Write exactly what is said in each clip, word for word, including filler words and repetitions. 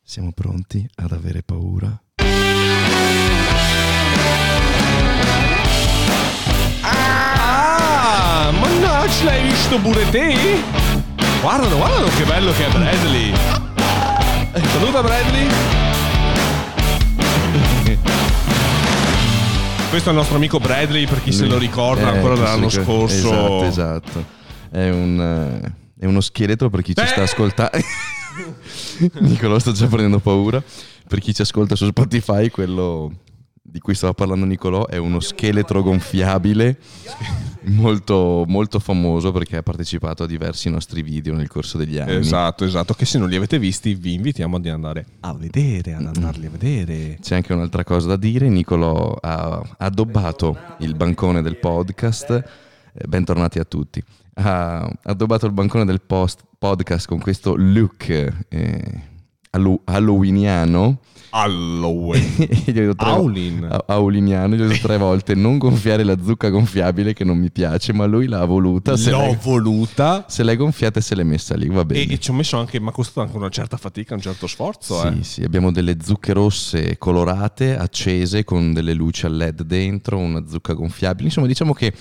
Siamo pronti ad avere paura? Ah, mannaggia, l'hai visto pure te? Guardalo, guardalo che bello che è Bradley. Saluta Bradley. Questo è il nostro amico Bradley, per chi se lo ricorda eh, ancora dall'anno ricorda. scorso. Esatto, esatto. È un uh, è uno scheletro per chi ci eh. sta ascoltando. Nicolò sta già prendendo paura. Per chi ci ascolta su Spotify, quello di cui stava parlando Nicolò è uno scheletro gonfiabile molto, molto famoso, perché ha partecipato a diversi nostri video nel corso degli anni. Esatto, esatto, che se non li avete visti vi invitiamo ad andare a vedere, ad andarli a vedere. C'è anche un'altra cosa da dire: Nicolò ha addobbato il bancone del podcast, eh, bentornati a tutti, ha addobbato il bancone del post podcast con questo look eh, hallo- halloweeniano. Halloween. Gli ho detto tre Howlin. vo- Howliniano, gli ho detto tre volte non gonfiare la zucca gonfiabile, che non mi piace, ma lui l'ha voluta. Se L'ho l'hai, voluta. se l'hai gonfiata e se l'è messa lì, va bene. E, e ci ho messo anche, ma ha costato anche una certa fatica, un certo sforzo. Sì, eh. sì, abbiamo delle zucche rosse colorate, accese, con delle luci a led dentro, una zucca gonfiabile. Insomma, diciamo che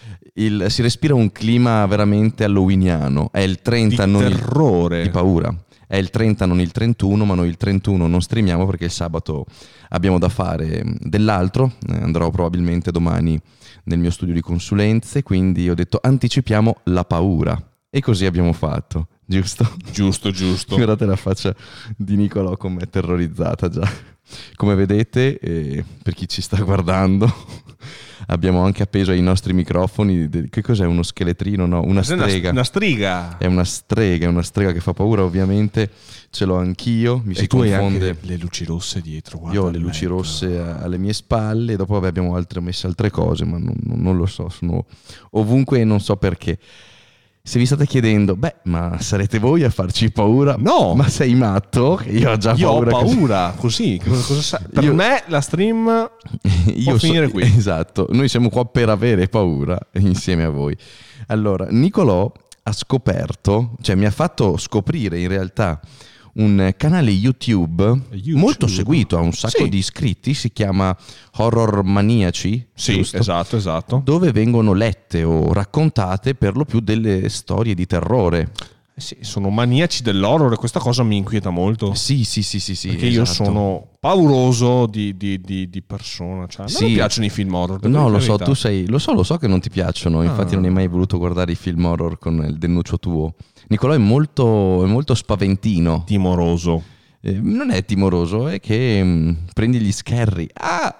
il, si respira un clima veramente halloweeniano. È il trenta, Di non terrore. il, di paura. È il trenta, non il trentuno, ma noi il trentuno non streamiamo perché il sabato abbiamo da fare dell'altro. Eh, andrò probabilmente domani nel mio studio di consulenze, quindi ho detto anticipiamo la paura. E così abbiamo fatto, giusto? Giusto, giusto. Guardate la faccia di Nicolò com'è terrorizzata già. Come vedete, eh, per chi ci sta guardando, abbiamo anche appeso ai nostri microfoni. Che cos'è? Uno scheletrino? No, una strega. Una striga. È una strega, è una strega che fa paura, ovviamente. Ce l'ho anch'io, mi E si tu hai confonde. anche le luci rosse dietro. Guarda Io ho le il luci letto. rosse a- alle mie spalle, e dopo vabbè, abbiamo altre, messe altre cose, ma non, non- non lo so, sono ovunque e non so perché. Se vi state chiedendo, beh, ma sarete voi a farci paura? No. Ma sei matto? Che io ho già Io ho paura. così. paura, così. Cosa, cosa sa- Per Io- me la stream Io può finire qui. Esatto, noi siamo qua per avere paura insieme a voi. Allora, Nicolò ha scoperto, cioè mi ha fatto scoprire in realtà un canale YouTube, YouTube. molto seguito, ha un sacco Sì. di iscritti, si chiama Horror Maniaci, Sì, giusto? esatto, esatto. Dove vengono lette o raccontate per lo più delle storie di terrore. Eh sì, sono maniaci dell'horror e questa cosa mi inquieta molto. Sì, sì, sì, sì, sì. Perché io esatto. sono pauroso di, di, di, di persona. Cioè, a me Sì. non piacciono i film horror. devo No, dire lo la so, verità. tu sei, lo so, lo so che non ti piacciono, infatti Ah. non hai mai voluto guardare i film horror con il dennuccio tuo. Nicolò è molto, è molto spaventino. Timoroso. Eh, non è timoroso, è che mh, prendi gli scherri. Ah!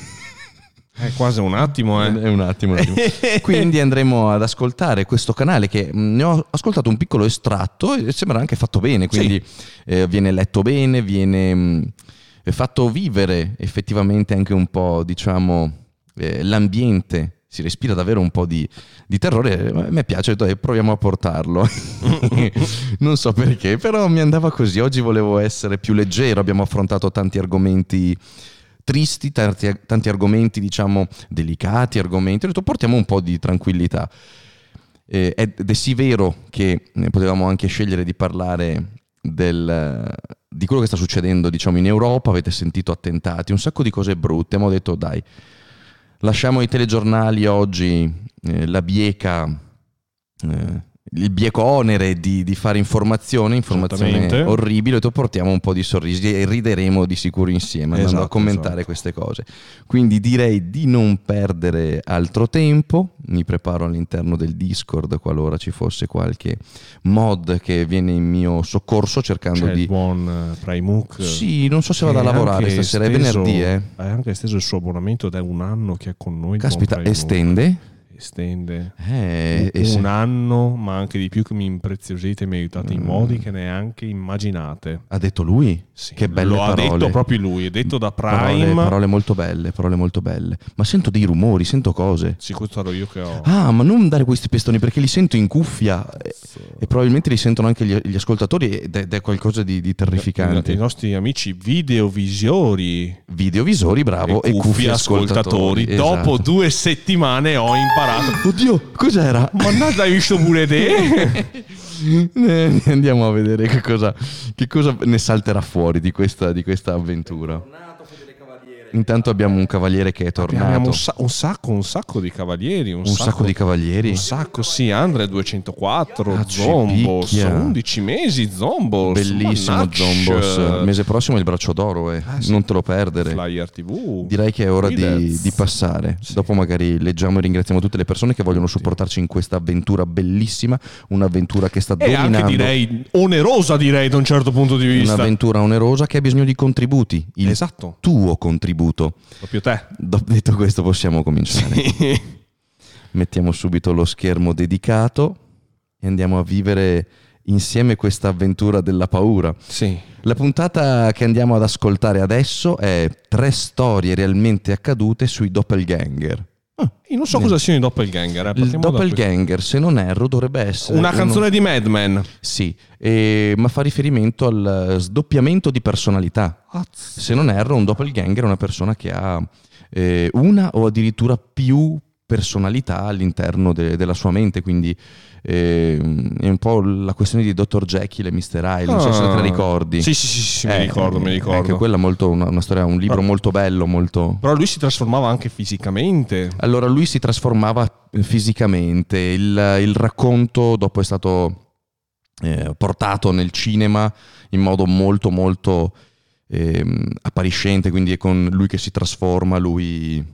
È quasi un attimo, eh. È un attimo, un attimo. Quindi andremo ad ascoltare questo canale che mh, ne ho ascoltato un piccolo estratto e sembra anche fatto bene, quindi eh, viene letto bene, viene mh, fatto vivere effettivamente anche un po', diciamo, eh, l'ambiente. Si respira davvero un po' di, di terrore. A me piace, ho detto, eh, proviamo a portarlo. Non so perché, però mi andava così. Oggi volevo essere più leggero, abbiamo affrontato tanti argomenti tristi, tanti, tanti argomenti, diciamo, delicati, argomenti. Ho detto, portiamo un po' di tranquillità. Eh, ed è sì vero che eh, potevamo anche scegliere di parlare del, di quello che sta succedendo, diciamo, in Europa. Avete sentito attentati, un sacco di cose brutte, ma ho detto, dai, lasciamo i telegiornali oggi, eh, la bieca, eh, il bieco onere di, di fare informazione, informazione Esattamente. orribile, e portiamo un po' di sorrisi e rideremo di sicuro insieme andando Esatto, a commentare esatto. queste cose. Quindi direi di non perdere altro tempo, mi preparo all'interno del Discord qualora ci fosse qualche mod che viene in mio soccorso cercando C'è di... il buon eh, Primuc. Sì, non so se vado a che lavorare anche stasera, è esteso- venerdì, eh. Ha anche esteso il suo abbonamento ed è un anno che è con noi. il Caspita, buon Primuc. estende? Estende. Eh, e un se- anno, ma anche di più, che mi impreziosite e mi aiutate in Mm. modi che neanche immaginate. Ha detto lui? Sì, Che belle lo parole. ha detto proprio lui, è detto da Prime. Parole, parole molto belle, parole molto belle. Ma sento dei rumori, sento cose. Sì, questo ero io che ho. Ah, ma non dare questi pestoni perché li sento in cuffia e, e probabilmente li sentono anche gli, gli ascoltatori ed è, ed è qualcosa di, di terrificante. I nostri amici videovisori Videovisori, bravo, e, cuffie ascoltatori. Dopo Esatto. due settimane ho imparato. Oddio, cos'era? Mannaggia, hai visto pure te? Eh, Andiamo a vedere che cosa, che cosa ne salterà fuori di questa, di questa avventura. Intanto abbiamo un cavaliere che è tornato. Abbiamo un, sa- un sacco, un sacco di cavalieri. Un, Un sacco di cavalieri. Un sacco, sì. Andre duecentoquattro, Ah, Zombos, cipicchia. undici mesi, Zombos. Bellissimo Mannaggia. Zombos. Mese prossimo il braccio d'oro, eh. Ah, sì. Non te lo perdere. Flyer tivù. Direi che è ora di, Guidez. di passare. Dopo magari leggiamo e ringraziamo tutte le persone che vogliono supportarci in questa avventura bellissima. Un'avventura che sta E dominando. anche direi onerosa, direi da un certo punto di vista. Un'avventura onerosa che ha bisogno di contributi. Il Esatto. tuo contributo. Proprio te. Do- detto questo possiamo cominciare. Mettiamo subito lo schermo dedicato e andiamo a vivere insieme questa avventura della paura. Sì. La puntata che andiamo ad ascoltare adesso è tre storie realmente accadute sui doppelganger. Ah, io non so cosa siano i doppelganger. Eh. Il Partiamo da doppelganger, se non erro, dovrebbe essere Una uno- canzone di Mad Men. Sì, eh, ma fa riferimento al sdoppiamento di personalità. Se non erro, un doppelganger è una persona che ha eh, una o addirittura più personalità all'interno de- della sua mente, quindi eh, è un po' la questione di dottor Jekyll e mister Hyde, non so se te la ricordi. Sì, sì, sì, sì, mi Eh, ricordo, mi ricordo. Anche quella è molto una, una storia, un libro Però- molto bello, molto... Però lui si trasformava anche fisicamente. Allora lui si trasformava fisicamente, il, il racconto dopo è stato eh, portato nel cinema in modo molto molto ehm, appariscente, quindi è con lui che si trasforma, lui...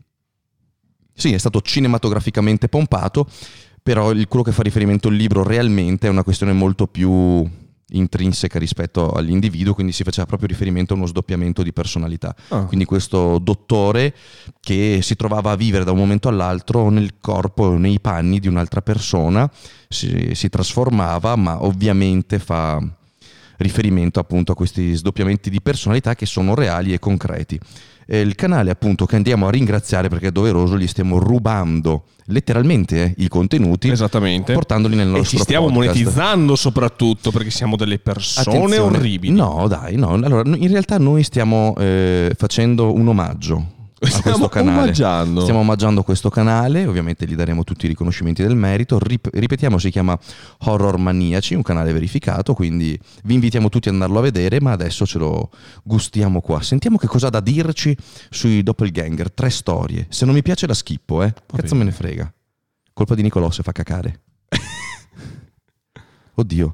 Sì, è stato cinematograficamente pompato, però il, quello che fa riferimento al libro realmente è una questione molto più intrinseca rispetto all'individuo, quindi si faceva proprio riferimento a uno sdoppiamento di personalità. Ah. Quindi questo dottore che si trovava a vivere da un momento all'altro nel corpo, nei panni di un'altra persona, si, si trasformava, ma ovviamente fa riferimento appunto a questi sdoppiamenti di personalità che sono reali e concreti. E il canale appunto che andiamo a ringraziare perché è doveroso, gli stiamo rubando letteralmente eh, i contenuti, Esattamente. portandoli nel nostro E ci stiamo podcast. monetizzando soprattutto perché siamo delle persone Attenzione. orribili. No, dai, no. Allora, in realtà noi stiamo eh, facendo un omaggio a Stiamo questo canale. omaggiando. Stiamo omaggiando questo canale, ovviamente gli daremo tutti i riconoscimenti del merito. Rip- ripetiamo, si chiama Horror Maniaci, un canale verificato, quindi vi invitiamo tutti ad andarlo a vedere, ma adesso ce lo gustiamo qua. Sentiamo che cosa ha da dirci sui doppelganger, tre storie. Se non mi piace la schippo, eh. Cazzo bene. me ne frega. Colpa di Nicolò se fa cacare. Oddio.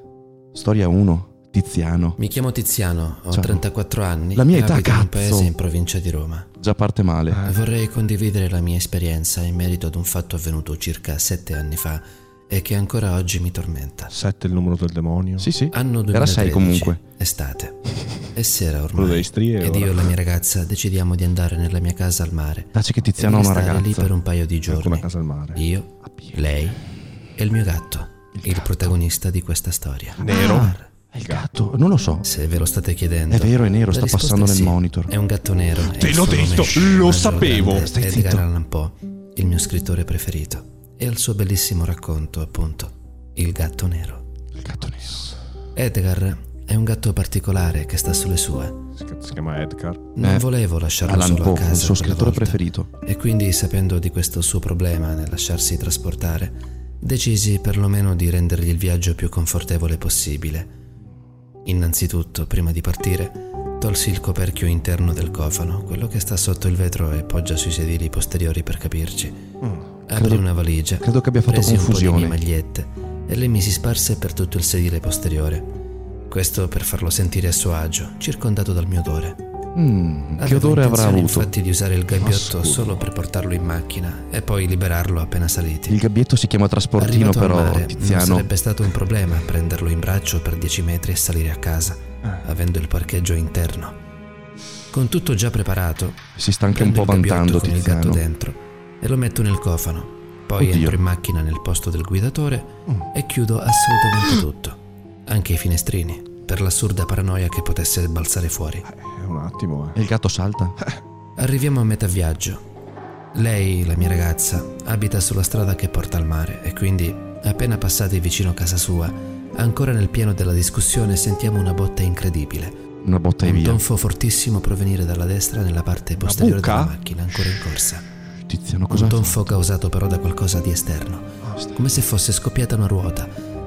Storia uno. Tiziano. Mi chiamo Tiziano, ho Ciao. trentaquattro anni La mia e età, abito in un cazzo. paese in provincia di Roma. Già parte male. Vorrei condividere la mia esperienza in merito ad un fatto avvenuto circa sette anni fa e che ancora oggi mi tormenta. Sette è il numero del demonio. Sì, sì. Anno Era sei duemilatredici, comunque. estate. È sera Quello ormai delle strie, ed ora. io e la mia ragazza decidiamo di andare nella mia casa al mare Taci che e Tiziano ha di una stare lì ragazza. per un paio di C'è anche giorni. una casa al mare. Io, lei e il mio gatto, il protagonista di questa storia. Nero. Ah, è il gatto. Non lo so. Se ve lo state chiedendo, È vero, è nero, la sta risposta passando è nel sì. monitor. È un gatto nero. e Te il l'ho suo nome detto, è lo Maggio sapevo. Grande Stai Edgar zitto. Allan Poe, il mio scrittore preferito, e al suo bellissimo racconto, appunto, Il gatto nero. Il gatto nero. Edgar è un gatto particolare che sta sulle sue. Si si chiama Edgar. Non Eh, volevo lasciarlo Allan solo Poe, a casa il suo quella scrittore volta. preferito. E quindi, sapendo di questo suo problema nel lasciarsi trasportare, decisi perlomeno di rendergli il viaggio più confortevole possibile. Innanzitutto, prima di partire, tolsi il coperchio interno del cofano, quello che sta sotto il vetro e poggia sui sedili posteriori per capirci. Apri Credo- una valigia, credo che abbia fatto presi confusione. un po' di mie magliette e le misi sparse per tutto il sedile posteriore. Questo per farlo sentire a suo agio, circondato dal mio odore. Mm, che Avevo odore avrà intenzione, avuto? infatti, di usare il gabbiotto Assurdo. solo per portarlo in macchina e poi liberarlo appena saliti. Il gabbietto si chiama trasportino, Arrivato al però mare, non Tiziano. sarebbe stato un problema prenderlo in braccio per dieci metri e salire a casa, avendo il parcheggio interno. Con tutto già preparato, Si sta anche un prendo po' il gabbiotto vantando con il gatto Tiziano. dentro e lo metto nel cofano. Poi Oddio. entro in macchina nel posto del guidatore e chiudo assolutamente tutto, anche i finestrini, per l'assurda paranoia che potesse balzare fuori. Eh, un attimo, eh. E il gatto salta? Arriviamo a metà viaggio. Lei, la mia ragazza, abita sulla strada che porta al mare e quindi, appena passati vicino a casa sua, ancora nel pieno della discussione, sentiamo una botta incredibile. Una botta e Un via. tonfo fortissimo provenire dalla destra nella parte posteriore buca? della macchina, ancora in corsa. Tiziano, cosa Un fa? tonfo causato però da qualcosa di esterno, come se fosse scoppiata una ruota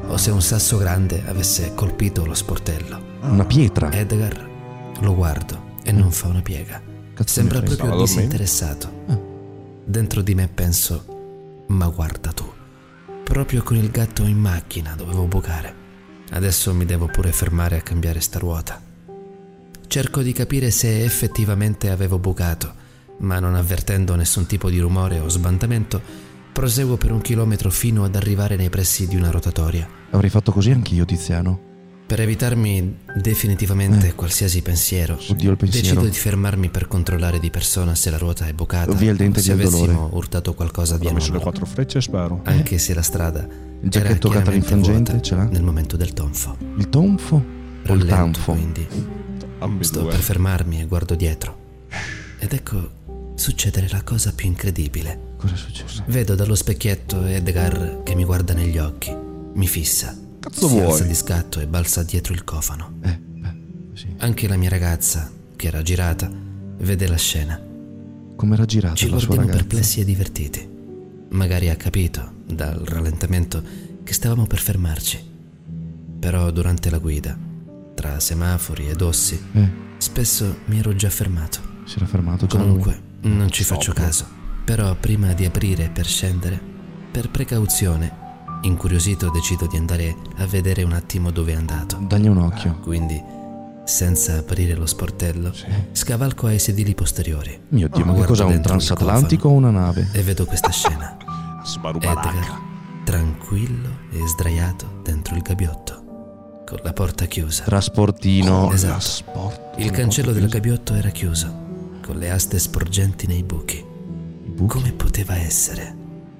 o se un sasso grande avesse colpito lo sportello. Una pietra. Edgar lo guardo e non fa una piega. Cazzo Sembra mi frega. proprio Stava dormendo. disinteressato. Dentro di me penso: ma guarda tu, proprio con il gatto in macchina dovevo bucare. Adesso mi devo pure fermare a cambiare sta ruota. Cerco di capire se effettivamente avevo bucato, ma non avvertendo nessun tipo di rumore o sbandamento, proseguo per un chilometro fino ad arrivare nei pressi di una rotatoria. Avrei fatto così anch'io, Tiziano. Per evitarmi definitivamente qualsiasi pensiero, Oddio, il pensiero. decido di fermarmi per controllare di persona se la ruota è bucata Via il dente o se del dolore. avessimo urtato qualcosa di Ho messo le anomalo, quattro frecce, spero. anche se la strada Il giacchetto era chiaramente catalinfrangente vuota ce l'ha? nel momento del tonfo. Il tonfo o il Rallento, tanfo? quindi sto Ambedue. per fermarmi e guardo dietro. Ed ecco succedere la cosa più incredibile. Cosa è successo? Vedo dallo specchietto Edgar che mi guarda negli occhi, mi fissa, Cazzo si vuoi? alza di scatto e balza dietro il cofano. Eh, beh, sì. Anche la mia ragazza, che era girata, vede la scena. Come era girata Ci la sua guardiamo ragazza? perplessi e divertiti. Magari ha capito, dal rallentamento, che stavamo per fermarci. Però durante la guida, tra semafori ed ossi, Eh, spesso mi ero già fermato. si era fermato già Comunque, lui. non ci faccio caso. Però prima di aprire per scendere, per precauzione, incuriosito decido di andare a vedere un attimo dove è andato. Dagli un occhio. Quindi, senza aprire lo sportello, scavalco ai sedili posteriori. Mio Dio, ma che Guardo cos'è, un dentro il transatlantico o una nave? E vedo questa scena. Sbarubaraca. Edgar, tranquillo e sdraiato dentro il gabbiotto, con la porta chiusa. Trasportino. Esatto. Sport. Il cancello del gabbiotto era chiuso, con le aste sporgenti nei buchi. Buchi? Come poteva essere?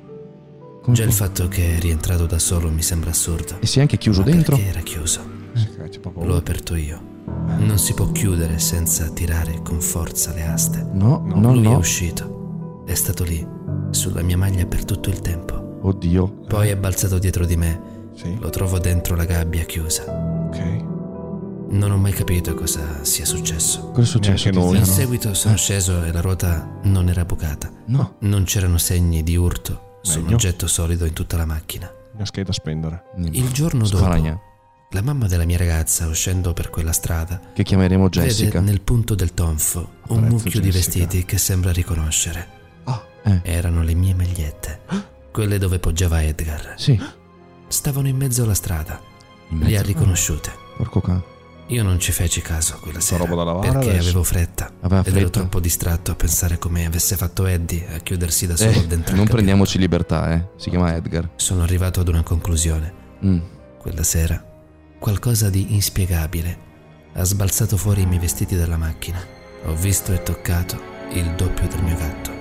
Come Già il fu- fatto che è rientrato da solo mi sembra assurdo. E si è anche chiuso Ma dentro? perché era chiuso? C'è proprio- L'ho aperto io. Non si può chiudere senza tirare con forza le aste. No, no, Lui è no. uscito. È stato lì, sulla mia maglia per tutto il tempo. Oddio. Poi è balzato dietro di me. Sì, Lo trovo dentro la gabbia chiusa. ok. Non ho mai capito cosa sia successo. Cosa è successo? Neanche noi. In Tiziano? seguito sono sceso e la ruota non era bucata. No. Non c'erano segni di urto su un Meglio. oggetto solido in tutta la macchina. Una scheda da spendere. Il giorno dopo, Sparagna. la mamma della mia ragazza, uscendo per quella strada, Che chiameremo Jessica. vede nel punto del tonfo un Apprezzo mucchio di Jessica. vestiti che sembra riconoscere. Ah, Eh, Erano le mie magliette, quelle dove poggiava Edgar. sì. Stavano in mezzo alla strada. In Le ha mezzo. riconosciute. Porco cane. Io non ci feci caso quella sera roba da lavare perché adesso. avevo fretta Aveva ed ero fretta. troppo distratto a pensare come avesse fatto Eddie a chiudersi da solo Eh, dentro il non cabiotto. prendiamoci libertà, eh. Si chiama Edgar. Sono arrivato ad una conclusione. Mm. Quella sera qualcosa di inspiegabile ha sbalzato fuori i miei vestiti dalla macchina. Ho visto e toccato il doppio del mio gatto.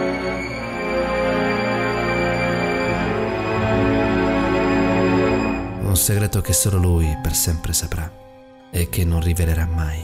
Un segreto che solo lui per sempre saprà e che non rivelerà mai.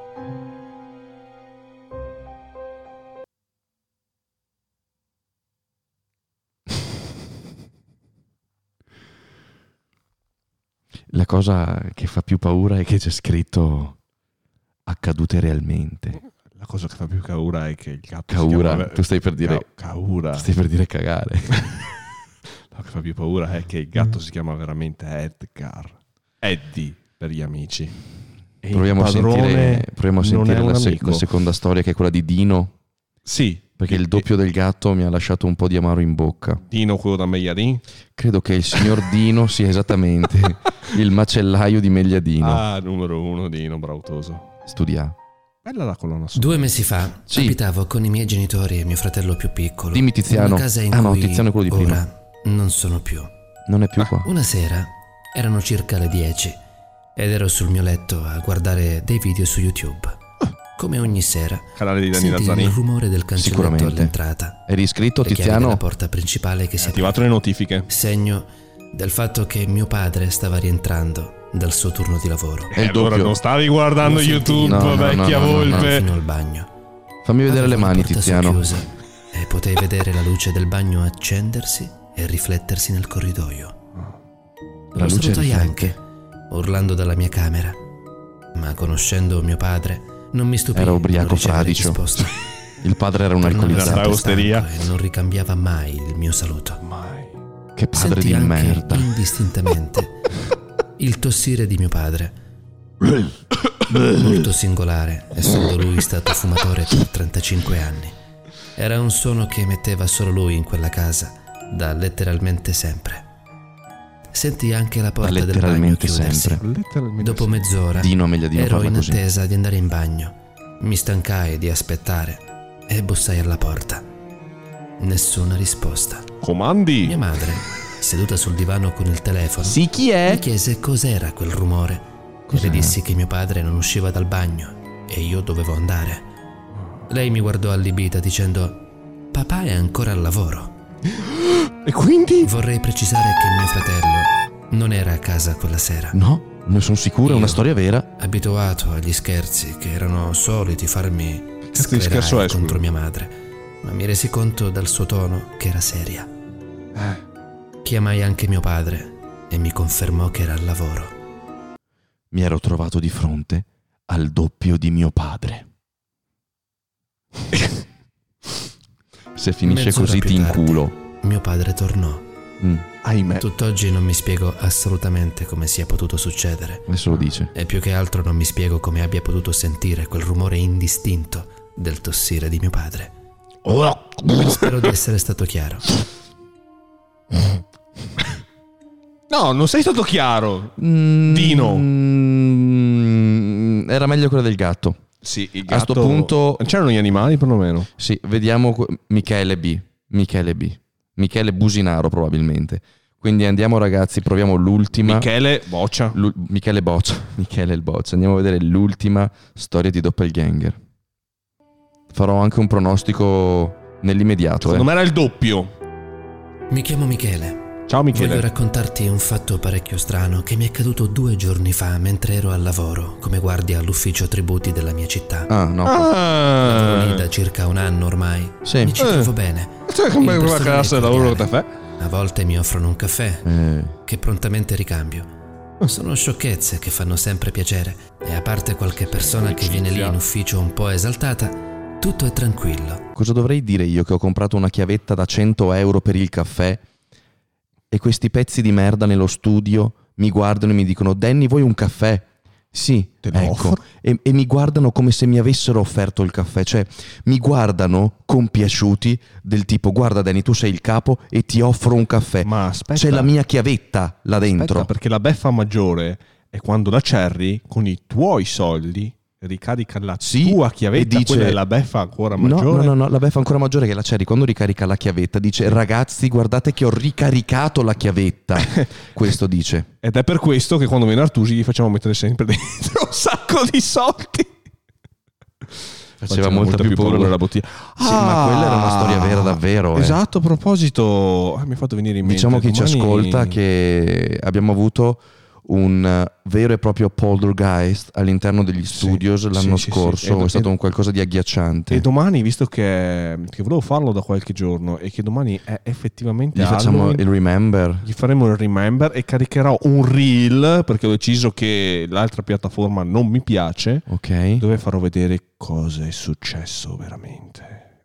La cosa che fa più paura è che c'è scritto accadute realmente. la cosa che fa più paura è che il gatto Caura, si chiama... tu stai per dire Ca- Caura. stai per dire cagare. La che fa più paura è che il gatto si chiama veramente Edgar. Eddie per gli amici. E il Proviamo a padrone sentire, proviamo a non sentire è un la, se- amico. la seconda storia, che è quella di Dino, Sì, perché il doppio del gatto mi ha lasciato un po' di amaro in bocca. Dino, quello da Megliadin. Credo che il signor Dino sia esattamente il macellaio di Megliadino. Ah, numero uno, Dino, brautoso. Studia. Bella la colonna sonora. Due mesi fa Sì. abitavo con i miei genitori e mio fratello più piccolo. Dimmi Tiziano. In una casa in Ah, no, cui Tiziano è quello di prima. ora non sono più. Non è più qua. Una sera erano circa le dieci ed ero sul mio letto a guardare dei video su YouTube. Come ogni sera Canale di Dani senti il Lazzani. rumore del cancelletto Sicuramente. all'entrata, Eri iscritto, le chiavi Tiziano? della porta principale che si apriva. Attivato le notifiche. Segno del fatto che mio padre stava rientrando dal suo turno di lavoro. È il Eh, allora doppio. non stavi guardando Lo senti? YouTube, No, no, vecchia no, no, no, no. volpe. Fino al bagno. Fammi vedere le Avevo la mani, porta Tiziano. socchiusa e potei vedere la luce del bagno accendersi e riflettersi nel corridoio. La Lo luce salutai riflette. anche, urlando dalla mia camera. Ma conoscendo mio padre, non mi stupì Era di ubriaco non ricevere fradicio. risposta. Il padre era un Tornava alcolizzato. Era sempre osteria. stanco e non ricambiava mai il mio saluto. Mai. Che padre Sentì di anche merda. indistintamente il tossire di mio padre. Molto singolare, essendo lui stato fumatore per trentacinque anni. Era un suono che emetteva solo lui in quella casa, da letteralmente sempre. Sentì anche la porta del bagno letteralmente chiudersi. sempre. Letteralmente Dopo mezz'ora Dino Amegliadino ero parla in così. attesa di andare in bagno. Mi stancai di aspettare e bussai alla porta. Nessuna risposta. Comandi. Mia madre, seduta sul divano con il telefono, Sì, chi mi è? chiese cos'era quel rumore. Cos'era? E le dissi che mio padre non usciva dal bagno e io dovevo andare. Lei mi guardò allibita dicendo: papà è ancora al lavoro. E quindi? Vorrei precisare che mio fratello non era a casa quella sera. No, ne sono sicuro, è una Io- storia vera. Abituato agli scherzi che erano soliti farmi Cazzo di scherzo sclerare è, scusa? contro mia madre, ma mi resi conto dal suo tono che era seria. Chiamai anche mio padre e mi confermò che era al lavoro. Mi ero trovato di fronte al doppio di mio padre. Se finisce Mezz'ora così più ti tardi, inculo. Mio padre tornò. Mm, Ahimè. Tutt'oggi non mi spiego assolutamente come sia potuto succedere. adesso lo dice. E più che altro non mi spiego come abbia potuto sentire quel rumore indistinto del tossire di mio padre. Spero di essere stato chiaro. No, non sei stato chiaro. Mm, Dino. mm, era meglio quella del gatto. Sì, il A sto punto- Non c'erano gli animali perlomeno. Sì, vediamo que- Michele B. Michele B. Michele Businaro probabilmente. Quindi andiamo ragazzi, proviamo l'ultima. Michele Boccia. L'u- Michele Boccia. Michele il Boccia. Andiamo a vedere l'ultima storia di Doppelganger. Farò anche un pronostico nell'immediato. Secondo eh. me era il doppio. Mi chiamo Michele. Ciao Voglio Michele. raccontarti un fatto parecchio strano che mi è accaduto due giorni fa mentre ero al lavoro come guardia all'ufficio tributi della mia città. Ah, no. Lavoro lì Ah. da circa un anno ormai. Sì. Mi ci Eh. trovo bene. Cioè, come Il una personale classe è da lavoro cordiale. caffè. A volte mi offrono un caffè Eh, che prontamente ricambio. Sono sciocchezze che fanno sempre piacere e a parte qualche persona che viene lì in ufficio un po' esaltata, tutto è tranquillo. cosa dovrei dire io che ho comprato una chiavetta da cento euro per il caffè e questi pezzi di merda nello studio mi guardano e mi dicono: Danny, vuoi un caffè? Sì, Te lo ecco. offro. E, e mi guardano come se mi avessero offerto il caffè. Cioè, mi guardano compiaciuti del tipo: guarda Danny, tu sei il capo e ti offro un caffè. Ma aspetta. C'è la mia chiavetta là dentro. Aspetta, perché la beffa maggiore è quando la Cherry con i tuoi soldi ricarica la Sì, tua chiavetta, e dice- quella è la beffa ancora No, maggiore. no, no, no, la beffa ancora maggiore che la Cherry quando ricarica la chiavetta dice: ragazzi, guardate che ho ricaricato la chiavetta. Questo dice. Ed è per questo che quando viene Artusi gli facciamo mettere sempre dentro un sacco di soldi. Faceva molta più paura la bottiglia. Sì, ma quella era una storia vera davvero, eh. Esatto, a proposito, ah, mi ha fatto venire in mente. Diciamo chi ci domani- ascolta che abbiamo avuto un eh, vero e proprio poltergeist all'interno degli studios Sì, l'anno sì, sì, scorso. sì. Ed- È stato ed- un qualcosa di agghiacciante. E domani, visto che, che volevo farlo da qualche giorno e che domani è effettivamente Gli facciamo Halloween, il remember. gli faremo il remember e caricherò un reel perché ho deciso che l'altra piattaforma non mi piace, Ok. dove farò vedere cosa è successo veramente.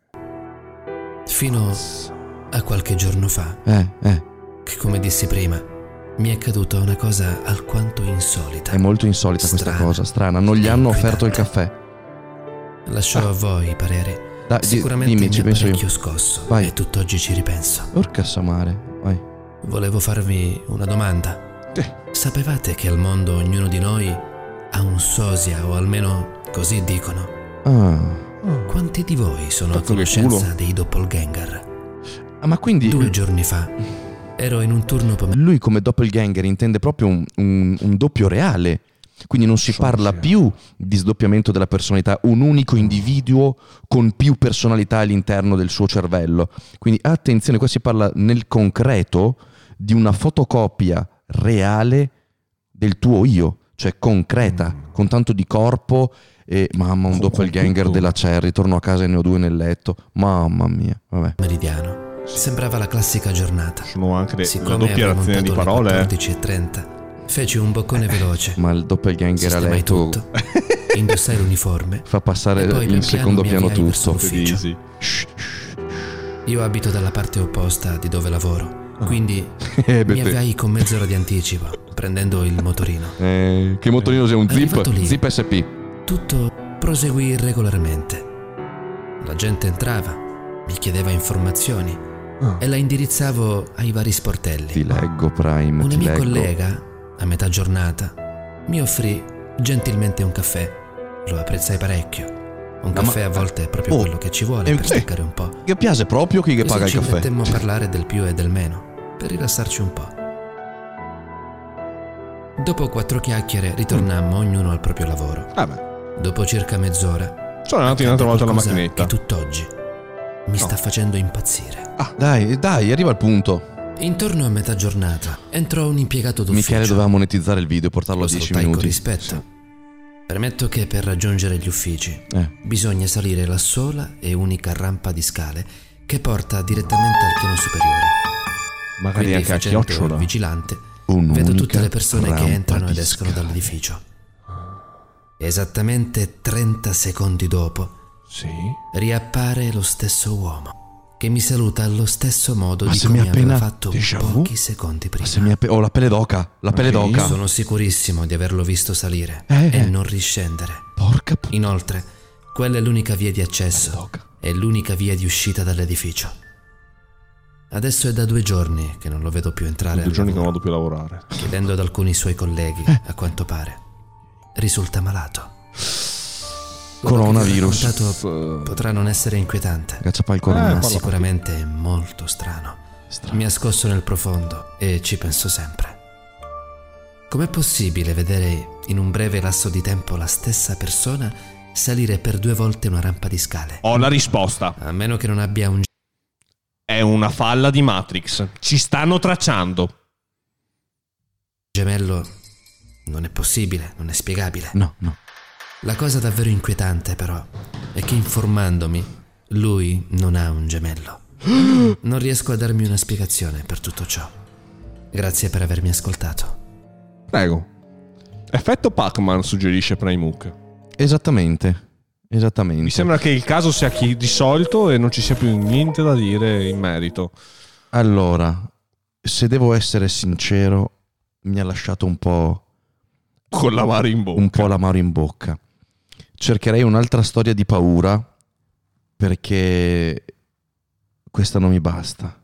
Fino a qualche giorno fa, Eh, eh. che come dissi prima, mi è accaduta una cosa alquanto insolita. È molto insolita questa Strana. cosa. Strana. Non gli E hanno inquietante. offerto il caffè. Lascio a voi i pareri. Dai, di- Sicuramente dimmi, mi ci ha penso io. parecchio scosso Vai. e tutt'oggi ci ripenso. Orca samare. Vai. Volevo farvi una domanda. Eh. Sapevate che al mondo ognuno di noi ha un sosia, o almeno così dicono? Ah. Quanti di voi sono a Tocco del conoscenza culo. dei doppelganger? Ah, ma quindi Due giorni fa ero in un turno pomeridiano. lui come doppelganger intende proprio un, un- un doppio reale. Quindi non si Sosia. parla più di sdoppiamento della personalità, un unico individuo con più personalità all'interno del suo cervello. Quindi attenzione, qua si parla nel concreto di una fotocopia reale del tuo io, cioè concreta, con tanto di corpo e mamma, un Con- doppelganger con tutto. della Cherry, torno a casa e ne ho due nel letto. Mamma mia, vabbè. Sembrava la classica giornata. Sono anche le, le Siccome doppie avevo razioni di montato alle parole. eh. quattordici e trenta, feci un boccone veloce. Ma il doppelganger a Sistemai letto tutto, indossai l'uniforme. fa passare E poi in pian secondo piano mi piano avviai verso tutto. l'ufficio. Easy. Io abito dalla parte opposta di dove lavoro, Quindi Eh, beh, mi te. avviai con mezz'ora di anticipo, prendendo il motorino. Eh, che motorino sei? Un Zip? Arrivato lì. Zip S P. Tutto proseguì regolarmente. La gente entrava, mi chiedeva informazioni Ah. e la indirizzavo ai vari sportelli. Ti leggo, Prime. Una ti mia leggo. collega, a metà giornata, mi offrì gentilmente un caffè. Lo apprezzai parecchio. Un Ah, caffè ma- a volte è proprio oh, quello che ci vuole eh, per sì. staccare un po'. Che piace proprio chi che Così paga il ci caffè. mettemmo a parlare del più e del meno, per rilassarci un po'. Dopo quattro chiacchiere ritornammo ognuno al proprio lavoro. Ah beh, Dopo circa mezz'ora sono andati un'altra volta alla qualcosa macchinetta. che tutt'oggi mi sta facendo impazzire. Dai, dai, arriva al punto. Intorno a metà giornata entrò un impiegato d'ufficio. Michele doveva monetizzare il video e portarlo Lo a dieci salutai con minuti. rispetto. Premetto che per raggiungere gli uffici Eh. bisogna salire la sola e unica rampa di scale che porta direttamente al piano superiore. Magari Quindi, anche a facendo chiocciola. il vigilante, Un'unica vedo tutte le persone che rampa entrano ed di escono scale. dall'edificio. Esattamente trenta secondi dopo Sì. riappare lo stesso uomo che mi saluta allo stesso modo Ma di se mi come ha appena- aveva fatto déjà vu? pochi secondi prima. Ma se mi ha... Oh, la pelle d'oca. La pelle Ok. d'oca. Sono sicurissimo di averlo visto salire Eh, e eh. non riscendere. Porca p... Inoltre, quella è l'unica via di accesso d'oca. e l'unica via di uscita dall'edificio. Adesso è da due giorni che non lo vedo più entrare Due al giorni che non lavoro. vado più a lavorare. Chiedendo ad alcuni suoi colleghi, Eh. a quanto pare, risulta malato. Quello Coronavirus. che vi ho raccontato potrà non essere inquietante, Cacciapa il Eh, ma corona. parla sicuramente è molto strano. Mi ha scosso nel profondo e ci penso sempre. Com'è possibile vedere in un breve lasso di tempo la stessa persona salire per due volte una rampa di scale? Ho la risposta. A meno che non abbia un È una falla di Matrix. Ci stanno tracciando. gemello, non è possibile, non è spiegabile. No, no. La cosa davvero inquietante, però, è che informandomi, lui non ha un gemello. Non riesco a darmi una spiegazione per tutto ciò. Grazie per avermi ascoltato. Prego. Effetto Pac-Man, suggerisce Primehook. Esattamente. Esattamente. Mi sembra che il caso sia chi di solito e non ci sia più niente da dire in merito. Allora, se devo essere sincero, mi ha lasciato un po'... Con l'amaro in bocca. un po' l'amaro in bocca. Cercherei un'altra storia di paura perché questa non mi basta.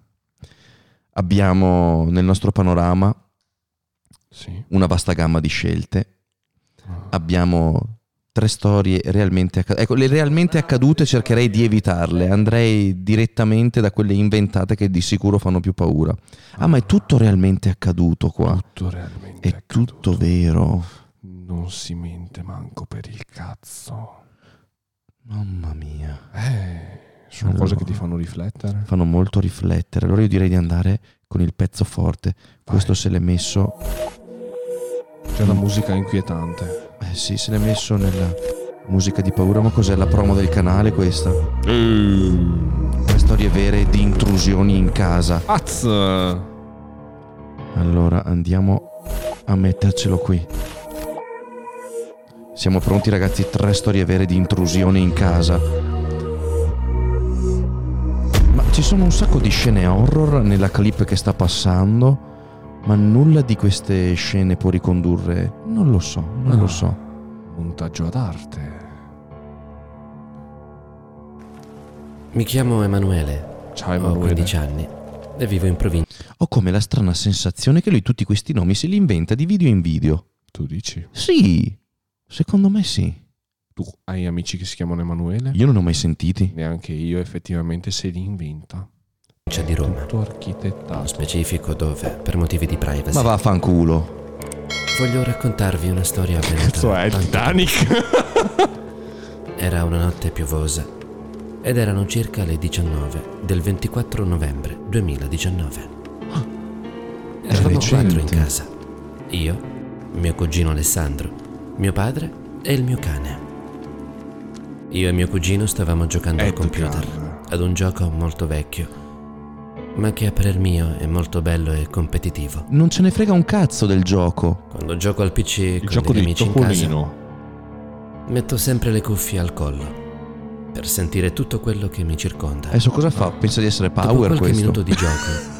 Abbiamo nel nostro panorama Sì. una vasta gamma di scelte. Abbiamo tre storie realmente accadute. Ecco, le realmente accadute cercherei di evitarle. Andrei direttamente da quelle inventate che di sicuro fanno più paura. Ah, ma è tutto realmente accaduto qua. Tutto realmente È tutto vero. Non si mente manco per il cazzo. Mamma mia. Eh, sono Allora. cose che ti fanno riflettere. Fanno molto riflettere. Allora io direi di andare con il pezzo forte. Questo se l'è messo... C'è la musica inquietante. Eh sì, se l'è messo nella musica di paura. Ma cos'è la promo del canale questa? Le storie vere di intrusioni in casa. Az! Allora andiamo a mettercelo qui. Siamo pronti ragazzi? Tre storie vere di intrusione in casa. Ma ci sono un sacco di scene horror nella clip che sta passando, ma nulla di queste scene può ricondurre. Non lo so, non lo so. Montaggio ad arte. Mi chiamo Emanuele, Ciao ho Emanuele. quindici anni e vivo in provincia. Ho come la strana sensazione che lui tutti questi nomi se li inventa di video in video. Tu dici? Sì, secondo me sì. Tu hai amici che si chiamano Emanuele? Io non ho mai sentiti. Neanche io, effettivamente se li inventa. di Roma, Tutto nello architettato. specifico dove, per motivi di privacy, Ma vaffanculo. voglio raccontarvi una storia avvenuta Cazzo è il tanto Titanic? Era una notte piovosa ed erano circa le diciannove del ventiquattro novembre duemiladiciannove. Eravamo recente. quattro in casa. Io, mio cugino Alessandro, mio padre e il mio cane. Io e mio cugino stavamo giocando al Edgar. computer ad un gioco molto vecchio, ma che a parer mio è molto bello e competitivo. Non ce ne frega un cazzo del gioco. Quando gioco al P C Il con gioco degli di amici in casa, Topolino. metto sempre le cuffie al collo per sentire tutto quello che mi circonda. Adesso cosa fa? Pensa di essere Dopo power qualche questo? minuto di gioco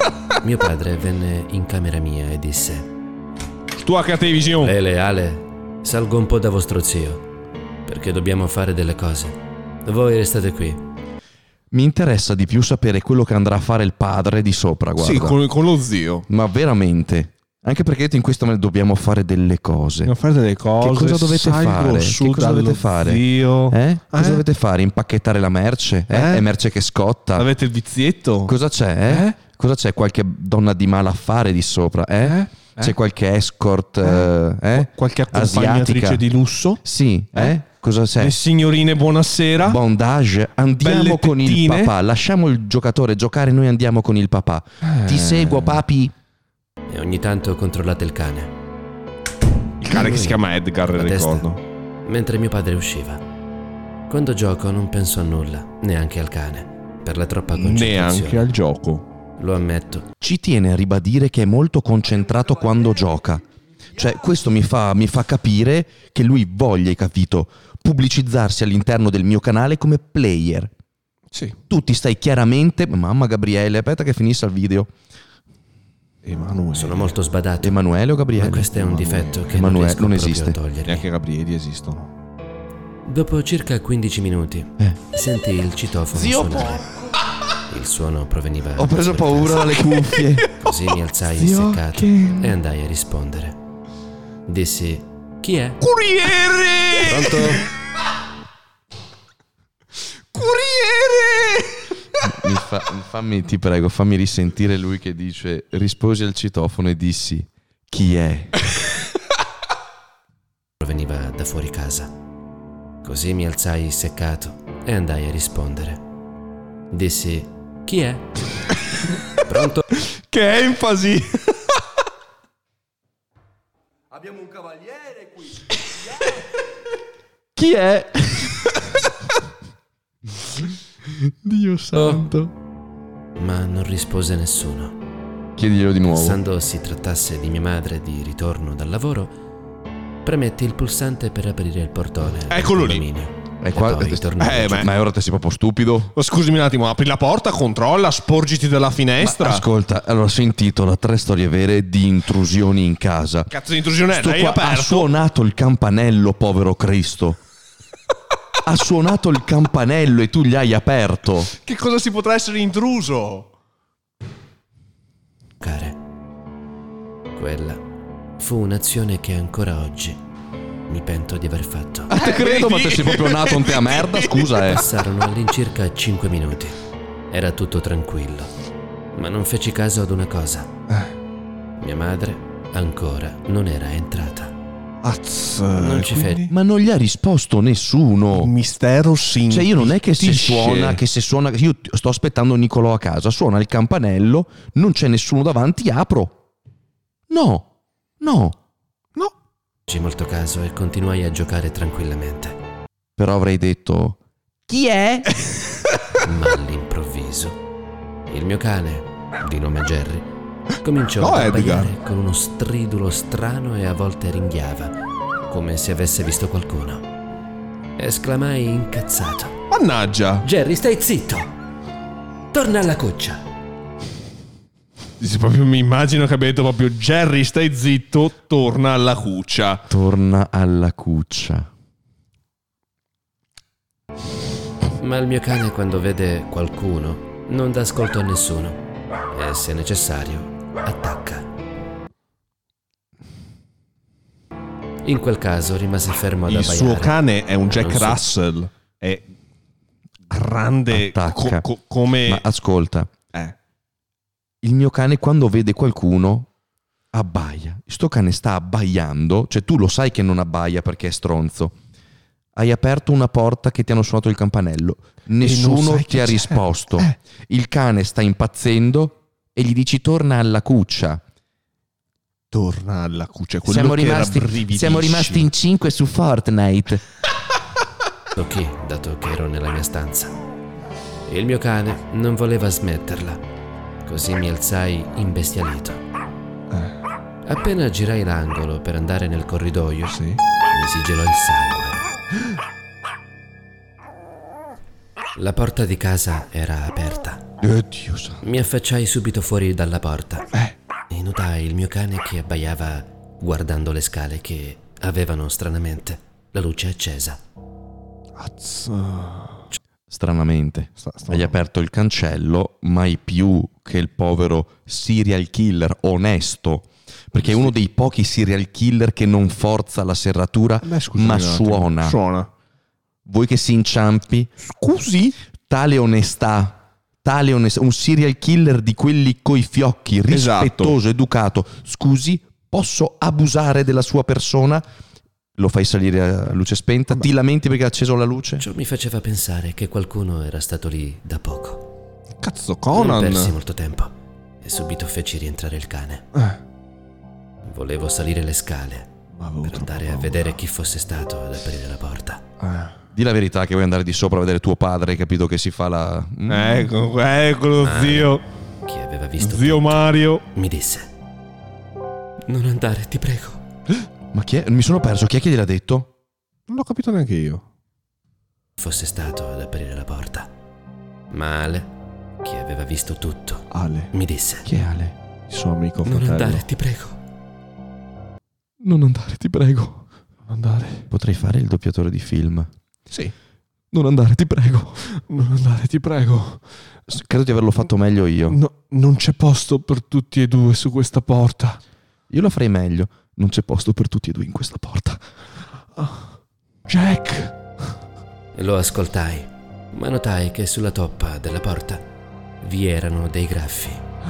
Mio padre venne in camera mia e disse: Tua catevisione. Lele, Ale, salgo un po' da vostro zio, perché dobbiamo fare delle cose. Voi restate qui. Mi interessa di più sapere quello che andrà a fare il padre di sopra, guarda. Sì, con, con lo zio. Ma veramente. Anche perché in questo momento dobbiamo fare delle cose. Dobbiamo fare delle cose. Che cosa dovete fare? Che cosa dovete fare? Zio. Eh? Cosa Eh? dovete fare? Impacchettare la merce? Eh? Eh? È merce che scotta. Avete il vizietto? Cosa c'è? Eh? Eh? Cosa c'è? Qualche donna di malaffare di sopra? Eh? Eh? C'è Eh? qualche escort? Eh? Eh? Qualche accompagnatrice Asiatica? di lusso? Sì, eh? Eh? Cosa c'è? Le signorine buonasera? Bondage, andiamo Belle con il tettine? papà. Lasciamo il giocatore giocare, noi andiamo con il papà. Ti seguo, papi. E ogni tanto controllate il cane. Il cane che si chiama Edgar, La testa. ricordo. Mentre mio padre usciva. Quando gioco non penso a nulla, neanche al cane, per la troppa concentrazione. Neanche al gioco. Lo ammetto. Ci tiene a ribadire che è molto concentrato quando gioca. Cioè, questo mi fa, mi fa capire che lui voglia, hai capito, pubblicizzarsi all'interno del mio canale come player. Sì. Tu ti stai chiaramente... Mamma Gabriele, aspetta che finisse il video. Emanuele. Sono molto sbadato. Emanuele o Gabriele? Ma questo è un difetto che Emanuele, non riesco non proprio esiste. a togliermi. Neanche Gabrieli esistono. Dopo circa quindici minuti Eh. senti il citofono Zio suonare. Il suono proveniva Ho preso da fuori paura casa. dalle cuffie. Così mi alzai Zio seccato Ken. e andai a rispondere. Dissi: chi è? Curiere! Pronto? Curiere! Mi fa, fammi, ti prego, fammi risentire lui che dice: risposi al citofono e dissi: chi è? Proveniva da fuori casa. Così mi alzai seccato e andai a rispondere. Dissi: chi è? Pronto? Che enfasi! Abbiamo un cavaliere qui. Chi è? Dio santo. Ma non rispose nessuno. Chiediglielo di nuovo. Pensando si trattasse di mia madre di ritorno dal lavoro, premetti il pulsante per aprire il portone. del Eccolo lì. condominio. E E qua- poi tornai Eh, giù. ma- Ma ora te sei proprio stupido? Oh, scusami un attimo, apri la porta, controlla, sporgiti dalla finestra. Ma ascolta, allora si intitola Tre storie vere di intrusioni in casa. Cazzo di intrusione è? Sto L'hai qua aperto? ha suonato il campanello, povero Cristo. Ha suonato il campanello e tu gli hai aperto. Che cosa si potrà essere intruso? Care, quella fu un'azione che ancora oggi mi pento di aver fatto. Ah, te credo, ma te sei proprio nato un te a merda, scusa eh. Passarono all'incirca cinque minuti. Era tutto tranquillo, ma non feci caso ad una cosa. Mia madre ancora non era entrata. Azz, Non ci quindi- Ma non gli ha risposto nessuno. Il mistero si Cioè io non è che se intisce. suona, che se suona, io sto aspettando Nicolò a casa, suona il campanello, non c'è nessuno davanti, apro. No, no. No. Feci molto caso e continuai a giocare tranquillamente. Però avrei detto, chi è? Ma all'improvviso il mio cane, di nome Jerry, cominciò No, ad Edgar. abbaiare con uno stridulo strano e a volte ringhiava, come se avesse visto qualcuno. Esclamai incazzato: Mannaggia. Jerry, stai zitto! Torna alla cuccia! Dici, proprio mi immagino che abbia detto proprio Jerry stai zitto, torna alla cuccia. Torna alla cuccia. Ma il mio cane, quando vede qualcuno, non dà ascolto a nessuno e, se necessario, attacca. In quel caso rimase fermo ad Il abbaiare. suo cane è un Jack Non so- Russell. È grande Attacca. co- co- come... Ma ascolta, Eh. il mio cane quando vede qualcuno abbaia. Sto cane sta abbaiando, cioè tu lo sai che non abbaia perché è stronzo. Hai aperto una porta che ti hanno suonato il campanello. Nessuno sai ti chi ha c'è. risposto. Eh. Il cane sta impazzendo e gli dici torna alla cuccia. Torna alla cuccia. Quello Siamo che rimasti, rabbrividisci. siamo rimasti in cinque su Fortnite. Tocchi, dato che ero nella mia stanza. Il mio cane non voleva smetterla, così mi alzai imbestialito. Appena girai l'angolo per andare nel corridoio, Sì. mi si gelò il sangue. La porta di casa era aperta. Oddio santo. Mi affacciai subito fuori dalla porta Eh. e notai il mio cane che abbaiava guardando le scale che avevano stranamente la luce accesa. Azza. Stranamente. Sta- sta- Hai aperto il cancello, mai più che il povero serial killer onesto. Perché è uno dei pochi serial killer che non forza la serratura, Beh, scusami ma un attimo. suona. Suona. Vuoi che si inciampi? Scusi? Tale onestà, tale onestà, un serial killer di quelli coi fiocchi, rispettoso, Esatto. educato. Scusi, posso abusare della sua persona? Lo fai salire a luce spenta? Ti lamenti perché ha acceso la luce? Ciò mi faceva pensare che qualcuno era stato lì da poco. Cazzo, Non persi Conan. molto tempo e subito feci rientrare il cane. Eh. Volevo salire le scale Ma avevo per troppa andare a paura. vedere chi fosse stato ad aprire la porta. Eh. Di la verità che vuoi andare di sopra a vedere tuo padre, hai capito che si fa la... Mm. Ecco, eccolo Ah. zio. Chi aveva visto Zio Mario. mi disse: non andare, ti prego. Ma chi è? Mi sono perso, chi è che gliel'ha detto? Non l'ho capito neanche io. Fosse stato ad aprire la porta. Ma Ale, chi aveva visto tutto, Ale, mi disse: Chi è Ale? il suo amico non fratello. andare, ti prego. Non andare, ti prego. Non andare. Potrei fare il doppiatore di film. Sì. Non andare, ti prego. Non andare, ti prego. Credo di averlo fatto meglio io. No, non c'è posto per tutti e due su questa porta. Io lo farei meglio. Non c'è posto per tutti e due in questa porta. Jack. E lo ascoltai, ma notai che sulla toppa della porta vi erano dei graffi.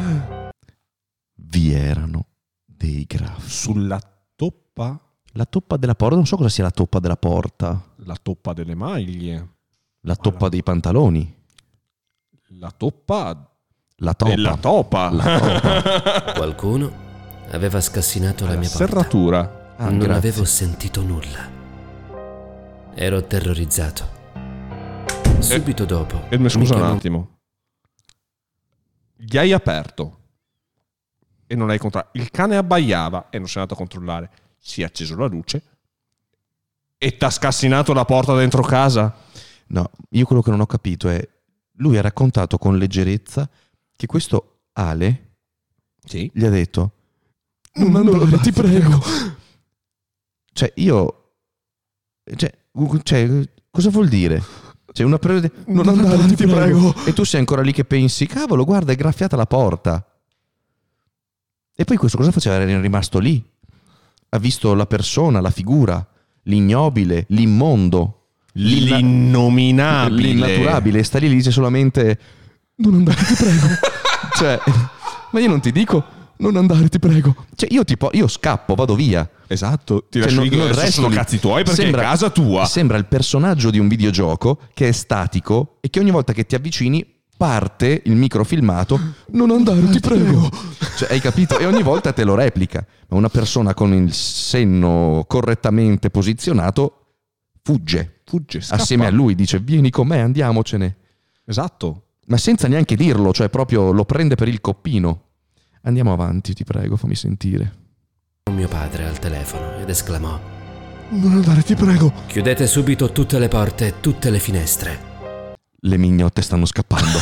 Vi erano dei graffi. Sulla toppa? La toppa della porta, non so cosa sia la toppa della porta. La toppa delle maglie. La toppa dei pantaloni. La toppa La topa. della topa. La topa. Qualcuno aveva scassinato la La mia porta. serratura. Ah, non grazie. avevo sentito nulla. Ero terrorizzato. Subito dopo. E mi scusa mi un chiamò- attimo. Gli hai aperto e non hai controllato. Il cane abbaiava e non sei andato a controllare. Si è acceso la luce e t'ha scassinato la porta dentro casa. No, io quello che non ho capito è... Lui ha raccontato con leggerezza che questo Ale Sì. gli ha detto... Non andare, ti prego. Cioè, io... Cioè, cioè, cosa vuol dire? Cioè, una pre... Non andare, ti prego. E tu sei ancora lì che pensi, cavolo, guarda, è graffiata la porta. E poi questo cosa faceva? Era rimasto lì. Ha visto la persona, la figura, l'ignobile, l'immondo, l'inna- L'innominabile. l'innaturabile. Sta lì e dice solamente, non andare, ti prego. Cioè, ma io non ti dico, non andare, ti prego. Cioè, io tipo, io scappo, vado via. Esatto. Ti Cioè, lascio non- lì, non adesso resto sono lì. cazzi tuoi perché Sembra- è casa tua. Sembra il personaggio di un videogioco che è statico e che ogni volta che ti avvicini parte il microfilmato. Non andare, ti prego. Cioè, hai capito? E ogni volta te lo replica. Ma una persona con il senno correttamente posizionato fugge. Fugge, scappa. Assieme a lui dice vieni con me, andiamocene. Esatto. Ma senza neanche dirlo, cioè proprio lo prende per il coppino. Andiamo avanti, ti prego, fammi sentire. mio padre al telefono ed esclamò: Non andare, ti prego. chiudete subito tutte le porte e tutte le finestre. Le mignotte stanno scappando.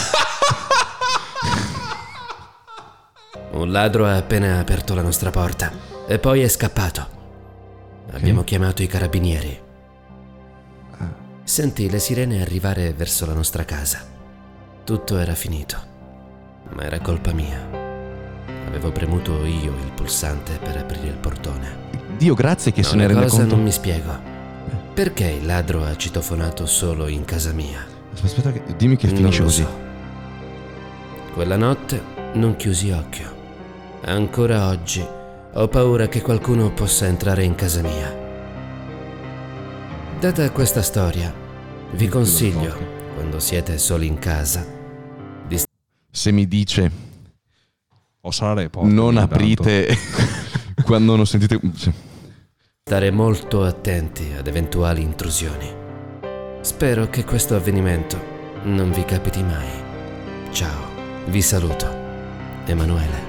Un ladro ha appena aperto la nostra porta e poi è scappato. Abbiamo chiamato i carabinieri. Sentì le sirene arrivare verso la nostra casa. Tutto era finito, ma era colpa mia. Avevo premuto io il pulsante per aprire il portone. Dio grazie che No, se ne una rende cosa conto. non mi spiego. Perché il ladro ha citofonato solo in casa mia? Aspetta, che- dimmi che Non finisce lo così. so. Quella notte non chiusi occhio. Ancora oggi ho paura che qualcuno possa entrare in casa mia. Data questa storia, vi consiglio, quando siete soli in casa, Se mi dice O sarà le porte. non ogni aprite quando non sentite... Sì. stare molto attenti ad eventuali intrusioni. Spero che questo avvenimento non vi capiti mai. Ciao, vi saluto. Emanuele.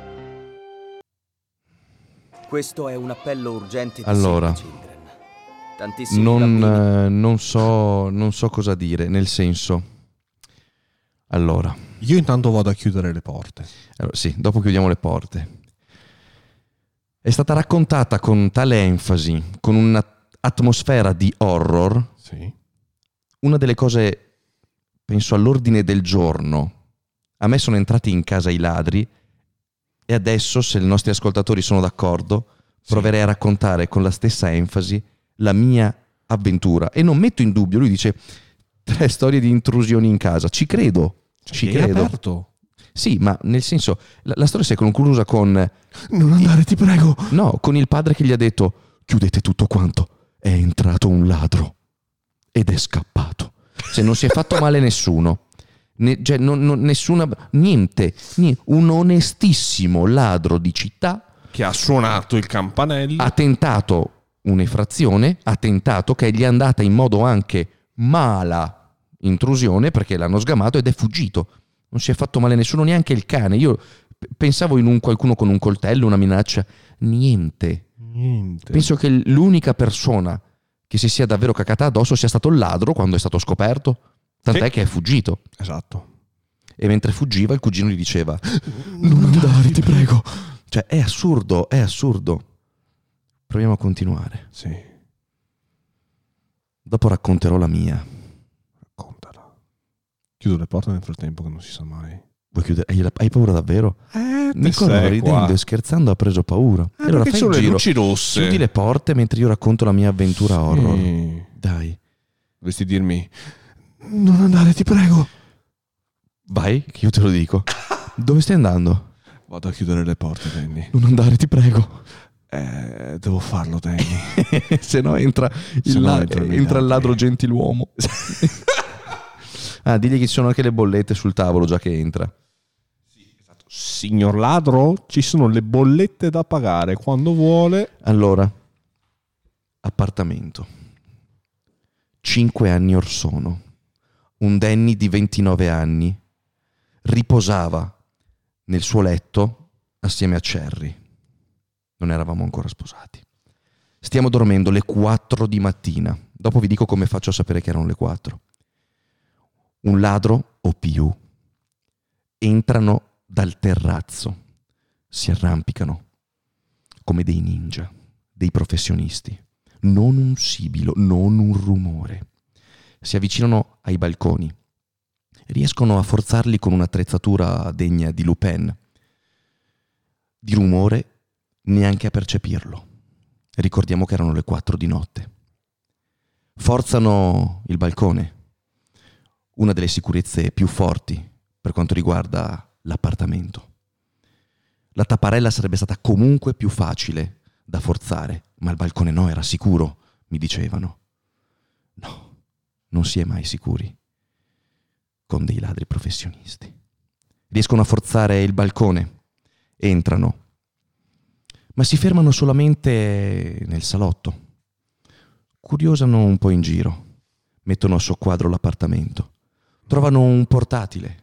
Questo è un appello urgente di Allora. Save the Children. tantissimi non, bambini. eh, non so, non so cosa dire, nel senso, allora, Io intanto vado a chiudere le porte. allora sì, dopo chiudiamo le porte. È stata raccontata con tale enfasi, con un'atmosfera di horror, Sì. una delle cose, penso, all'ordine del giorno. A me sono entrati in casa i ladri e adesso, se i nostri ascoltatori sono d'accordo, proverei a raccontare con la stessa enfasi la mia avventura. E non metto in dubbio, lui dice, tre storie di intrusioni in casa. Ci credo, ci È credo. aperto. Sì, ma nel senso, la, la storia si è conclusa con... Non andare, ti prego. No, con il padre che gli ha detto, chiudete tutto quanto. È entrato un ladro ed è scappato. Se non si è fatto male nessuno. Ne, cioè, non, non, nessuna... Niente, niente. Un onestissimo ladro di città Che ha suonato il campanello. ha tentato un'effrazione, ha tentato, che gli è andata in modo anche mala intrusione perché l'hanno sgamato ed è fuggito. Non si è fatto male nessuno, neanche il cane. Io p- pensavo in un qualcuno con un coltello, una minaccia. Niente. Niente. Penso che l'unica persona che si sia davvero cacata addosso sia stato il ladro quando è stato scoperto. Tant'è Sì. che è fuggito. Esatto. E mentre fuggiva il cugino gli diceva non andare, ti prego. Cioè è assurdo, è assurdo. Proviamo a continuare. Sì. Dopo racconterò la mia. Raccontala. Chiudo le porte nel frattempo che non si sa mai. Vuoi chiudere? Hai, hai paura davvero? Eh, Nicola, ridendo e scherzando, ha preso paura. Eh, E allora perché fai sono il le giro, luci rosse. chiudi le porte mentre io racconto la mia avventura horror. Sì. Dai, Dovresti dirmi non andare, ti prego. vai, che io te lo dico. Dove stai andando? Vado a chiudere le porte, Danny. Non andare, ti prego. Eh, devo farlo, Danny. Se no entra il, Se no la- entrano i entra il ladri. ladro gentiluomo. Ah, digli che ci sono anche le bollette sul tavolo già che entra. Signor ladro, ci sono le bollette da pagare quando vuole. Allora, appartamento. Cinque anni or sono. Un Danny di ventinove anni riposava nel suo letto assieme a Cherry. Non eravamo ancora sposati. Stiamo dormendo le quattro di mattina. Dopo vi dico come faccio a sapere che erano le quattro. Un ladro o più entrano dal terrazzo, si arrampicano come dei ninja, dei professionisti. Non un sibilo, non un rumore. Si avvicinano ai balconi. Riescono a forzarli con un'attrezzatura degna di Lupin. Di rumore neanche a percepirlo. Ricordiamo che erano le quattro di notte. Forzano il balcone. Una delle sicurezze più forti per quanto riguarda l'appartamento. La tapparella sarebbe stata comunque più facile da forzare, ma il balcone no, era sicuro, mi dicevano. No, non si è mai sicuri con dei ladri professionisti. Riescono a forzare il balcone, entrano, ma si fermano solamente nel salotto. Curiosano un po' in giro, mettono a soqquadro l'appartamento, trovano un portatile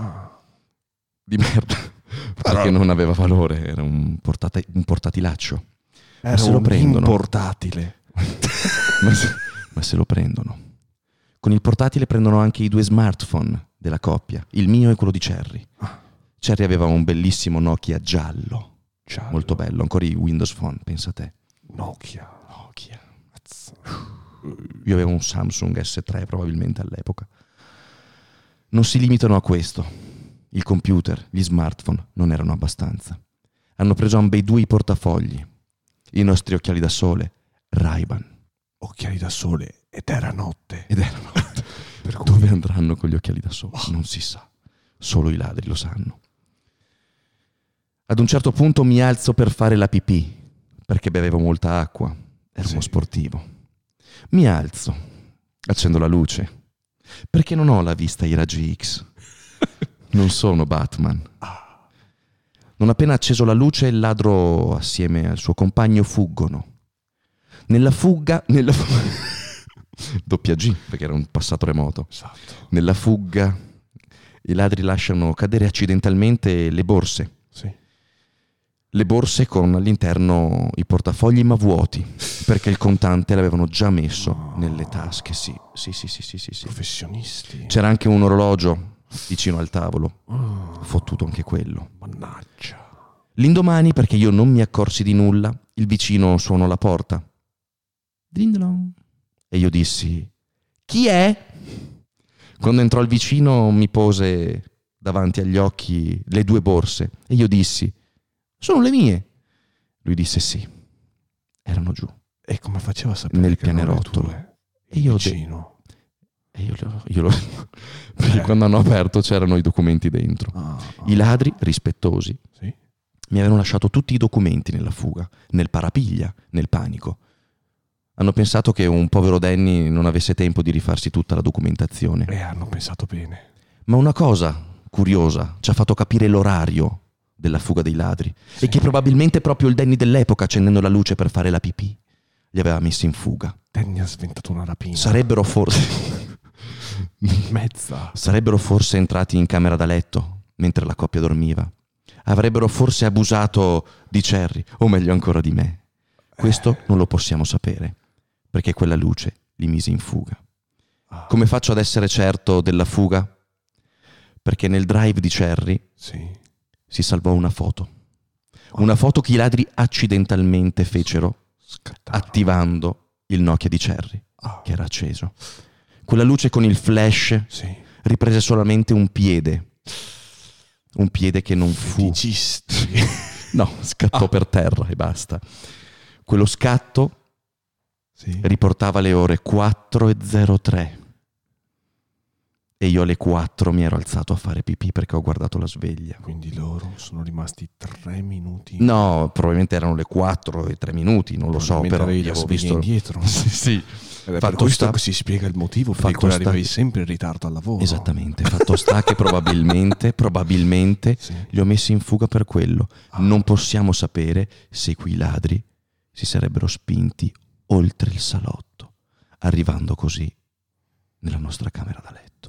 di merda, perché non aveva valore, era un, portata- un portatilaccio. Era se lo un prendono. portatile. ma, se, ma se lo prendono. Con il portatile prendono anche i due smartphone della coppia, il mio e quello di Cherry. Cherry aveva un bellissimo Nokia giallo, Giallo. molto bello, ancora i Windows Phone, pensa te. Nokia. Nokia. Io avevo un Samsung S tre probabilmente all'epoca. Non si limitano a questo. Il computer, gli smartphone non erano abbastanza. Hanno preso ambedue i portafogli, i nostri occhiali da sole, Ray-Ban. Occhiali da sole ed era notte. Ed erano per dove andranno con gli occhiali da sole? Non si sa. Solo i ladri lo sanno. Ad un certo punto mi alzo per fare la pipì, perché bevevo molta acqua. Ero uno Sì. sportivo. Mi alzo, accendo la luce, perché non ho la vista ai raggi X. Non sono Batman. Non appena acceso la luce, il ladro assieme al suo compagno fuggono. Nella fugga... Nella fu- Doppia G, perché era un passato remoto. Esatto. Nella fugga i ladri lasciano cadere accidentalmente le borse. Sì. le borse con all'interno i portafogli ma vuoti, perché il contante l'avevano già messo No. nelle tasche. Sì, sì, sì, sì, sì, sì, sì. Professionisti. C'era anche un orologio vicino al tavolo, Oh, fottuto anche quello. mannaggia. L'indomani, perché io non mi accorsi di nulla, il vicino suonò la porta. Ding-dong. E io dissi: chi è? Quando entrò il vicino mi pose davanti agli occhi le due borse e io dissi: sono le mie. Lui disse sì, erano giù. E come faceva a sapere Nel che erano le pianerottolo. tue? E Il io de- vicino. E io lo, io lo perché Eh. quando hanno aperto c'erano i documenti dentro. Ah, ah. I ladri, rispettosi, Sì? mi avevano lasciato tutti i documenti nella fuga, nel parapiglia, nel panico. Hanno pensato che un povero Danny non avesse tempo di rifarsi tutta la documentazione. E hanno pensato bene. Ma una cosa curiosa ci ha fatto capire l'orario della fuga dei ladri Sì. e che probabilmente proprio il Danny dell'epoca, accendendo la luce per fare la pipì, li aveva messi in fuga. Danny ha sventato una rapina. Sarebbero forse Mezza. sarebbero forse entrati in camera da letto mentre la coppia dormiva. Avrebbero forse abusato di Cherry, o meglio ancora di me. Questo non lo possiamo sapere, perché quella luce li mise in fuga. Ah, Come faccio ad essere certo della fuga? Perché nel drive di Cherry sì. si salvò una foto. Una foto che i ladri accidentalmente fecero Scattarono. attivando il Nokia di Cherry, Ah, che era acceso. Quella luce con il flash sì. riprese solamente un piede. Un piede che non fu... Feticisti. No, scattò Ah. per terra e basta. Quello scatto Sì. riportava le ore quattro e zero tre. E io alle quattro mi ero alzato a fare pipì perché ho guardato la sveglia. Quindi loro sono rimasti tre minuti. No, probabilmente erano le quattro e tre minuti, non lo so, Probabilmente però avevi io la avevo sveglia visto... indietro. Sì, sì. Ed è per Fatto questo sta- che si spiega il motivo per il Fatto quale sta- arrivavi sempre in ritardo al lavoro. Esattamente, fatto sta che probabilmente, probabilmente Sì. li ho messi in fuga per quello. Ah. Non possiamo sapere se quei ladri si sarebbero spinti oltre il salotto, arrivando così nella nostra camera da letto.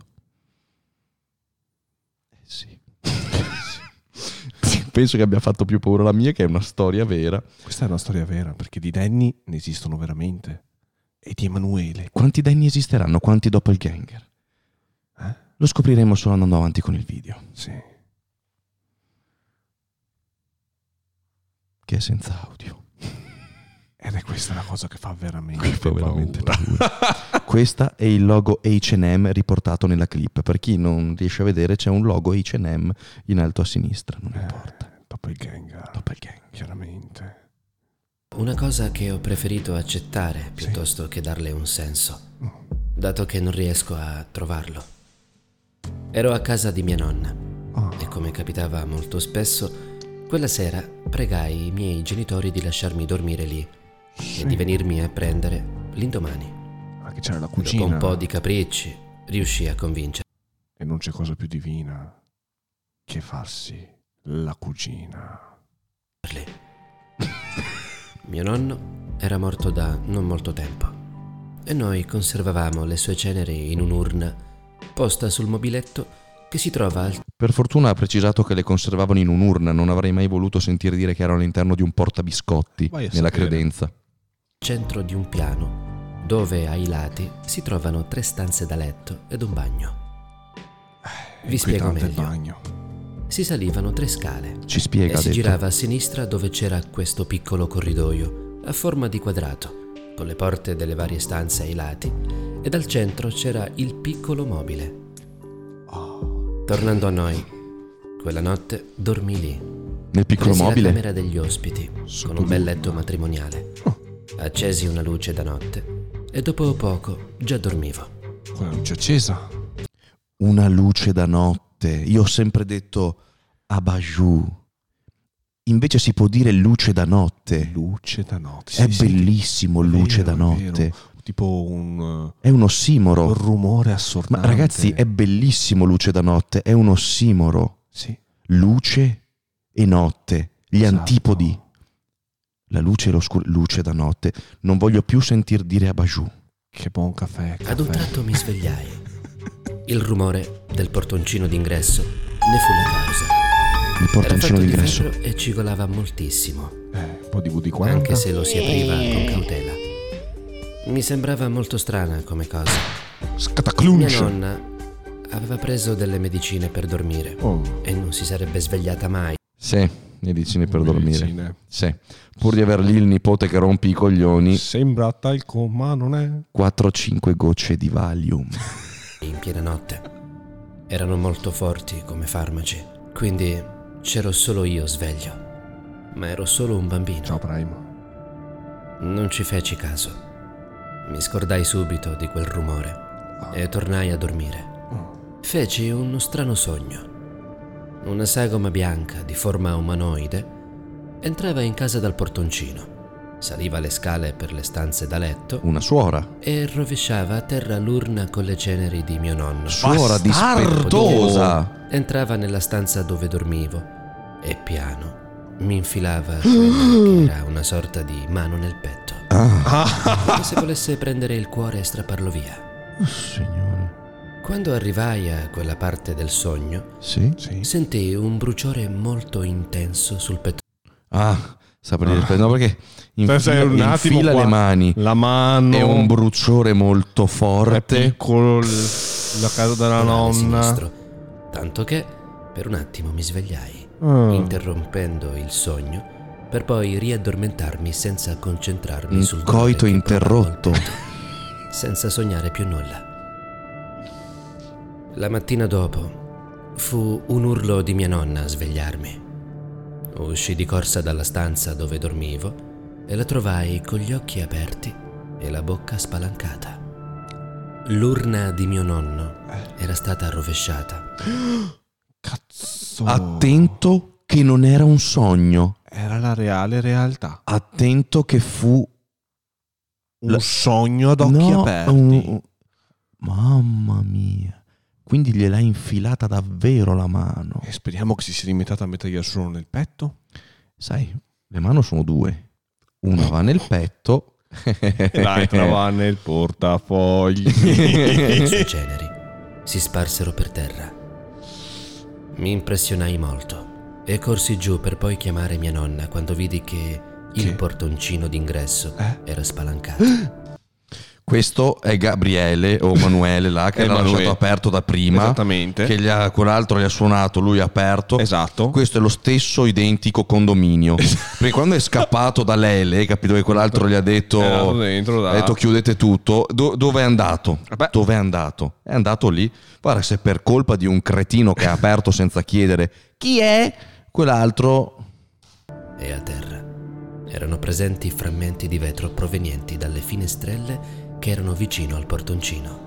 Eh sì. Penso che abbia fatto più paura la mia, che è una storia vera. Questa è una storia vera, perché di Danny ne esistono veramente. E di Emanuele. Quanti Danny esisteranno? Quanti doppelganger? Eh? Lo scopriremo solo andando avanti con il video, Sì. che è senza audio. Ed è questa la cosa che fa veramente, Fa veramente paura. Questa è il logo H and M riportato nella clip. Per chi non riesce a vedere, c'è un logo H and M in alto a sinistra, non importa. Eh, doppelganger. Doppelganger. Chiaramente. Una cosa che ho preferito accettare piuttosto che darle un senso, dato che non riesco a trovarlo. Ero a casa di mia nonna Ah, e, come capitava molto spesso, quella sera pregai i miei genitori di lasciarmi dormire lì e di venirmi a prendere l'indomani. anche c'era la Dopo cucina. un po' di capricci riuscii a convincerli. E non c'è cosa più divina che farsi la cugina. Mio nonno era morto da non molto tempo e noi conservavamo le sue ceneri in un'urna posta sul mobiletto che si trova al Per fortuna ha precisato che le conservavano in un'urna. Non avrei mai voluto sentire dire che erano all'interno di un portabiscotti Vai a nella sapere. credenza. centro di un piano dove ai lati si trovano tre stanze da letto ed un bagno. Vi spiego Inquietante il meglio. bagno. Si salivano tre scale Ci spiega, e ha si detto. girava a sinistra dove c'era questo piccolo corridoio a forma di quadrato con le porte delle varie stanze ai lati ed al centro c'era il piccolo mobile. Tornando a noi, quella notte dormì lì, Nel piccolo presi mobile? la camera degli ospiti con un bel letto matrimoniale. Accesi una luce da notte e dopo poco già dormivo. Con la luce accesa. Una luce da notte. Io ho sempre detto abajou. Invece si può dire luce da notte. Luce da notte. È Sì, sì, bellissimo, è luce vero, da è notte. vero. Tipo un, È un un ossimoro. rumore Ma assordante. ragazzi, è bellissimo luce da notte. È un ossimoro. Sì. Luce e notte. Gli Esatto. antipodi. La luce e l'oscuro. Luce da notte. Non voglio più sentir dire abajou. Che buon caffè. Ad un caffè. tratto mi svegliai. Il rumore del portoncino d'ingresso ne fu la causa. Il portoncino Era fatto di d'ingresso. ferro e cigolava moltissimo, Eh, un po' di V D quaranta. anche se lo si apriva con cautela. Mi sembrava molto strana come cosa. Mia Scataclunch. nonna aveva preso delle medicine per dormire Oh, e non si sarebbe svegliata mai. Sì, medicine per dormire. medicine. Sì. Pur di aver lì il nipote che rompi i coglioni, Sembra talco, ma non è. quattro cinque gocce di Valium. In piena notte. Erano molto forti come farmaci, quindi c'ero solo io sveglio. Ma ero solo un bambino. Ciao Prime. Non ci feci caso. Mi scordai subito di quel rumore e tornai a dormire. Feci uno strano sogno. Una sagoma bianca di forma umanoide entrava in casa dal portoncino, saliva le scale per le stanze da letto Una suora. e rovesciava a terra l'urna con le ceneri di mio nonno. Suora Bastardo! dispettosa. Entrava nella stanza dove dormivo e piano mi infilava quella che era una sorta di mano nel petto, come se volesse prendere il cuore e strapparlo via. Oh, signore. Quando arrivai a quella parte del sogno, Sì? Sì. sentii un bruciore molto intenso sul petto. Ah, saprei rispondere. No, perché Aspetta, infila, un attimo infila qua. le mani. La mano. È un bruciore molto È forte. piccolo il- la casa della polare nonna. sinistro, tanto che per un attimo mi svegliai, Ah. interrompendo il sogno per poi riaddormentarmi senza concentrarmi Un sul dolore coito che provavo al interrotto. petto, senza sognare più nulla. La mattina dopo fu un urlo di mia nonna a svegliarmi. Uscì di corsa dalla stanza dove dormivo e la trovai con gli occhi aperti e la bocca spalancata. L'urna di mio nonno era stata rovesciata. Cazzo. Attento che non era un sogno. Era la reale realtà. Attento che fu Un La- sogno ad occhi No, aperti. un- Mamma mia. Quindi gliel'ha infilata davvero la mano. E speriamo che si sia limitata a mettergliela solo nel petto. Sai, le mani sono due. Una va nel petto E l'altra va nel portafogli. Le sue ceneri si sparsero per terra. Mi impressionai molto e corsi giù per poi chiamare mia nonna quando vidi che il Che? portoncino d'ingresso Eh? era spalancato. Questo è Gabriele o Manuele là che l'ha Emanuele. lasciato aperto da prima. Esattamente. Che gli ha, quell'altro gli ha suonato, lui ha aperto. Esatto. Questo è lo stesso identico condominio. Perché quando è scappato da Lele, capito che quell'altro gli ha detto, È andato dentro, da- ha detto chiudete tutto. Do- dove è andato? Vabbè. Dove è andato? È andato lì. Guarda, se per colpa di un cretino che ha aperto senza chiedere chi è, quell'altro. E a terra erano presenti frammenti di vetro provenienti dalle finestrelle che erano vicino al portoncino.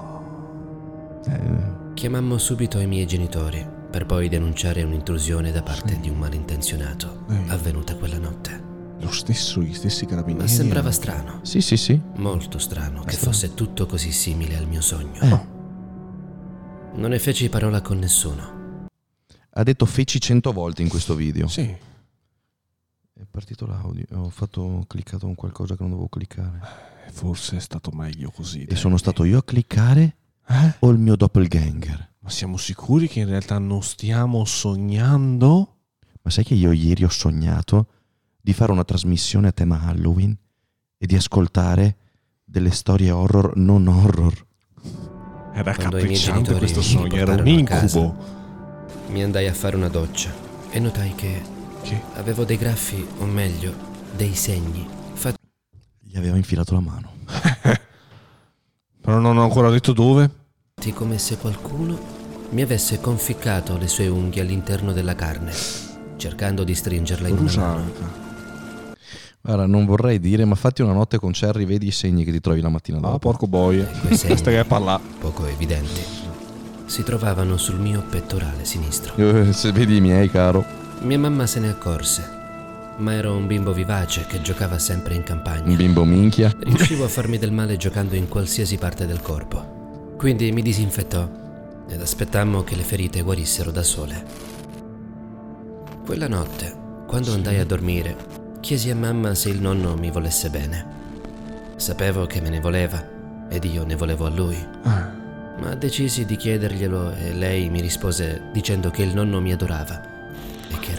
Eh, Chiamammo subito i miei genitori per poi denunciare un'intrusione da parte di un malintenzionato Eh. avvenuta quella notte. Lo stesso, gli stessi carabinieri. Ma sembrava strano, sì, sì, sì. molto strano, che strano. fosse tutto così simile al mio sogno. Eh. Non ne feci parola con nessuno. Ha detto feci cento volte in questo video. Sì. È partito l'audio. Ho fatto, ho cliccato con qualcosa che non dovevo cliccare. Forse è stato meglio così. E sono stato io a cliccare Eh? o il mio doppelganger? Ma siamo sicuri che in realtà non stiamo sognando? Ma sai che io ieri ho sognato di fare una trasmissione a tema Halloween e di ascoltare delle storie horror non horror. Era Quando i miei capricciante genitori questo mi sogno, era un portarono a casa, incubo. Mi andai a fare una doccia e notai che Che? avevo dei graffi, o meglio, dei segni fatti Gli aveva infilato la mano. Però non ho ancora detto dove. come se qualcuno mi avesse conficcato le sue unghie all'interno della carne, cercando di stringerla in una mano. Brusata. Guarda, non vorrei dire, ma fatti una notte con Cherry, vedi i segni che ti trovi la mattina dopo. Ah, porco boia. E quei segni, Questa che parla. poco evidenti, si trovavano sul mio pettorale sinistro. Eh, se vedi i miei, caro. Mia mamma se ne accorse, ma ero un bimbo vivace che giocava sempre in Un campagna. bimbo minchia. Riuscivo a farmi del male giocando in qualsiasi parte del corpo. Quindi mi disinfettò ed aspettammo che le ferite guarissero da sole. Quella notte, quando andai a dormire, chiesi a mamma se il nonno mi volesse bene. Sapevo che me ne voleva ed io ne volevo a lui, Ah, ma decisi di chiederglielo e lei mi rispose dicendo che il nonno mi adorava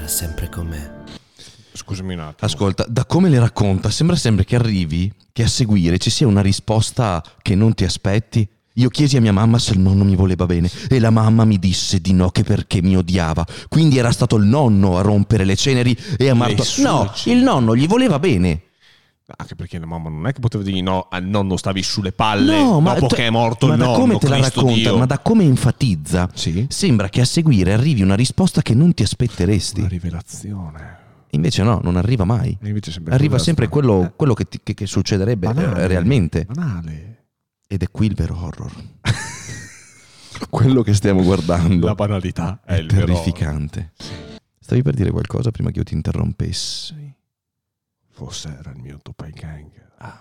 era sempre con me. Scusami un attimo. Ascolta, da come le racconta, sembra sempre che arrivi, che a seguire ci sia una risposta che non ti aspetti. Io chiesi a mia mamma se il nonno mi voleva bene e la mamma mi disse di no, che perché mi odiava. Quindi era stato il nonno a rompere le ceneri e a marto... No, il nonno gli voleva bene. Anche perché la mamma non è che poteva dire no al nonno, stavi sulle palle No, ma dopo t- che è morto ma il da nonno, come te la Cristo racconta, Dio. ma da come enfatizza, Sì. sembra che a seguire arrivi una risposta che non ti aspetteresti. Una rivelazione. Invece no, non arriva mai. E invece sempre Arriva quella sempre strana. quello, Eh, quello che, ti- che- che succederebbe eh, banale, realmente. Banale. Ed è qui il vero horror. Quello che stiamo guardando La banalità è, è il vero- terrificante. Stavi per dire qualcosa prima che io ti interrompessi? Forse era il mio doppelganger.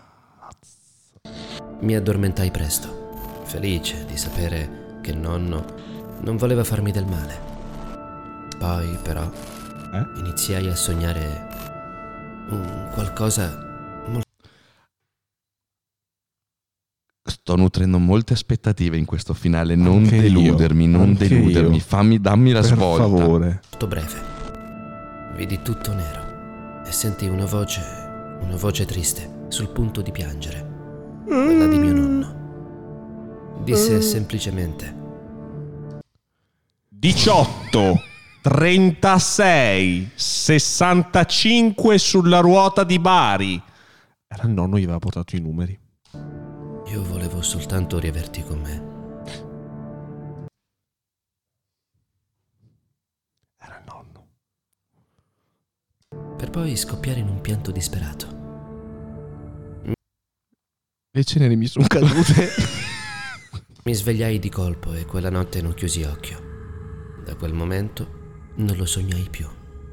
Mi addormentai presto, felice di sapere che nonno non voleva farmi del male. Poi, però, Eh? iniziai a sognare un qualcosa molto... Sto nutrendo molte aspettative in questo finale. Non Anche io, deludermi, non anche deludermi. io. Fammi, dammi la Per svolta. favore. breve. Vidi tutto nero e sentii una voce, una voce triste, sul punto di piangere. Quella di mio nonno. Disse semplicemente: diciotto, trentasei, sessantacinque sulla ruota di Bari. Era il nonno, gli aveva portato i numeri. io volevo soltanto riaverti con me. Era il nonno. Per poi scoppiare in un pianto disperato. Le ceneri mi sono cadute. Mi svegliai di colpo e quella notte non chiusi occhio. Da quel momento non lo sognai più.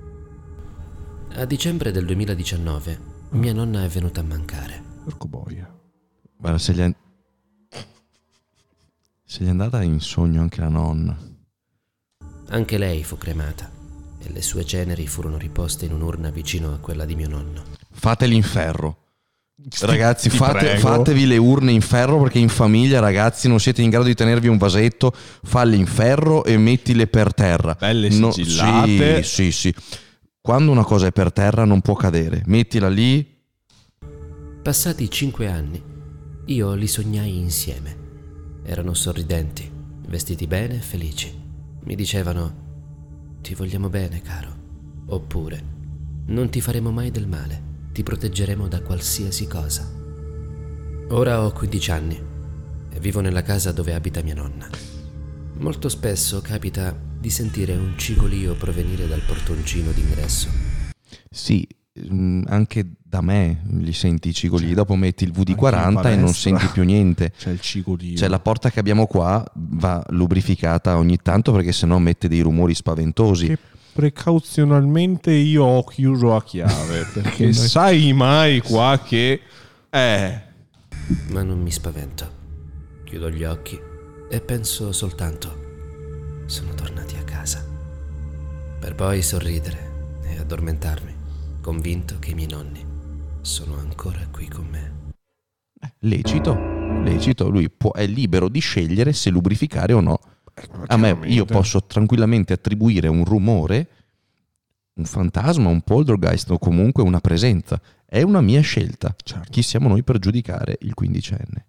A dicembre del duemiladiciannove mia nonna è venuta a mancare. Porco boia. Guarda, se gli è... se gli è andata in sogno anche la nonna. Anche lei fu cremata e le sue ceneri furono riposte in un'urna vicino a quella di mio nonno. Fateli in ferro. Ragazzi, Ti fate, prego. fatevi le urne in ferro, perché in famiglia, ragazzi, non siete in grado di tenervi un vasetto. Falli in ferro e mettile per terra. Belle No, sigillate. sì, sì, sì. Quando una cosa è per terra non può cadere. Mettila lì. Passati cinque anni, io li sognai insieme. Erano sorridenti, vestiti bene e felici. Mi dicevano: ti vogliamo bene, caro. Oppure: non ti faremo mai del male, ti proteggeremo da qualsiasi cosa. Ora ho quindici anni e vivo nella casa dove abita mia nonna. Molto spesso capita di sentire un cigolio provenire dal portoncino d'ingresso. Sì, mm, anche da me li senti i cigoli. Dopo metti il V D Anche in quaranta e non palestra. senti più niente. C'è il cigolio. Cioè, la porta che abbiamo qua va lubrificata ogni tanto, perché sennò mette dei rumori spaventosi. Che precauzionalmente io ho chiuso a chiave, perché Noi- sai mai qua che eh Ma non mi spavento. Chiudo gli occhi e penso soltanto: sono tornati a casa. Per poi sorridere e addormentarmi, convinto che i miei nonni sono ancora qui con me. Lecito, lecito. Lui può, è libero di scegliere se lubrificare o no. A me, io posso tranquillamente attribuire un rumore, un fantasma, un poltergeist o comunque una presenza. È una mia scelta. Certo. Chi siamo noi per giudicare il quindicenne?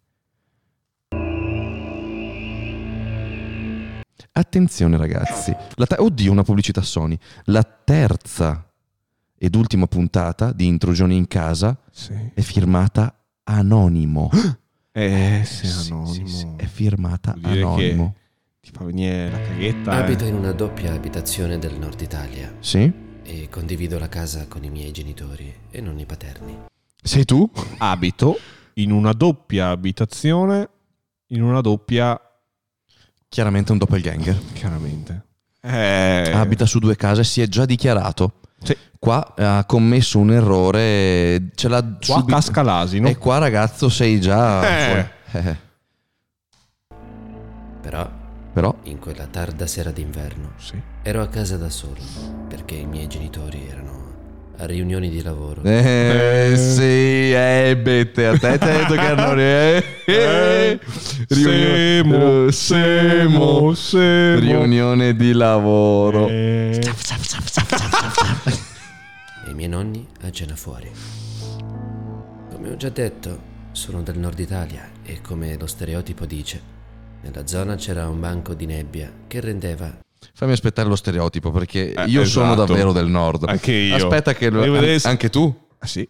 Attenzione, ragazzi. La te- Oddio, una pubblicità Sony. La terza ed ultima puntata di Intrusione in casa Sì. è firmata Anonimo. Eh, sei Sì, anonimo. sì, sì, è firmata Vuol dire Anonimo. Ti fa venire la caghetta. Abito eh. in una doppia abitazione del nord Italia Sì? e condivido la casa con i miei genitori e nonni paterni. Sei tu? Abito in una doppia abitazione, in una doppia, Chiaramente un doppelganger. chiaramente. Eh, Abita su due case, si è già dichiarato. Sì. Qua ha commesso un errore, ce l'ha Qua subito. casca l'asino. E qua, ragazzo, sei già Eh. fuori. Eh, Però, Però in quella tarda sera d'inverno, Sì. ero a casa da solo perché i miei genitori erano a riunioni di lavoro. Eh, sì, eh, bette, a te ti ha detto che erano eh, eh, Semo, semo, semo. riunione di lavoro. Eh. e i miei nonni a cena fuori. Come ho già detto, sono del nord Italia e, come lo stereotipo dice, nella zona c'era un banco di nebbia che rendeva... Fammi aspettare lo stereotipo, perché Eh, io sono esatto. davvero del nord. Anche io. Aspetta che lo... Devo vedere se- anche tu? Ah, sì.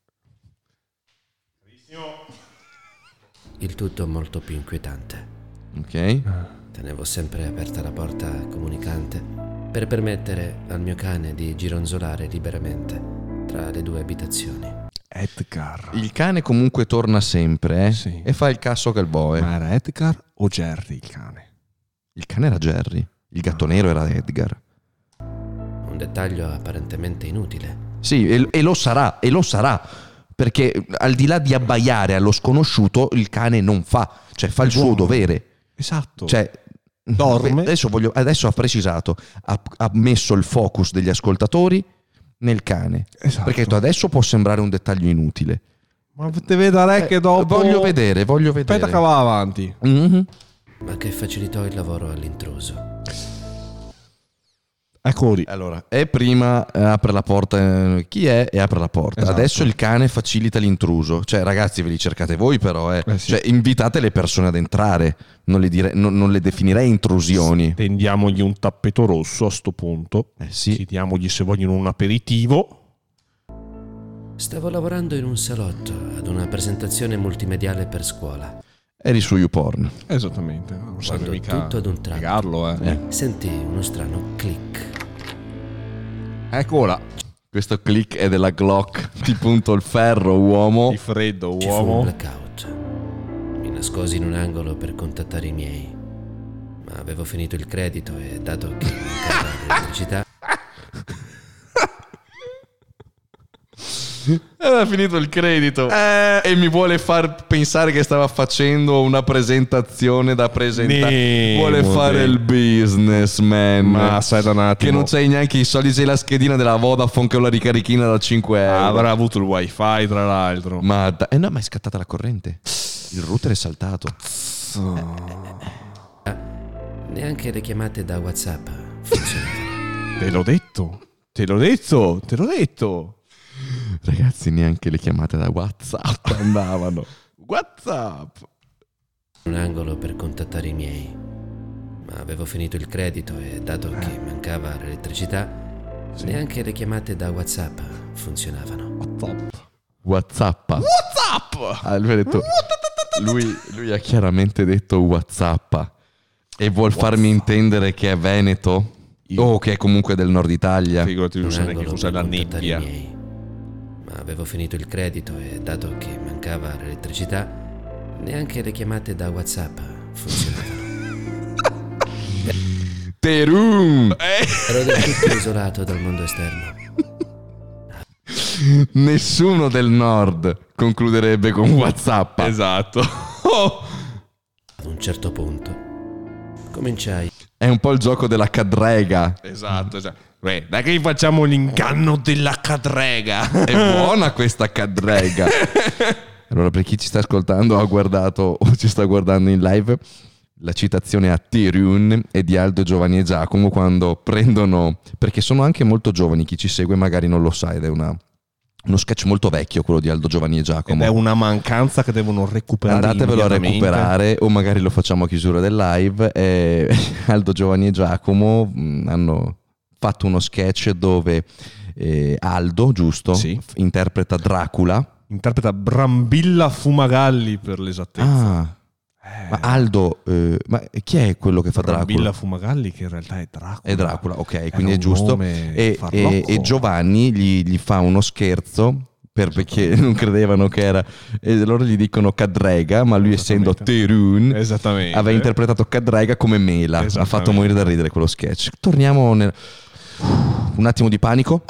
Il tutto molto più inquietante. Ok. Tenevo sempre aperta la porta comunicante per permettere al mio cane di gironzolare liberamente tra le due abitazioni. Edgar. Il cane comunque torna sempre, eh? Sì. E fa il casso che il boe. Ma era Edgar o Jerry il cane? Il cane era Jerry, il gatto nero era Edgar. Un dettaglio apparentemente inutile. Sì, e, e lo sarà, e lo sarà. Perché al di là di abbaiare allo sconosciuto, il cane non fa, cioè fa il suo buono. dovere. Esatto. Cioè, Dorme. Adesso, voglio, adesso ha precisato, ha, ha messo il focus degli ascoltatori nel cane. Esatto. Perché ha detto, adesso può sembrare un dettaglio inutile. Ma te vedrai che dopo... Voglio vedere, voglio vedere. Aspetta che va avanti. Mhm. ma che facilitò il lavoro all'intruso. Eccolo lì. Allora, e prima eh, apre la porta, eh, chi è? E apre la porta. Esatto. Adesso il cane facilita l'intruso. Cioè, ragazzi, ve li cercate voi però, eh. Eh sì. Cioè, invitate le persone ad entrare. Non le, dire- non- non le definirei intrusioni. Tendiamogli un tappeto rosso a sto punto. Eh sì. Chiediamogli se vogliono un aperitivo. Stavo lavorando in un salotto ad una presentazione multimediale per scuola. Eri su YouPorn. Esattamente. Non serve Quando mica tutto ad un tratto spiegarlo, eh. Eh. sentii uno strano click. Eccola. Questo click è della Glock. Ti punto il ferro, uomo. Di freddo, Ci fu un uomo. blackout. Mi nascosi in un angolo per contattare i miei, ma avevo finito il credito e, dato che mancava l'elettricità, Era finito il credito. Eh, E mi vuole far pensare che stava facendo una presentazione da presentare. Nemo, Vuole fare dai. il businessman. ma aspetta un attimo. Che non c'hai neanche i soldi, sei la schedina della Vodafone che ho la ricarichina da cinque euro. Avrà avuto il wifi, tra l'altro. Ma da- eh no, ma è scattata la corrente. Il router è saltato. neanche le chiamate da WhatsApp funzionavano. Te l'ho detto. Te l'ho detto. Te l'ho detto. Ragazzi, neanche le chiamate da WhatsApp andavano. WhatsApp. Un angolo per contattare i miei, ma avevo finito il credito e, dato che mancava l'elettricità, neanche le chiamate da WhatsApp funzionavano. WhatsApp. WhatsApp. Ah, lui, ha detto, lui, lui ha chiaramente detto WhatsApp e vuol farmi intendere che è veneto o che è comunque del nord Italia. Figurati, non Un sa neanche angolo cos'è per la contattare nebbia. i miei, ma avevo finito il credito e, dato che mancava l'elettricità, neanche le chiamate da WhatsApp funzionavano. Terum. Ero del tutto isolato dal mondo esterno. Nessuno del nord concluderebbe con WhatsApp. Esatto. Ad un certo punto cominciai È un po' il gioco della cadrega. Esatto, esatto. Beh, dai che gli facciamo l'inganno della cadrega. È buona questa cadrega. Allora, per chi ci sta ascoltando, ha guardato o ci sta guardando in live, la citazione a Tirun è di Aldo, Giovanni e Giacomo quando prendono, perché sono anche molto giovani, chi ci segue magari non lo sa, ed è una, uno sketch molto vecchio quello di Aldo, Giovanni e Giacomo. Ed è una mancanza che devono recuperare. Andatevelo a immediatamente. recuperare o magari lo facciamo a chiusura del live. eh, Aldo, Giovanni e Giacomo mh, hanno fatto uno sketch dove eh, Aldo, giusto? Sì. F- interpreta Dracula. Interpreta Brambilla Fumagalli per l'esattezza. Ah, Eh, ma Aldo, eh, ma chi è quello che fa Brambilla Dracula? Fumagalli che in realtà è Dracula. È Dracula, ok, Era quindi è un giusto. nome E, farlocco. e- e Giovanni gli, gli fa uno scherzo per- perché non credevano che era, e loro gli dicono Cadrega, ma lui essendo Esattamente. Terun Esattamente. aveva interpretato Cadrega come Mela. Ha Esattamente. fatto morire da ridere quello sketch. Torniamo nel... un attimo di panico.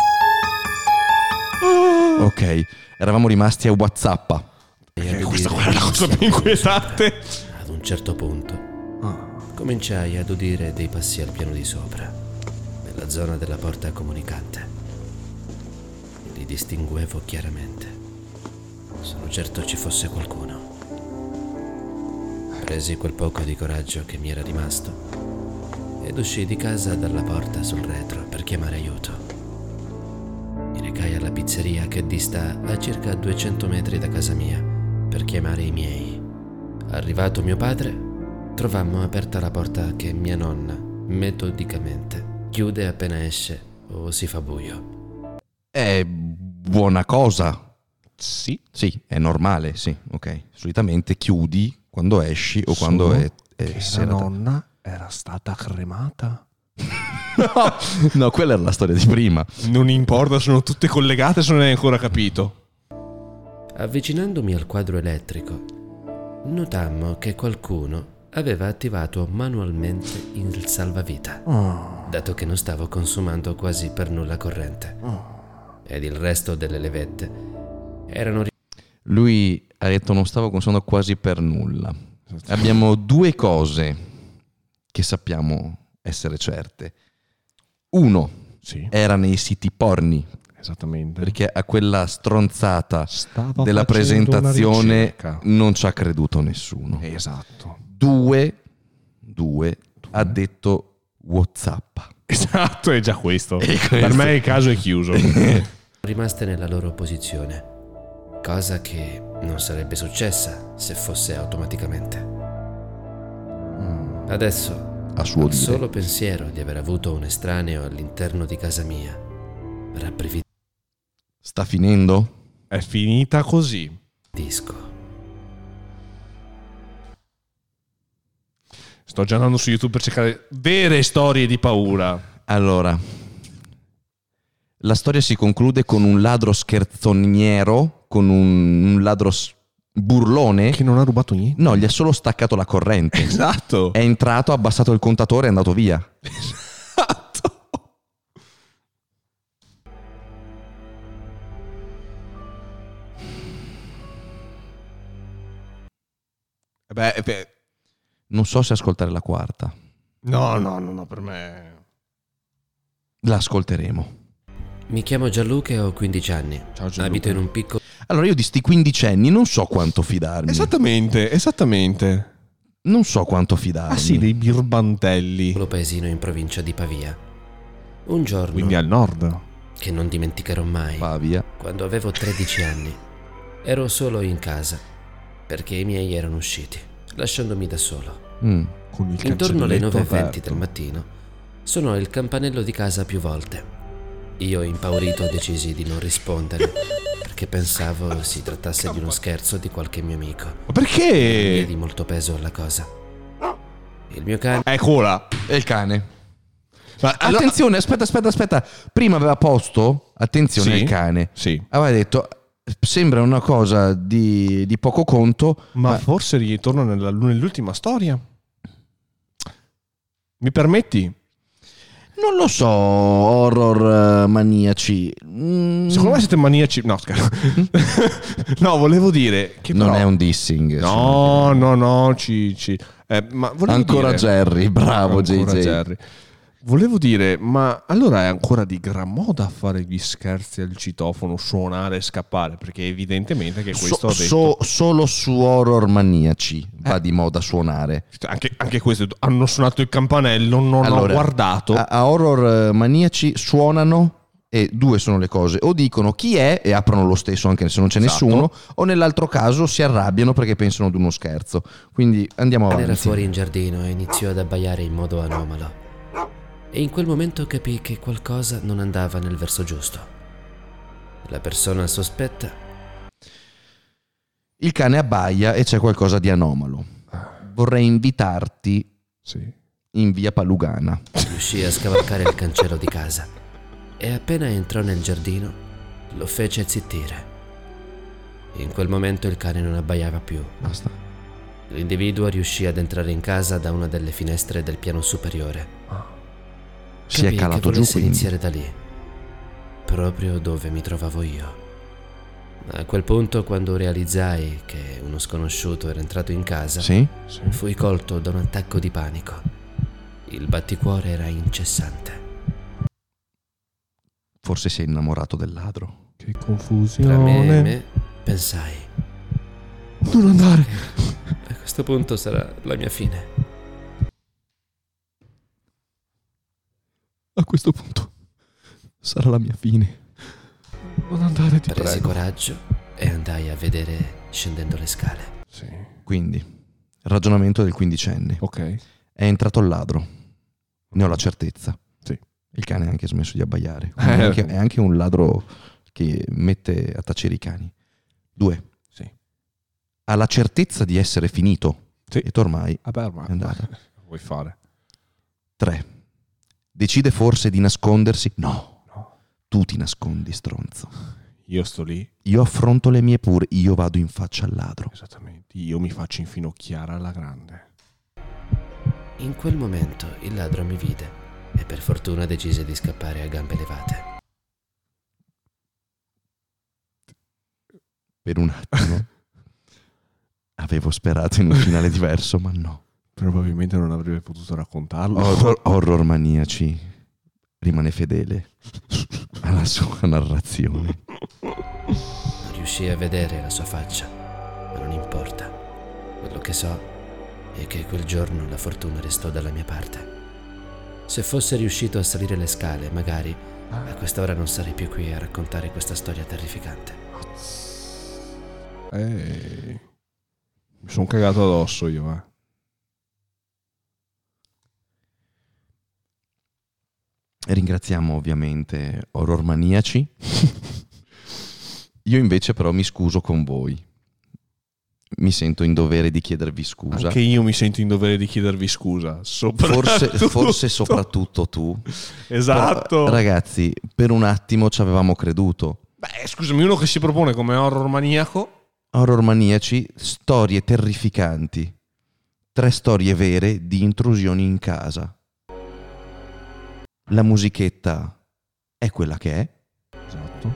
Ok, eravamo rimasti a WhatsApp. Eh, questa qua è la cosa più inquietante. ad un certo punto. Cominciai ad udire dei passi al piano di sopra, nella zona della porta comunicante. Li distinguevo chiaramente. Sono certo ci fosse qualcuno. Presi quel poco di coraggio che mi era rimasto ed uscii di casa dalla porta sul retro per chiamare aiuto. recai alla pizzeria che dista a circa duecento metri da casa mia per chiamare i miei. Arrivato mio padre, trovammo aperta la porta che mia nonna metodicamente chiude appena esce o si fa buio. È buona cosa. Sì. Sì, è normale, sì, ok. Solitamente chiudi quando esci o Solo quando è, è che la sera. nonna era stata cremata. No, no, quella era la storia di prima. Non importa, sono tutte collegate se non hai ancora capito. Avvicinandomi al quadro elettrico, notammo che qualcuno aveva attivato manualmente il salvavita, Oh. dato che non stavo consumando quasi per nulla corrente. Oh. Ed il resto delle levette erano Lui ha detto non stavo consumando quasi per nulla. Abbiamo due cose che sappiamo essere certe. Uno, Sì, era nei siti porni, esattamente. perché a quella stronzata Stava della facendo una presentazione ricerca. non ci ha creduto nessuno. Esatto. Due, due, ha detto WhatsApp. Esatto, è già questo. E questo. Per me il caso è chiuso. rimaste nella loro posizione, cosa che non sarebbe successa se fosse automaticamente. Adesso, A suo il dire. solo pensiero di aver avuto un estraneo all'interno di casa mia rabbrividisco. Sta finendo? È finita così. Sto già andando su YouTube per cercare vere storie di paura. Allora, la storia si conclude con un ladro scherzoniero, con un, un ladro s- burlone. Che non ha rubato niente. No, gli ha solo staccato la corrente. Esatto. È entrato, ha abbassato il contatore e è andato via. Esatto. Beh, beh, Non so se ascoltare la quarta. no, no, no, no, per me. La ascolteremo. Mi chiamo Gianluca e ho quindici anni. Ciao, Gianluca. Abito in un piccolo Allora, io di sti quindicenni non so quanto fidarmi. Esattamente, esattamente. Non so quanto fidarmi. Ah sì, dei birbantelli. paesino in provincia di Pavia. Un giorno Quindi al nord. che non dimenticherò mai, Pavia. quando avevo tredici anni, ero solo in casa perché i miei erano usciti, lasciandomi da solo. Mm. Con il Intorno alle cancelletto nove e venti aperto. del mattino suonò il campanello di casa più volte. Io, impaurito, decisi di non rispondere perché pensavo si trattasse di uno scherzo di qualche mio amico. Ma perché? Diedi molto peso alla cosa. Il mio cane Eccola. E il cane. Ma allora- Attenzione, aspetta, aspetta, aspetta. Prima aveva posto, attenzione, Sì, il cane. Sì. Aveva detto, sembra una cosa di, di poco conto, Ma ma forse ritorno nella- nell'ultima storia. Mi permetti? non lo so, horror eh, maniaci. Mm, Secondo me siete maniaci. No, scherzo. No, volevo dire che non però- è un dissing. No, no, no, ci, ci- eh, ma volevo Ancora dire... Jerry, bravo Ancora J J. Jerry. Volevo dire, ma allora è ancora di gran moda fare gli scherzi al citofono, suonare e scappare? Perché evidentemente che questo So- ha detto... so- solo su horror maniaci va Eh. di moda suonare. Anche, anche questo, hanno suonato il campanello, non ho Allora, guardato. A, a horror eh, maniaci suonano e due sono le cose: o dicono chi è e aprono lo stesso anche se non c'è Esatto. nessuno, o nell'altro caso si arrabbiano perché pensano ad uno scherzo. Quindi andiamo avanti. era fuori in giardino e iniziò ad abbaiare in modo anomalo. E in quel momento capii che qualcosa non andava nel verso giusto. La persona sospetta Il cane abbaia e c'è qualcosa di anomalo. Vorrei invitarti Sì. in via Palugana. riuscì a scavalcare il cancello di casa e appena entrò nel giardino lo fece zittire. In quel momento il cane non abbaiava più. Basta. L'individuo riuscì ad entrare in casa da una delle finestre del piano superiore. Si è Capii calato che giù volesse quindi. iniziare da lì, proprio dove mi trovavo io. A quel punto, quando realizzai che uno sconosciuto era entrato in casa, Sì? Sì. fui colto da un attacco di panico. Il batticuore era incessante. Forse sei innamorato del ladro. Che Tra confusione. me e me pensai, Non andare. a questo punto sarà la mia fine. A questo punto sarà la mia fine. Non andare, ti Presi prego. coraggio e andai a vedere scendendo le scale. Sì. Quindi, ragionamento del quindicenne. Ok. È entrato il ladro. Ne ho la certezza. Sì. Il cane ha anche smesso di abbaiare. Quindi Eh. È, anche, è anche un ladro che mette a tacere i cani. Due. Sì. Ha la certezza di essere finito. Sì. E tu ormai Vabbè, ormai. è andata. Vuoi fare? Tre. Decide forse di nascondersi? No. No. Tu ti nascondi, stronzo. Io sto lì. Io affronto le mie pure. Io vado in faccia al ladro. Esattamente. Io mi faccio infinocchiare alla grande. In quel momento il ladro mi vide e per fortuna decise di scappare a gambe levate. Per un attimo avevo sperato in un finale diverso, ma no. Probabilmente non avrebbe potuto raccontarlo. Horror, horror maniaci rimane fedele alla sua narrazione. Non riuscii a vedere la sua faccia, ma non importa. Quello che so è che quel giorno la fortuna restò dalla mia parte. Se fosse riuscito a salire le scale, magari a quest'ora non sarei più qui a raccontare questa storia terrificante. Eh, mi sono cagato addosso io, eh. Ringraziamo ovviamente Horror Maniaci. Io invece però mi scuso con voi. Mi sento in dovere di chiedervi scusa. Anche io mi sento in dovere di chiedervi scusa. Forse, Soprattutto. forse soprattutto tu. Esatto. Però, ragazzi, per un attimo ci avevamo creduto. Beh, scusami, uno che si propone come horror maniaco. Horror Maniaci, storie terrificanti. Tre storie vere di intrusioni in casa. La musichetta è quella che è. Esatto.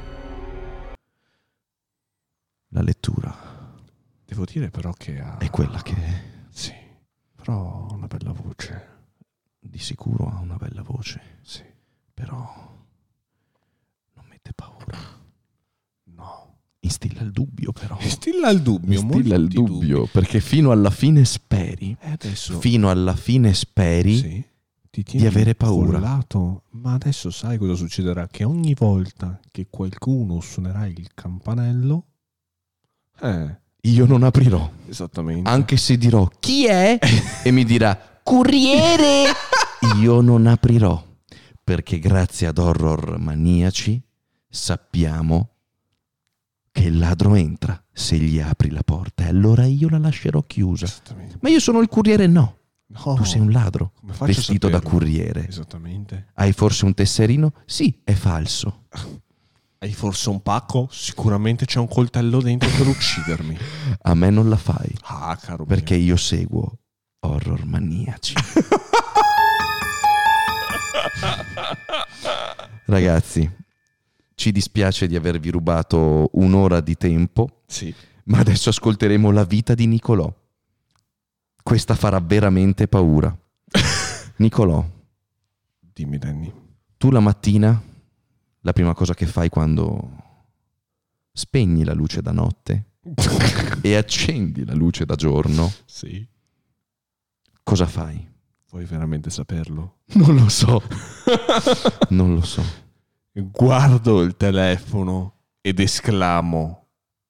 La lettura Devo dire però che ha... è quella che è. Sì, però ha una bella voce. Di sicuro ha una bella voce, Sì. però non mette paura. No. Instilla il dubbio però. Instilla il dubbio. Instilla il molti dubbio, dubbi. perché fino alla fine speri. E adesso... Fino alla fine speri Sì. Ti tieni di avere paura. incollato. Ma adesso sai cosa succederà? Che ogni volta che qualcuno suonerà il campanello... Eh... Io non aprirò, Esattamente. anche se dirò chi è e mi dirà corriere. Io non aprirò, perché grazie ad Horror Maniaci sappiamo che il ladro entra se gli apri la porta e allora io la lascerò chiusa. Esattamente. Ma io sono il corriere? No, No. tu sei un ladro Come faccio a vestito da saperlo? corriere. Esattamente. Hai forse un tesserino? Sì, è falso. Hai forse un pacco? Sicuramente c'è un coltello dentro per uccidermi. A me non la fai, Ah, caro perché mio. io seguo Horror Maniaci. Ragazzi, ci dispiace di avervi rubato un'ora di tempo, Sì. ma adesso ascolteremo la vita di Nicolò. Questa farà veramente paura. Nicolò, Dimmi, Danny. tu la mattina, la prima cosa che fai quando spegni la luce da notte e accendi la luce da giorno, Sì. cosa fai? Vuoi veramente saperlo? Non lo so. Non lo so. Guardo il telefono ed esclamo: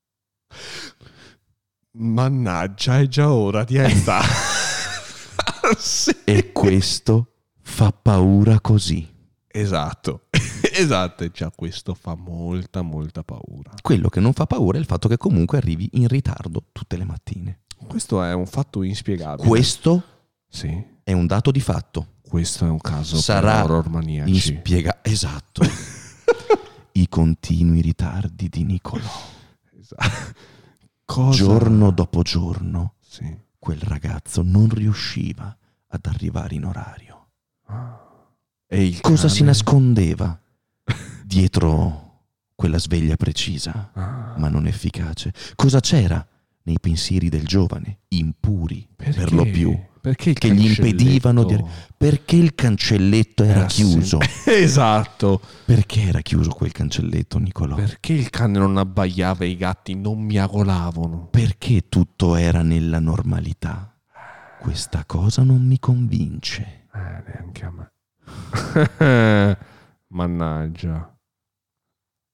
mannaggia, è già ora di andare. Sì. E questo fa paura così. Esatto. Esatto, e già questo fa molta, molta paura. Quello che non fa paura è il fatto che comunque arrivi in ritardo tutte le mattine. Questo è un fatto inspiegabile. Questo Sì. è un dato di fatto. Questo è un caso Sarà per horror maniaci. Inspiega- esatto. I continui ritardi di Nicolò. Esatto. Cosa? Giorno dopo giorno, Sì. quel ragazzo non riusciva ad arrivare in orario. E il Cosa cane? si nascondeva dietro quella sveglia precisa, Ah. ma non efficace? Cosa c'era nei pensieri del giovane, impuri Perché? per lo più, Perché il che gli cancelletto impedivano di... Perché il cancelletto era, era chiuso? sem- Esatto. Perché era chiuso quel cancelletto, Nicolò? Perché il cane non abbaiava e i gatti non miagolavano? Perché tutto era nella normalità? Questa cosa non mi convince. Eh, neanche a me. Mannaggia.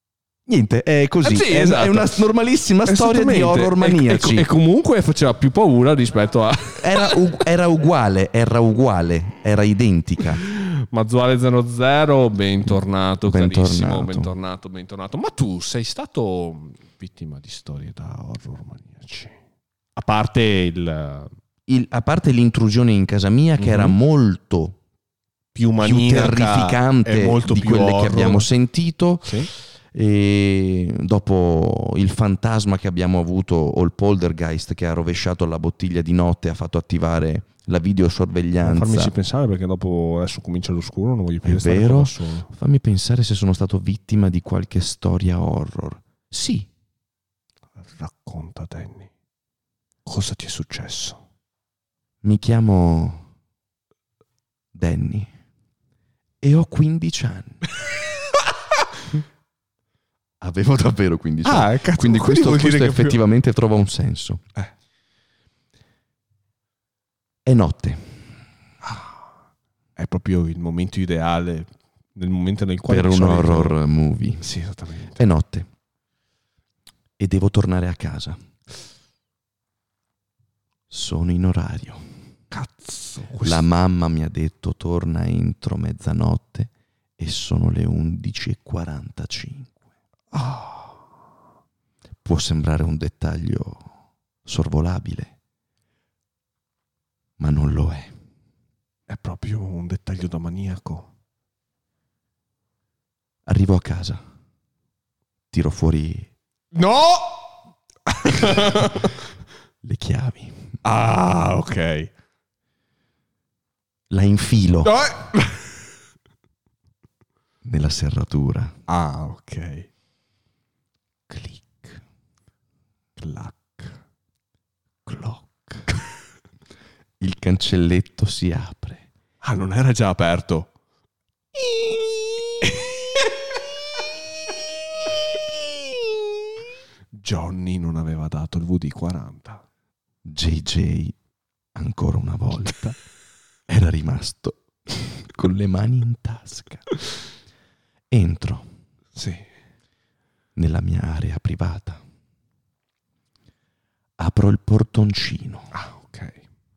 Niente, è così, Eh sì, è, esatto. è una normalissima storia di Esattamente. horror E- maniaci. E, e comunque faceva più paura rispetto a Era, u- era uguale, era uguale, era identica. Mazzuale zero zero. Bentornato, Bentornato. carissimo, bentornato, bentornato. Ma tu sei stato vittima di storie da horror maniaci? A parte il Il- a parte l'intrusione in casa mia, che Mhm. era molto più più maniaca terrificante e molto di più quelle horror. che abbiamo sentito, Sì. e dopo il fantasma che abbiamo avuto, o il poltergeist che ha rovesciato la bottiglia di notte e ha fatto attivare la Non videosorveglianza. farmici pensare, perché dopo adesso comincia l'oscuro, non voglio più È restare vero? da solo. Fammi pensare se sono stato vittima di qualche storia horror. Sì, Racconta, Danny. Cosa ti è successo? mi chiamo Danny e ho quindici anni. Avevo davvero quindici anni. Ah, cazzo, Quindi questo, vuol dire questo che più- effettivamente trova un senso. Eh. È notte. È proprio il momento ideale, nel momento nel quale Per di un solito- horror movie. Sì, esattamente. È notte e devo tornare a casa. Sono in orario. Cazzo. questo- La mamma mi ha detto torna entro mezzanotte e sono le undici e quarantacinque. Ah. Può sembrare un dettaglio sorvolabile, ma non lo è. È proprio un dettaglio da maniaco. Arrivo a casa, tiro fuori No! le chiavi, Ah, ok. la infilo No. nella serratura. Ah, ok. Clic, Clac. cloc. Il cancelletto si apre. Ah, non era già aperto. Johnny non aveva dato il V D quaranta. J J, ancora una volta, era rimasto con le mani in tasca. Entro Sì. nella mia area privata. Apro il portoncino Ah, ok.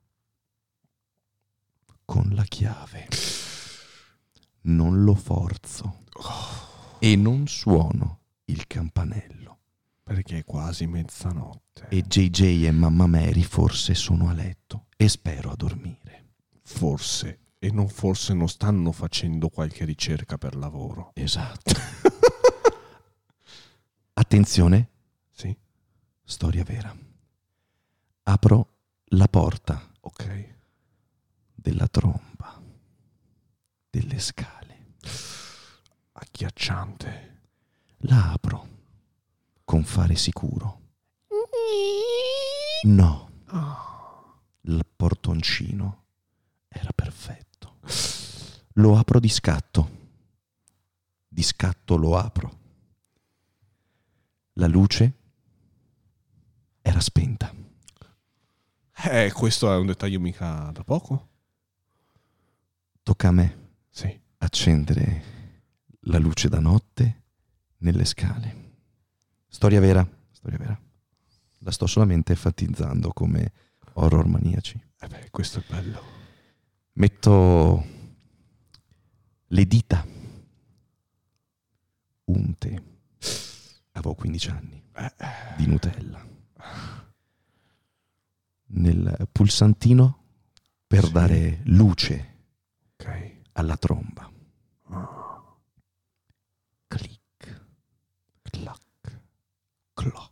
con la chiave. Non lo forzo e non suono il campanello. Perché è quasi mezzanotte. E J J e mamma Mary forse sono a letto e spero a dormire. Forse. E non forse non stanno facendo qualche ricerca per lavoro. Esatto. Attenzione, Sì. storia vera. Apro la porta Ok. della tromba, delle scale. Agghiacciante. La apro con fare sicuro. No, il portoncino era perfetto. Lo apro di scatto. Di scatto lo apro. La luce era spenta. Eh, questo è un dettaglio mica da poco? Tocca a me Sì. accendere la luce da notte nelle scale. Storia vera, storia vera. La sto solamente enfatizzando come horror maniaci. Eh beh, questo è bello. Metto le dita unte, avevo quindici anni, di Nutella, nel pulsantino per Sì. dare luce Ok. alla tromba. Ah. Clic, Clac. cloc.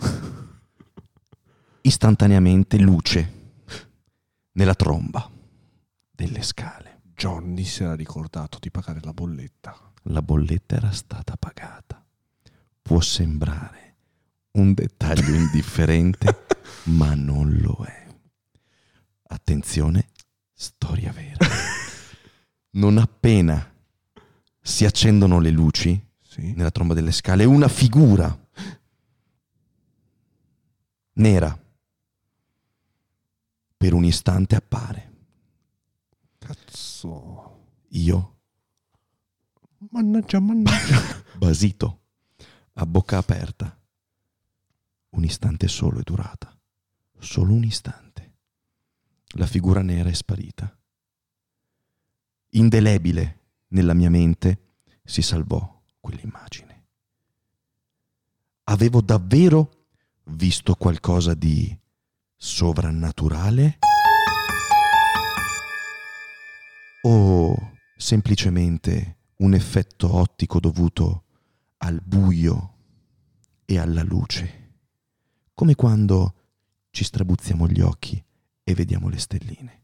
Istantaneamente luce nella tromba delle scale. Johnny si era ricordato di pagare la bolletta. La bolletta era stata pagata. Può sembrare un dettaglio indifferente, ma non lo è. Attenzione, storia vera. Non appena si accendono le luci Sì. nella tromba delle scale, una figura nera per un istante appare. Cazzo. Io, Mannaggia, mannaggia. basito, a bocca aperta. Un istante solo è durata, solo un istante. La figura nera è sparita. Indelebile nella mia mente si salvò quell'immagine. Avevo davvero visto qualcosa di sovrannaturale? O semplicemente un effetto ottico dovuto al buio e alla luce? Come quando ci strabuzziamo gli occhi e vediamo le stelline.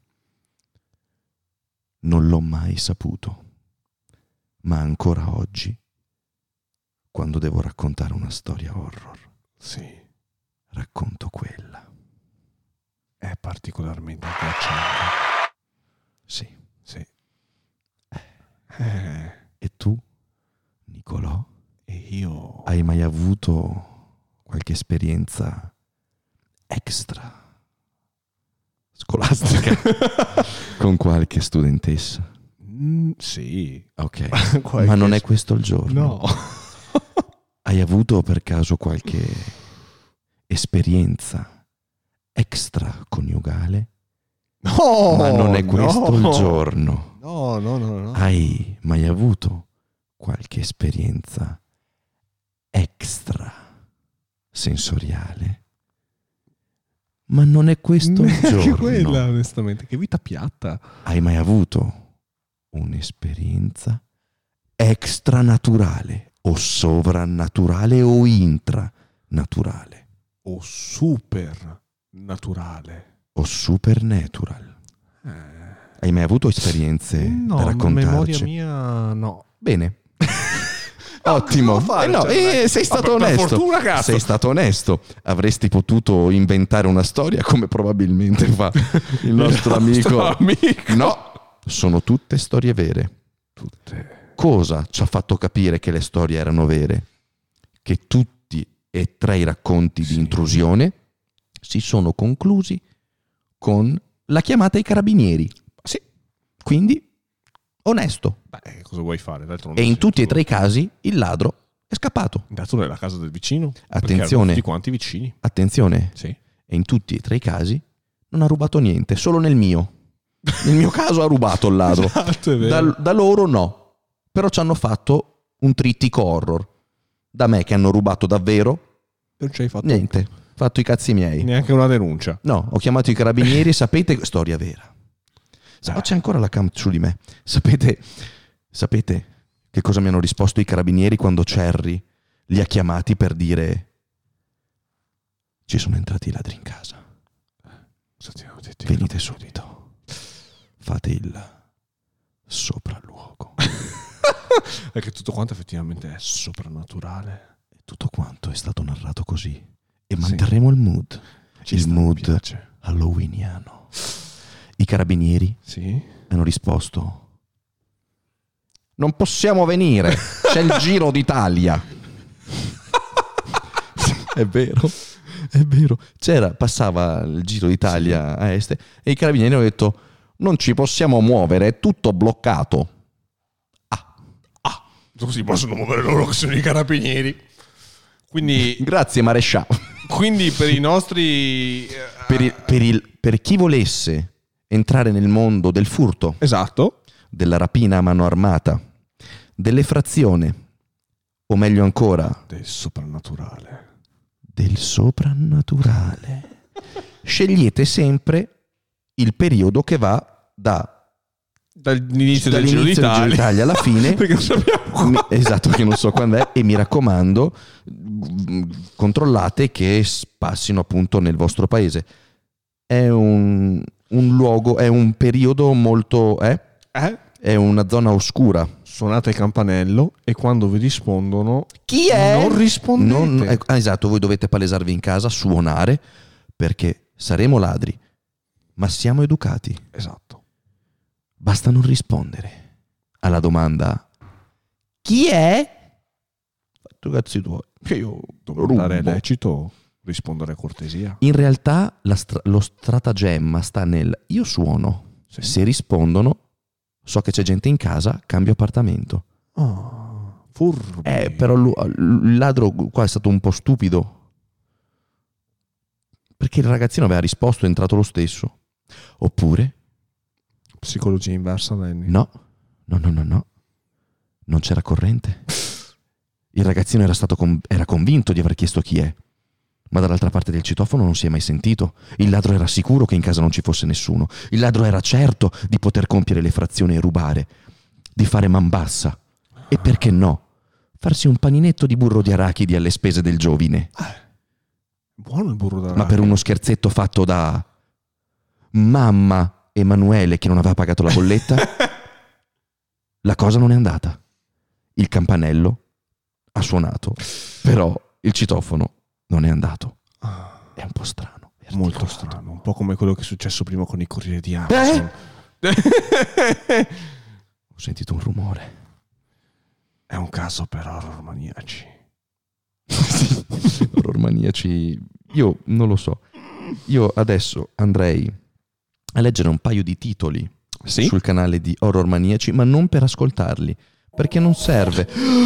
Non l'ho mai saputo, ma ancora oggi, quando devo raccontare una storia horror, Sì, racconto quella. è particolarmente agghiacciante. Sì. Sì. Eh, E tu, Nicolò, e io... hai mai avuto qualche esperienza extra scolastica con qualche studentessa? Mm, sì. Ok, Qualche- ma non è questo il giorno. No. Hai avuto per caso qualche esperienza extraconiugale? No, Ma non è questo no. il giorno. No, no, no, no. Hai mai avuto qualche esperienza extra sensoriale? Ma non è questo il Neanche giorno. quella, onestamente. Che vita piatta. Hai mai avuto un'esperienza extranaturale o sovrannaturale o intranaturale O super naturale. o supernatural? Eh, Hai mai avuto esperienze no, da raccontarci? memoria mia, no. Bene. Ottimo. cosa devo fare? Eh no, Cioè, eh, sei ma stato per- per onesto. fortuna, cazzo. Sei stato onesto. Avresti potuto inventare una storia come probabilmente fa il nostro amico. amico. No, sono tutte storie vere. Tutte. Cosa ci ha fatto capire che le storie erano vere? Che tutti e tre i racconti Sì. di intrusione si sono conclusi con la chiamata ai carabinieri. Sì. Quindi, onesto. Beh, cosa vuoi fare? D'altronde E in sei tutti e tu. tre i casi il ladro è scappato. Dato nella casa del vicino. Perché Attenzione. erano tutti quanti vicini. Attenzione, Sì. e in tutti e tre i casi non ha rubato niente, solo nel mio. Nel mio caso ha rubato il ladro. Esatto, è vero. Da, da loro no. Però ci hanno fatto un trittico horror. Da me che hanno rubato davvero, Non ci hai fatto niente. Fatto i cazzi miei. neanche una denuncia. No, ho chiamato i carabinieri, sapete, storia vera. Sa- Eh. C'è ancora la cam su di me. Sapete, sapete che cosa mi hanno risposto i carabinieri quando Cherry li ha chiamati per dire: ci sono entrati i ladri in casa. Cosa ti hanno detto? Venite subito. Fate il sopralluogo. Perché tutto quanto effettivamente è soprannaturale. E tutto quanto è stato narrato così. E Sì. manterremo il mood. Ci il sta, mi mood piace. halloweeniano. I carabinieri Sì. hanno risposto: non possiamo venire, c'è il Giro d'Italia. È vero, è vero. C'era, passava il Giro d'Italia a est e i carabinieri hanno detto: non ci possiamo muovere, è tutto bloccato. Così possono muovere loro che sono i carabinieri. Quindi, Grazie maresciallo. quindi per i nostri... eh, Per, il- per il- per chi volesse entrare nel mondo del furto, Esatto. della rapina a mano armata, dell'effrazione, o meglio ancora, Del soprannaturale. del soprannaturale, scegliete sempre il periodo che va da Dall'inizio del Giro dall'inizio del Giro d'Italia. d'Italia alla fine. Perché non sappiamo Mi- esatto, che non so quando è, e mi raccomando, g- controllate che s- passino appunto nel vostro paese. È un, un luogo, è un periodo molto, eh? Eh? È una zona oscura. Suonate il campanello e quando vi rispondono Chi è? non rispondete. Non- ecco, ah, esatto, voi dovete palesarvi in casa, suonare, perché saremo ladri, ma siamo educati. Esatto. Basta non rispondere alla domanda: chi è? Tu cazzi tuoi, che io Domandare è rubo. lecito, rispondere a cortesia. In realtà la stra- lo stratagemma sta nel: io suono, Sì. se rispondono so che c'è gente in casa, cambio appartamento. Oh, Furbi. Eh, però lu- il ladro qua è stato un po' stupido. Perché il ragazzino aveva risposto, è entrato lo stesso. Oppure... Psicologia inversa, Lenny. No, no, no, no, no. Non c'era corrente. Il ragazzino era stato con- era convinto di aver chiesto chi è. Ma dall'altra parte del citofono non si è mai sentito. Il ladro era sicuro che in casa non ci fosse nessuno. Il ladro era certo di poter compiere le frazioni e rubare, di fare man bassa. E perché no? Farsi un paninetto di burro di arachidi alle spese del giovine. Buono il burro d'arachidi. Ma per uno scherzetto fatto da mamma Emanuele che non aveva pagato la bolletta, la cosa non è andata. Il campanello ha suonato, però il citofono non è andato. È un po' strano. Molto strano. Un po' come quello che è successo prima con i corrieri di Amazon. Eh? Ho sentito un rumore. È un caso per horror maniaci. Horror maniaci. Io non lo so. Io adesso andrei a leggere un paio di titoli Sì? sul canale di Horror Maniaci, ma non per ascoltarli, perché non serve.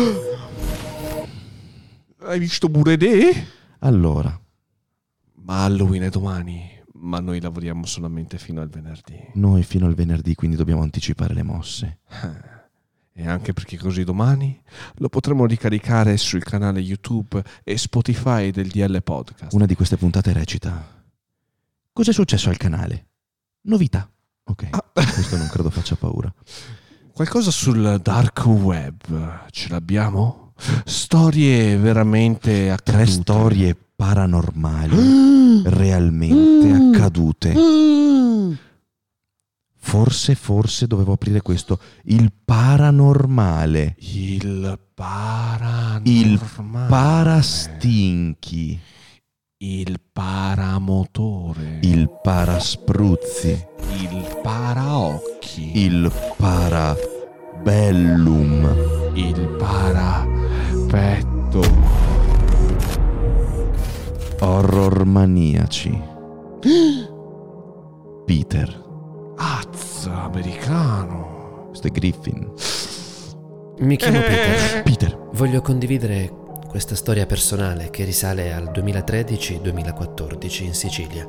Hai visto Buredè? Allora, Ma Halloween è domani. Ma noi lavoriamo solamente fino al venerdì. noi fino al venerdì, quindi dobbiamo anticipare le mosse. E anche perché così domani lo potremo ricaricare sul canale YouTube e Spotify del D L Podcast. Una di queste puntate recita: cos'è successo al canale? Novità. Ok, Ah. questo non credo faccia paura. Qualcosa sul dark web ce l'abbiamo? Storie veramente accadute. Tre storie paranormali realmente accadute. Forse, forse dovevo aprire questo. Il paranormale. Il paranormale. Il parastinchi. Il paramotore. Il paraspruzzi. Il paraocchi. Il parabellum. Il parapetto. Horror maniaci. Peter. Az, americano. Questo è Griffin. Mi chiamo Peter. Peter. Voglio condividere questa storia personale che risale al duemilatredici duemilaquattordici in Sicilia.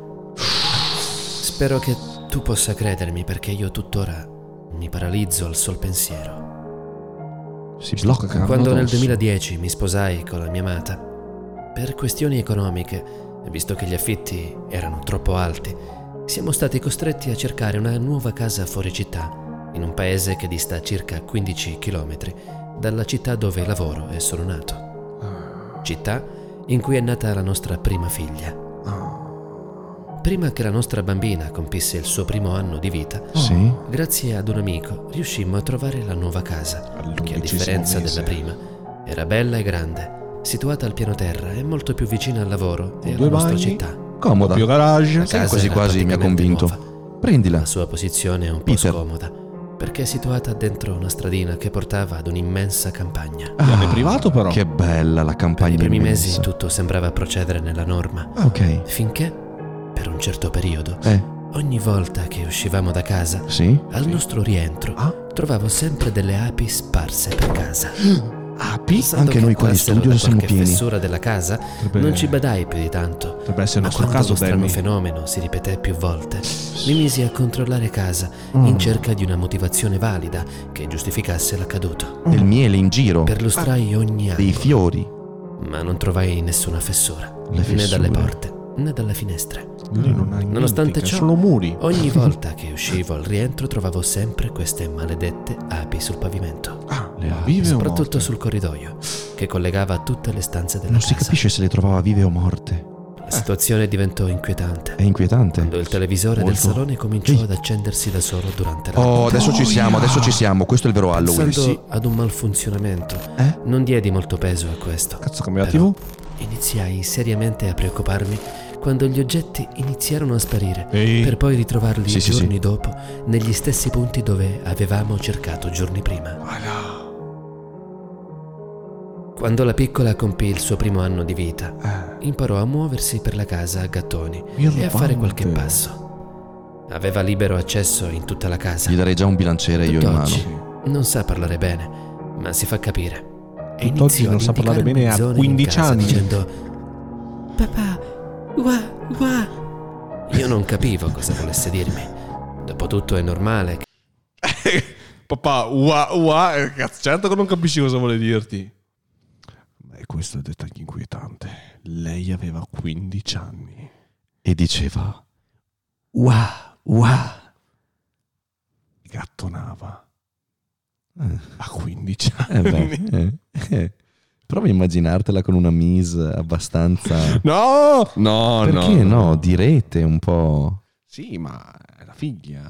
Spero che tu possa credermi perché io tuttora mi paralizzo al sol pensiero. Si blocca. Quando nel addosso. duemiladieci mi sposai con la mia amata, per questioni economiche, visto che gli affitti erano troppo alti, siamo stati costretti a cercare una nuova casa fuori città, in un paese che dista circa quindici chilometri dalla città dove lavoro e sono nato. Città in cui è nata la nostra prima figlia. Prima che la nostra bambina compisse il suo primo anno di vita, Sì. grazie ad un amico riuscimmo a trovare la nuova casa, che a All'undicesimo differenza mese. della prima era bella e grande, situata al piano terra e molto più vicina al lavoro e alla Due nostra bagni. città. Comoda. Doppio garage. La casa quasi era quasi mi ha praticamente convinto. nuova. Prendila. La sua posizione è un po' Peter. scomoda, perché è situata dentro una stradina che portava ad un'immensa campagna. Viale privato però. Che bella la Per campagna i primi immensa. mesi tutto sembrava procedere nella norma, Ok. finché, per un certo periodo, Eh, ogni volta che uscivamo da casa, sì? al nostro rientro, Ah. trovavo sempre delle api sparse per casa. Api? Pensando Anche che noi qua in entrassero studio da siamo qualche pieni. fessura della casa, Potrebbe- non ci badai più di tanto. Potrebbe essere il Ma nostro quando caso, lo strano Danny. fenomeno si ripeté più volte, mi misi a controllare casa Mm. in cerca di una motivazione valida che giustificasse l'accaduto. Del miele in giro. Perlustrai ogni Dei angolo, fiori. ma non trovai nessuna fessura, Le né fessure. dalle porte né dalle finestre. Lui non ha Nonostante niente, ciò, solo muri. Ogni volta che uscivo al rientro trovavo sempre queste maledette api sul pavimento, Ah, Le ma api. vive o soprattutto morte? sul corridoio che collegava tutte le stanze della Non casa. si capisce se le trovava vive o morte. La situazione diventò inquietante È inquietante. quando il televisore del Molto. salone cominciò Ehi. ad accendersi da solo durante la Oh, adesso ci siamo, adesso ci siamo. Questo è il vero Halloween. Pensando Sì. ad un malfunzionamento, Eh? non diedi molto peso a questo. Cazzo, cambia la Però tivù? iniziai seriamente a preoccuparmi quando gli oggetti iniziarono a sparire, Ehi. per poi ritrovarli Sì, sì, giorni sì. dopo negli stessi punti dove avevamo cercato giorni prima. Quando la piccola compì il suo primo anno di vita, imparò a muoversi per la casa a gattoni e a fare Irripante. qualche passo. Aveva libero accesso in tutta la casa. Gli darei già un bilanciere io in Tutt'oggi mano. non sa parlare bene, ma si fa capire. e Tutt'oggi iniziò non ad sa parlare indicare un bene a buzzone in quindici casa anni. dicendo: papà, ua, ua. Io non capivo cosa volesse dirmi. Dopotutto è normale che Papà, ua, ua, eh, cazzo, certo che non capisci cosa vuole dirti. Ma questo è il dettaglio inquietante. Lei aveva quindici anni. E diceva Ua, ua. Gattonava Eh, a quindici anni. eh beh, eh, eh. Prova a immaginartela con una mise abbastanza... No, no, Perché no, no? Di rete un po'... Sì, ma è la figlia.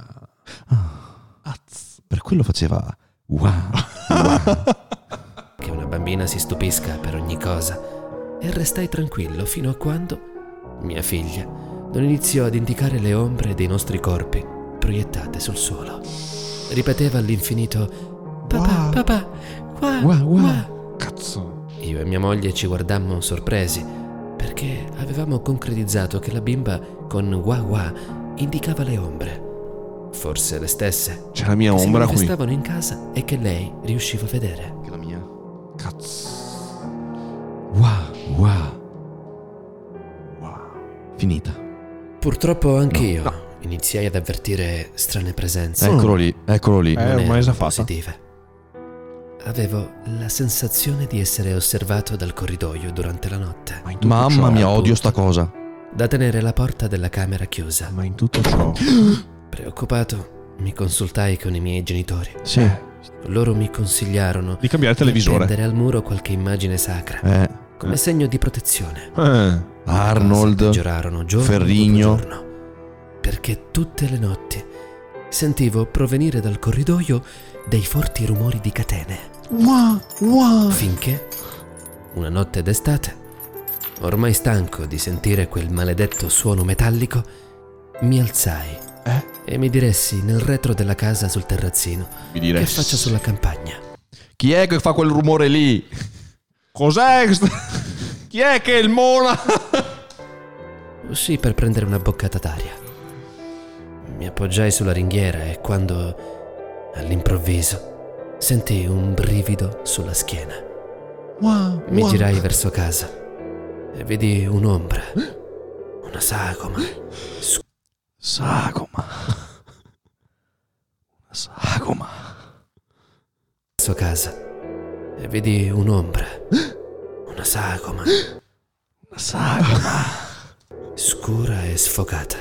Az, per quello faceva wow, wow. che una bambina si stupisca per ogni cosa, e restai tranquillo fino a quando mia figlia non iniziò ad indicare le ombre dei nostri corpi proiettate sul suolo. Ripeteva all'infinito: papà, Wow. papà, qua, Wow, wow. qua. Cazzo. Io e mia moglie ci guardammo sorpresi, perché avevamo concretizzato che la bimba con wa wa indicava le ombre, forse le stesse C'è la mia che si ombra qui. manifestavano in casa e che lei riusciva a vedere. Che la mia. Cazzo. Wow, wow. Wow. Finita. Purtroppo anche No, io no. iniziai ad avvertire strane presenze. Eccolo lì, eccolo lì. Eh, Non ormai erano già fatta. positive. Avevo la sensazione di essere osservato dal corridoio durante la notte, Ma in tutto Mamma ciò, mia, odio sta cosa. da tenere la porta della camera chiusa. Ma in tutto ciò. Preoccupato, mi consultai con i miei genitori. Sì. Loro mi consigliarono Di cambiare il di televisore. appendere al muro qualche immagine sacra, Eh, come segno di protezione. Eh. Cose Arnold, peggiorarono giorno Ferrigno. dopo giorno, perché tutte le notti sentivo provenire dal corridoio dei forti rumori di catene. Wow, wow. Finché, una notte d'estate, ormai stanco di sentire quel maledetto suono metallico, mi alzai Eh? e mi diressi nel retro della casa sul terrazzino Mi direi. che faccia sulla campagna. chi è che fa quel rumore lì? Cos'è? st- Chi è che è il mona? Uscii per prendere una boccata d'aria. Mi appoggiai sulla ringhiera e quando, all'improvviso, sentii un brivido sulla schiena. Wow, Mi wow. girai verso casa e vidi un'ombra, una sagoma, Sagoma. Una sagoma. verso casa e vidi un'ombra, una sagoma, Una sagoma. scura e sfocata.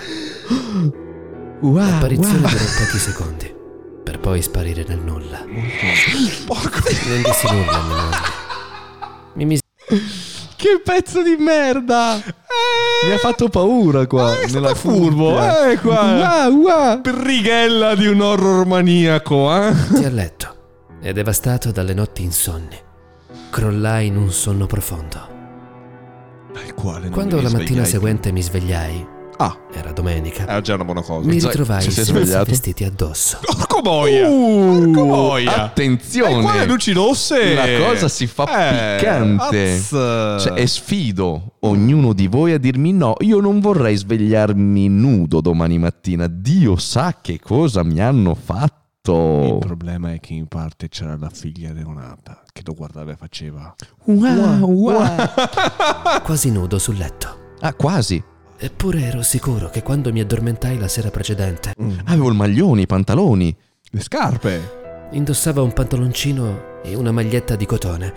Wow, L'apparizione wow. durò pochi secondi, per poi sparire nel nulla. Porco. Non dissi nulla a mia moglie. Mi misi Che pezzo di merda! Mi ha fatto paura qua. Eh, è nella stato furbo, cuffia. eh, qua. Wow, wow. Brighella di un horror maniaco, eh? a letto e, devastato dalle notti insonni, crollai in un sonno profondo. Dal quale non Quando mi la mattina risvegliai seguente mi svegliai, più. Ah, era domenica, è già una buona cosa. mi Sai, ritrovai ci sei senza svegliato? vestiti addosso. Porco boia! Uh, Porco boia! attenzione. E qua le luci rosse. La cosa si fa Eh, piccante. azz. Cioè, e sfido ognuno di voi a dirmi no, io non vorrei svegliarmi nudo domani mattina. Dio sa che cosa mi hanno fatto. Il problema è che in parte c'era la figlia neonata che lo guardava e faceva. Wow, wow. Quasi nudo sul letto. Ah, quasi. Eppure ero sicuro che quando mi addormentai la sera precedente, Avevo il maglione, i pantaloni. Le scarpe. indossava un pantaloncino e una maglietta di cotone.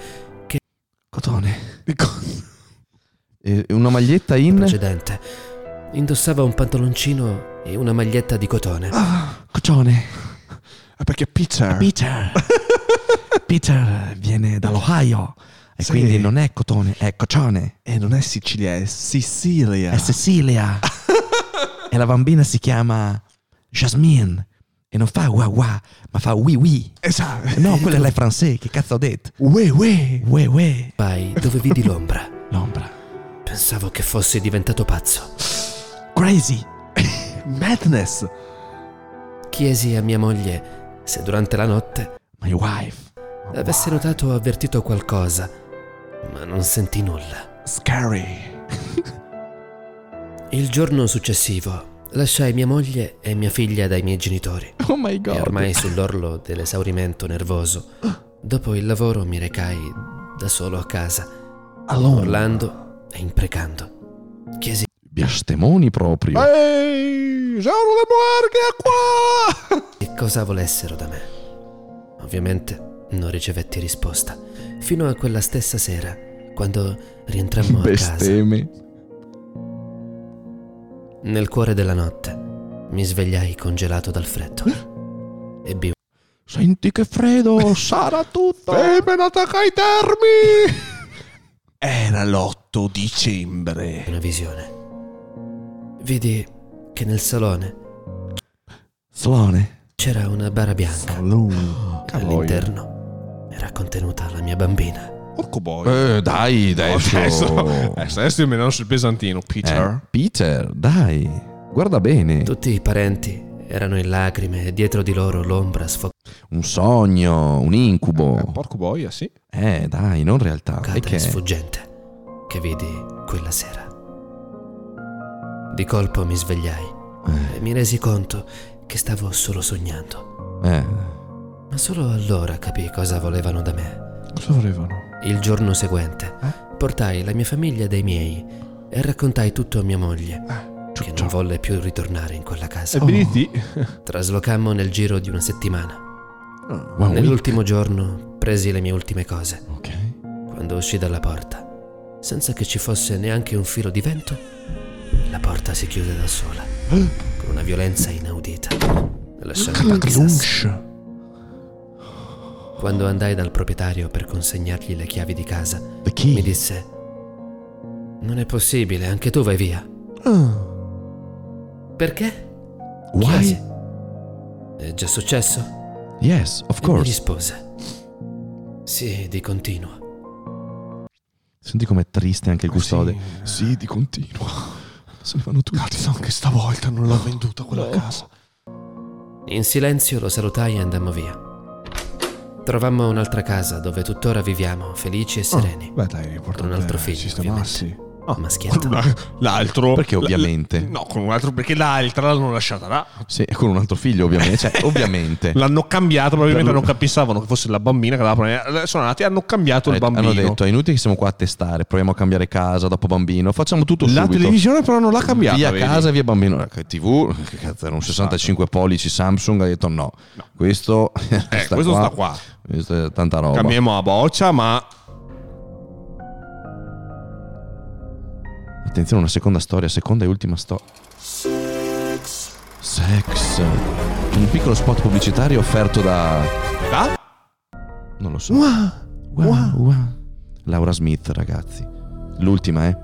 Cotone. E una maglietta in... Precedente. Indossava un pantaloncino e una maglietta di cotone. Ah, cocione. Ah, perché Peter. Peter. Peter viene dall'Ohio. E Sì. quindi non è cotone, è cocione. E non è Sicilia, è Sicilia. È Cecilia. E la bambina si chiama Jasmine. E non fa wa wa, ma fa oui oui. Esatto. No, quella è la francese, che cazzo ho detto? Uè, uè. Ue ue. Vai dove vidi l'ombra. L'ombra. Pensavo che fossi diventato pazzo. Crazy. Madness. Chiesi a mia moglie se durante la notte My wife. avesse notato o avvertito qualcosa, ma non sentì nulla. Scary. Il giorno successivo lasciai mia moglie e mia figlia dai miei genitori Oh my e god. ormai sull'orlo dell'esaurimento nervoso, dopo il lavoro mi recai da solo a casa, Allora. urlando e imprecando. Chiesi Biastemoni proprio. Ehi, sono le muerche qua! cosa volessero da me. Ovviamente non ricevetti risposta, fino a quella stessa sera, quando rientrammo a casa. Bestemmie. Nel cuore della notte mi svegliai congelato dal freddo. Ebbi Senti che freddo, sarà tutto. Femmina, attacca i termi! Era l'otto dicembre. una visione. Vidi che nel salone Slone. c'era una bara bianca. Allora. All'interno era contenuta la mia bambina. Porco boy. Eh, dai, adesso. Adesso, adesso mi sul pesantino, Peter. Eh, Peter, dai. Guarda bene. Tutti i parenti erano in lacrime e dietro di loro l'ombra sfocata Un sogno, un incubo. Eh, porco boia, sì. Eh, dai, non realtà. E e che? sfuggente che vidi quella sera. Di colpo mi svegliai e mi resi conto che stavo solo sognando. Eh. Ma solo allora capii cosa volevano da me. Cosa volevano? Il giorno seguente portai la mia famiglia dai miei e raccontai tutto a mia moglie, che non volle più ritornare in quella casa. E B D T? Traslocammo nel giro di una settimana. Wow, Nell'ultimo giorno presi le mie ultime cose. Ok. Quando uscì dalla porta, senza che ci fosse neanche un filo di vento, la porta si chiuse da sola, con una violenza inaudita, lasciando pochi sassi. Quando andai dal proprietario per consegnargli le chiavi di casa, The key. mi disse: non è possibile, anche tu vai via. Perché? Why? Chiesi. È già successo? Yes, of E mi course. rispose: sì, di continuo. Senti com'è triste anche il custode. sì. Sì, di continuo. Se ne vanno tutti. Cazzo, anche stavolta non l'ha venduta quella casa. In silenzio lo salutai e andammo via. Trovammo un'altra casa dove tuttora viviamo, felici e sereni. Beh, dai, importante Con un altro figlio, sistemarsi. Maschietto. Con una- l'altro. Perché ovviamente. No, con un altro, perché l'altra l'hanno lasciata là. Sì, con un altro figlio, ovviamente. Cioè, ovviamente. L'hanno cambiato, probabilmente Per- non pensavano che fosse la bambina che aveva problemi. Sono andati e hanno cambiato il Eh, bambino. Hanno detto: è inutile che siamo qua a testare. Proviamo a cambiare casa dopo bambino. Facciamo tutto La subito. televisione però non l'ha cambiata. Via vedi? casa, via bambino. Che T V, che cazzo, era un sessantacinque pollici Samsung. Ha detto no. Questo, Eh, sta questo qua, sta qua. Questo è tanta roba. Cambiamo a boccia, ma Attenzione, una seconda storia, seconda e ultima storia. Sex. Un piccolo spot pubblicitario offerto da. da? Non lo so. Wow, wow. Laura Smith, ragazzi. L'ultima, eh?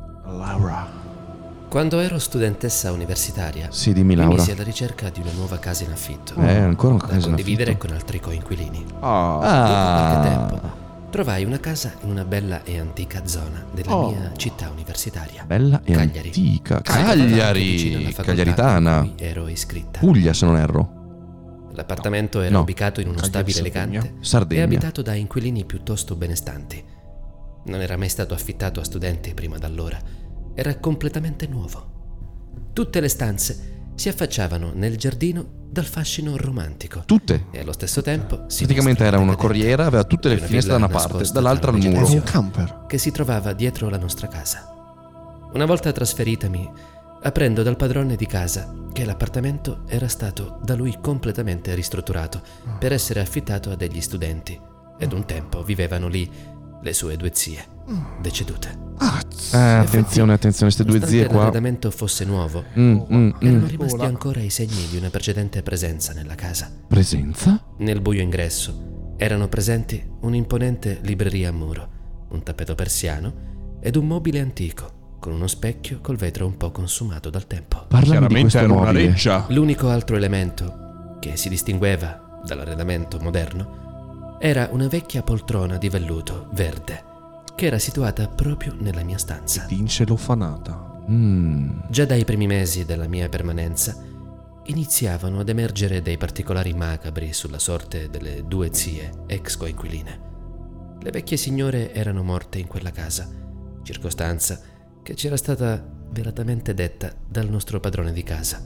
Laura. Quando ero studentessa universitaria, Sì, dimmi, mi Laura. misi alla ricerca di una nuova casa in affitto, Eh, ancora una da casa in condividere affitto? con altri coinquilini. Ah. Dopo qualche Ah, tempo trovai una casa in una bella e antica zona della Oh. mia città universitaria. bella e Cagliari. antica. Vicino alla Cagliari. facoltà Cagliaritana. in cui ero iscritta. Puglia, se non erro. L'appartamento era No. ubicato in uno Cagliari, stabile Sardegna. elegante e Sardegna. abitato da inquilini piuttosto benestanti. Non era mai stato affittato a studenti prima d'allora. Era completamente nuovo. Tutte le stanze si affacciavano nel giardino dal fascino romantico Tutte. e allo stesso tempo si Praticamente era mostrava una decadente, corriera, aveva tutte le di una finestre da villa una parte, nascosta dall'altra tra al le muro. vegetazioni Un camper. che si trovava dietro la nostra casa. Una volta trasferitami, apprendo dal padrone di casa che l'appartamento era stato da lui completamente ristrutturato per essere affittato a degli studenti ed un tempo vivevano lì le sue due zie, decedute. Eh, attenzione, attenzione, queste due Nonostante zie qua. l'arredamento fosse nuovo, Mm, mm, mm. erano rimasti ancora i segni di una precedente presenza nella casa. Presenza? Nel buio ingresso erano presenti un'imponente libreria a muro, un tappeto persiano ed un mobile antico con uno specchio col vetro un po' consumato dal tempo. Parlami di Chiaramente questo era una mobile. reggia. L'unico altro elemento che si distingueva dall'arredamento moderno era una vecchia poltrona di velluto verde che era situata proprio nella mia stanza. Vince l'ofanata. Mm. Già dai primi mesi della mia permanenza iniziavano ad emergere dei particolari macabri sulla sorte delle due zie ex coinquiline. Le vecchie signore erano morte in quella casa, circostanza che ci era stata velatamente detta dal nostro padrone di casa.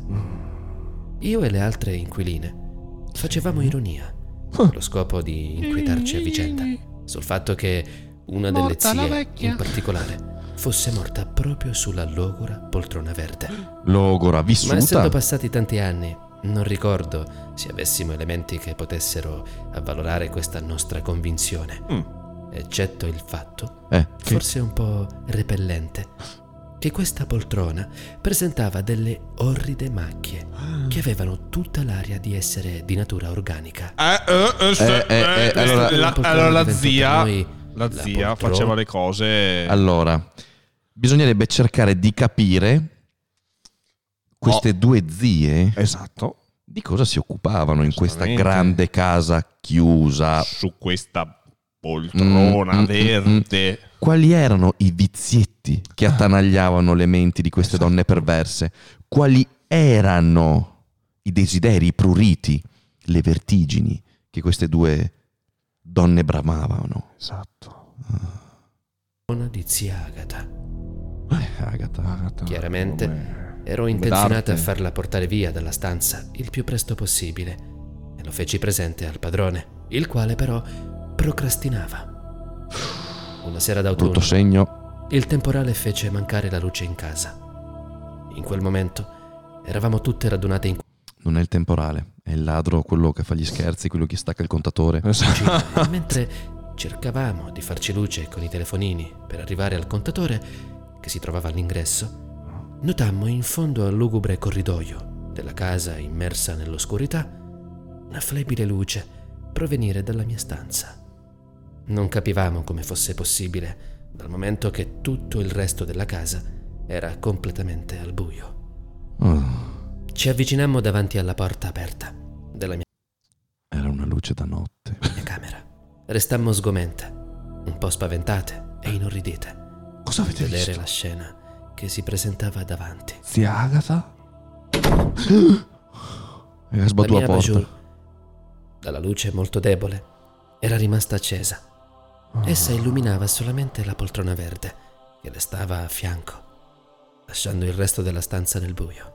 Io e le altre inquiline facevamo ironia, allo scopo di inquietarci a vicenda, sul fatto che una delle Morta la zie vecchia. in particolare fosse morta proprio sulla logora poltrona verde. Logora, Ma essendo vissuta. passati tanti anni, non ricordo se avessimo elementi che potessero avvalorare questa nostra convinzione, Mm. eccetto il fatto, Eh, che- forse un po' repellente, che questa poltrona presentava delle orride macchie che avevano tutta l'aria di essere di natura organica. Eh, eh, eh, Eh, se- eh, eh, eh, allora- la, La poltrona allora la diventò per zia, noi la la zia poltrona. faceva le cose. Allora, bisognerebbe cercare di capire queste Oh. due zie Esatto. di cosa si occupavano in questa Giustamente. grande casa chiusa. Su questa poltrona Mm, mm, verde. Quali erano i vizietti che attanagliavano le menti di queste Esatto. donne perverse? Quali erano i desideri, i pruriti, le vertigini che queste due donne bramavano? Esatto. Di zia Agata. Eh, Agata. Agata, Chiaramente come- ero come intenzionata a d'arte. farla portare via dalla stanza il più presto possibile e lo feci presente al padrone, il quale però procrastinava. Una sera Brutto d'autunno segno. il temporale fece mancare la luce in casa. In quel momento eravamo tutte radunate in Non è il temporale, è il ladro, quello che fa gli scherzi, quello che stacca il contatore. Esatto. cucina e mentre cercavamo di farci luce con i telefonini per arrivare al contatore che si trovava all'ingresso, notammo in fondo al lugubre corridoio della casa immersa nell'oscurità una flebile luce provenire dalla mia stanza. Non capivamo come fosse possibile, dal momento che tutto il resto della casa era completamente al buio. Oh, Ci avvicinammo davanti alla porta aperta della mia era una luce da notte. mia camera. Restammo sgomente, un po' spaventate e inorridite Cosa avete vedere visto? la scena che si presentava davanti. Zia Agata? E ha sbattuto la mia porta. Bajul, dalla luce molto debole, era rimasta accesa. Essa illuminava solamente la poltrona verde che le stava a fianco, lasciando il resto della stanza nel buio.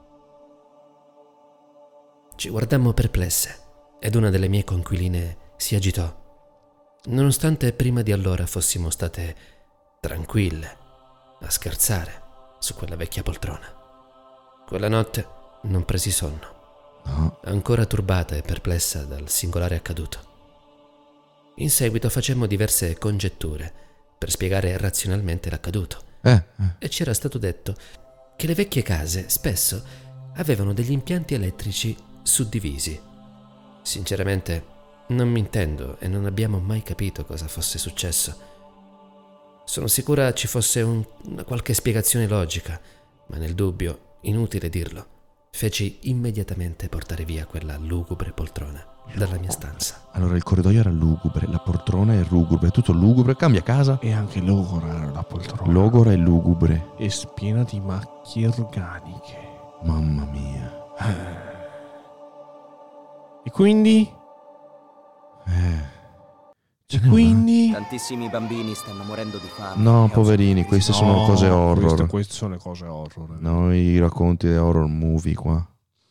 Ci guardammo perplesse ed una delle mie coinquiline si agitò, nonostante prima di allora fossimo state tranquille a scherzare su quella vecchia poltrona. Quella notte non presi sonno, No. ancora turbata e perplessa dal singolare accaduto. In seguito facemmo diverse congetture per spiegare razionalmente l'accaduto Eh, eh. e ci era stato detto che le vecchie case spesso avevano degli impianti elettrici suddivisi. Sinceramente non mi intendo e non abbiamo mai capito cosa fosse successo. Sono sicura ci fosse un, una qualche spiegazione logica, ma nel dubbio, inutile dirlo, feci immediatamente portare via quella lugubre poltrona dalla mia stanza. Allora il corridoio era lugubre, la poltrona è lugubre, tutto lugubre, cambia casa. E anche logora era la poltrona. Logora e lugubre. E piena di macchie organiche. Mamma mia. E quindi? Eh. Ce E n'è una? quindi? Tantissimi bambini stanno morendo di fame. No, a causa poverini, di queste crisi. sono cose No, horror. Queste, queste sono le cose horror. No, i racconti di horror movie qua.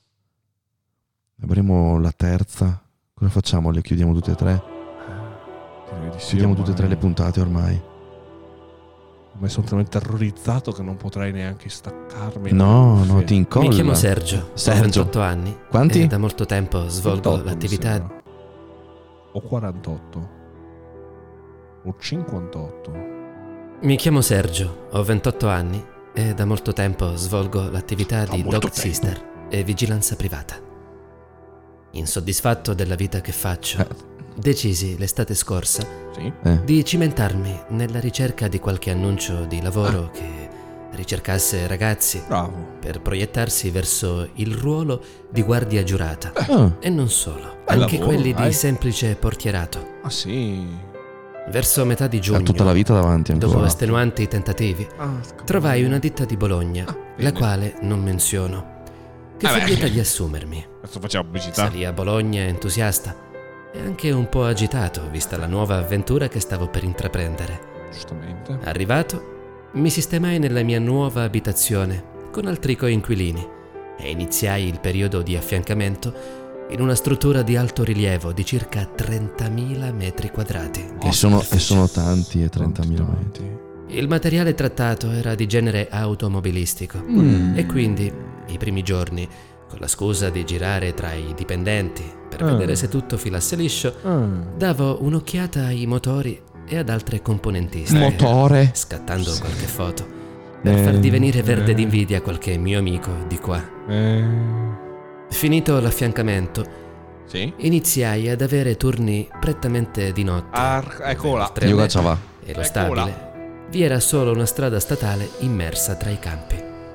Avremo la terza. Cosa facciamo? Le chiudiamo tutte e tre? Direi di sì, Chiudiamo tutte e tre ormai. le puntate ormai. Ma sono talmente terrorizzato che non potrei neanche staccarmi. No, dalle no, cuffie. ti incolla. Mi chiamo Sergio, Sergio. ho ventotto anni Quanti? e da molto tempo svolgo ventotto, mi l'attività. sembra. O quarantotto. O cinquantotto. Mi chiamo Sergio, ho ventotto anni e da molto tempo svolgo l'attività Da di molto dog tempo. sister e vigilanza privata. Insoddisfatto della vita che faccio, Eh. decisi l'estate scorsa Sì. Eh. di cimentarmi nella ricerca di qualche annuncio di lavoro che ricercasse ragazzi Bravo. per proiettarsi verso il ruolo di guardia giurata. Ah, E non solo, Bel anche lavoro, quelli dai. di semplice portierato. Ah sì. Verso metà di ha giugno, tutta la vita davanti dopo ancora. estenuanti tentativi, Ah, trovai una ditta di Bologna, la bene. quale non menziono, che fu Vabbè. lieta di assumermi. Adesso facciamo pubblicità. Salì a Bologna entusiasta e anche un po' agitato, vista la nuova avventura che stavo per intraprendere. Giustamente. Arrivato, mi sistemai nella mia nuova abitazione con altri coinquilini e iniziai il periodo di affiancamento in una struttura di alto rilievo di circa trentamila metri quadrati. E sono, e sono tanti, e trentamila metri. Il materiale trattato era di genere automobilistico Mm. e quindi, i primi giorni, con la scusa di girare tra i dipendenti per Ah. vedere se tutto filasse liscio, davo un'occhiata ai motori e ad altre componentistiche, Motore. scattando qualche foto per Eh, far divenire verde eh. d'invidia qualche mio amico di qua. Eh. Finito l'affiancamento, Sì. iniziai ad avere turni prettamente di notte. Ar- eccola. Tre Io me- cacciava. e lo Eccola. stabile vi era solo una strada statale immersa tra i campi.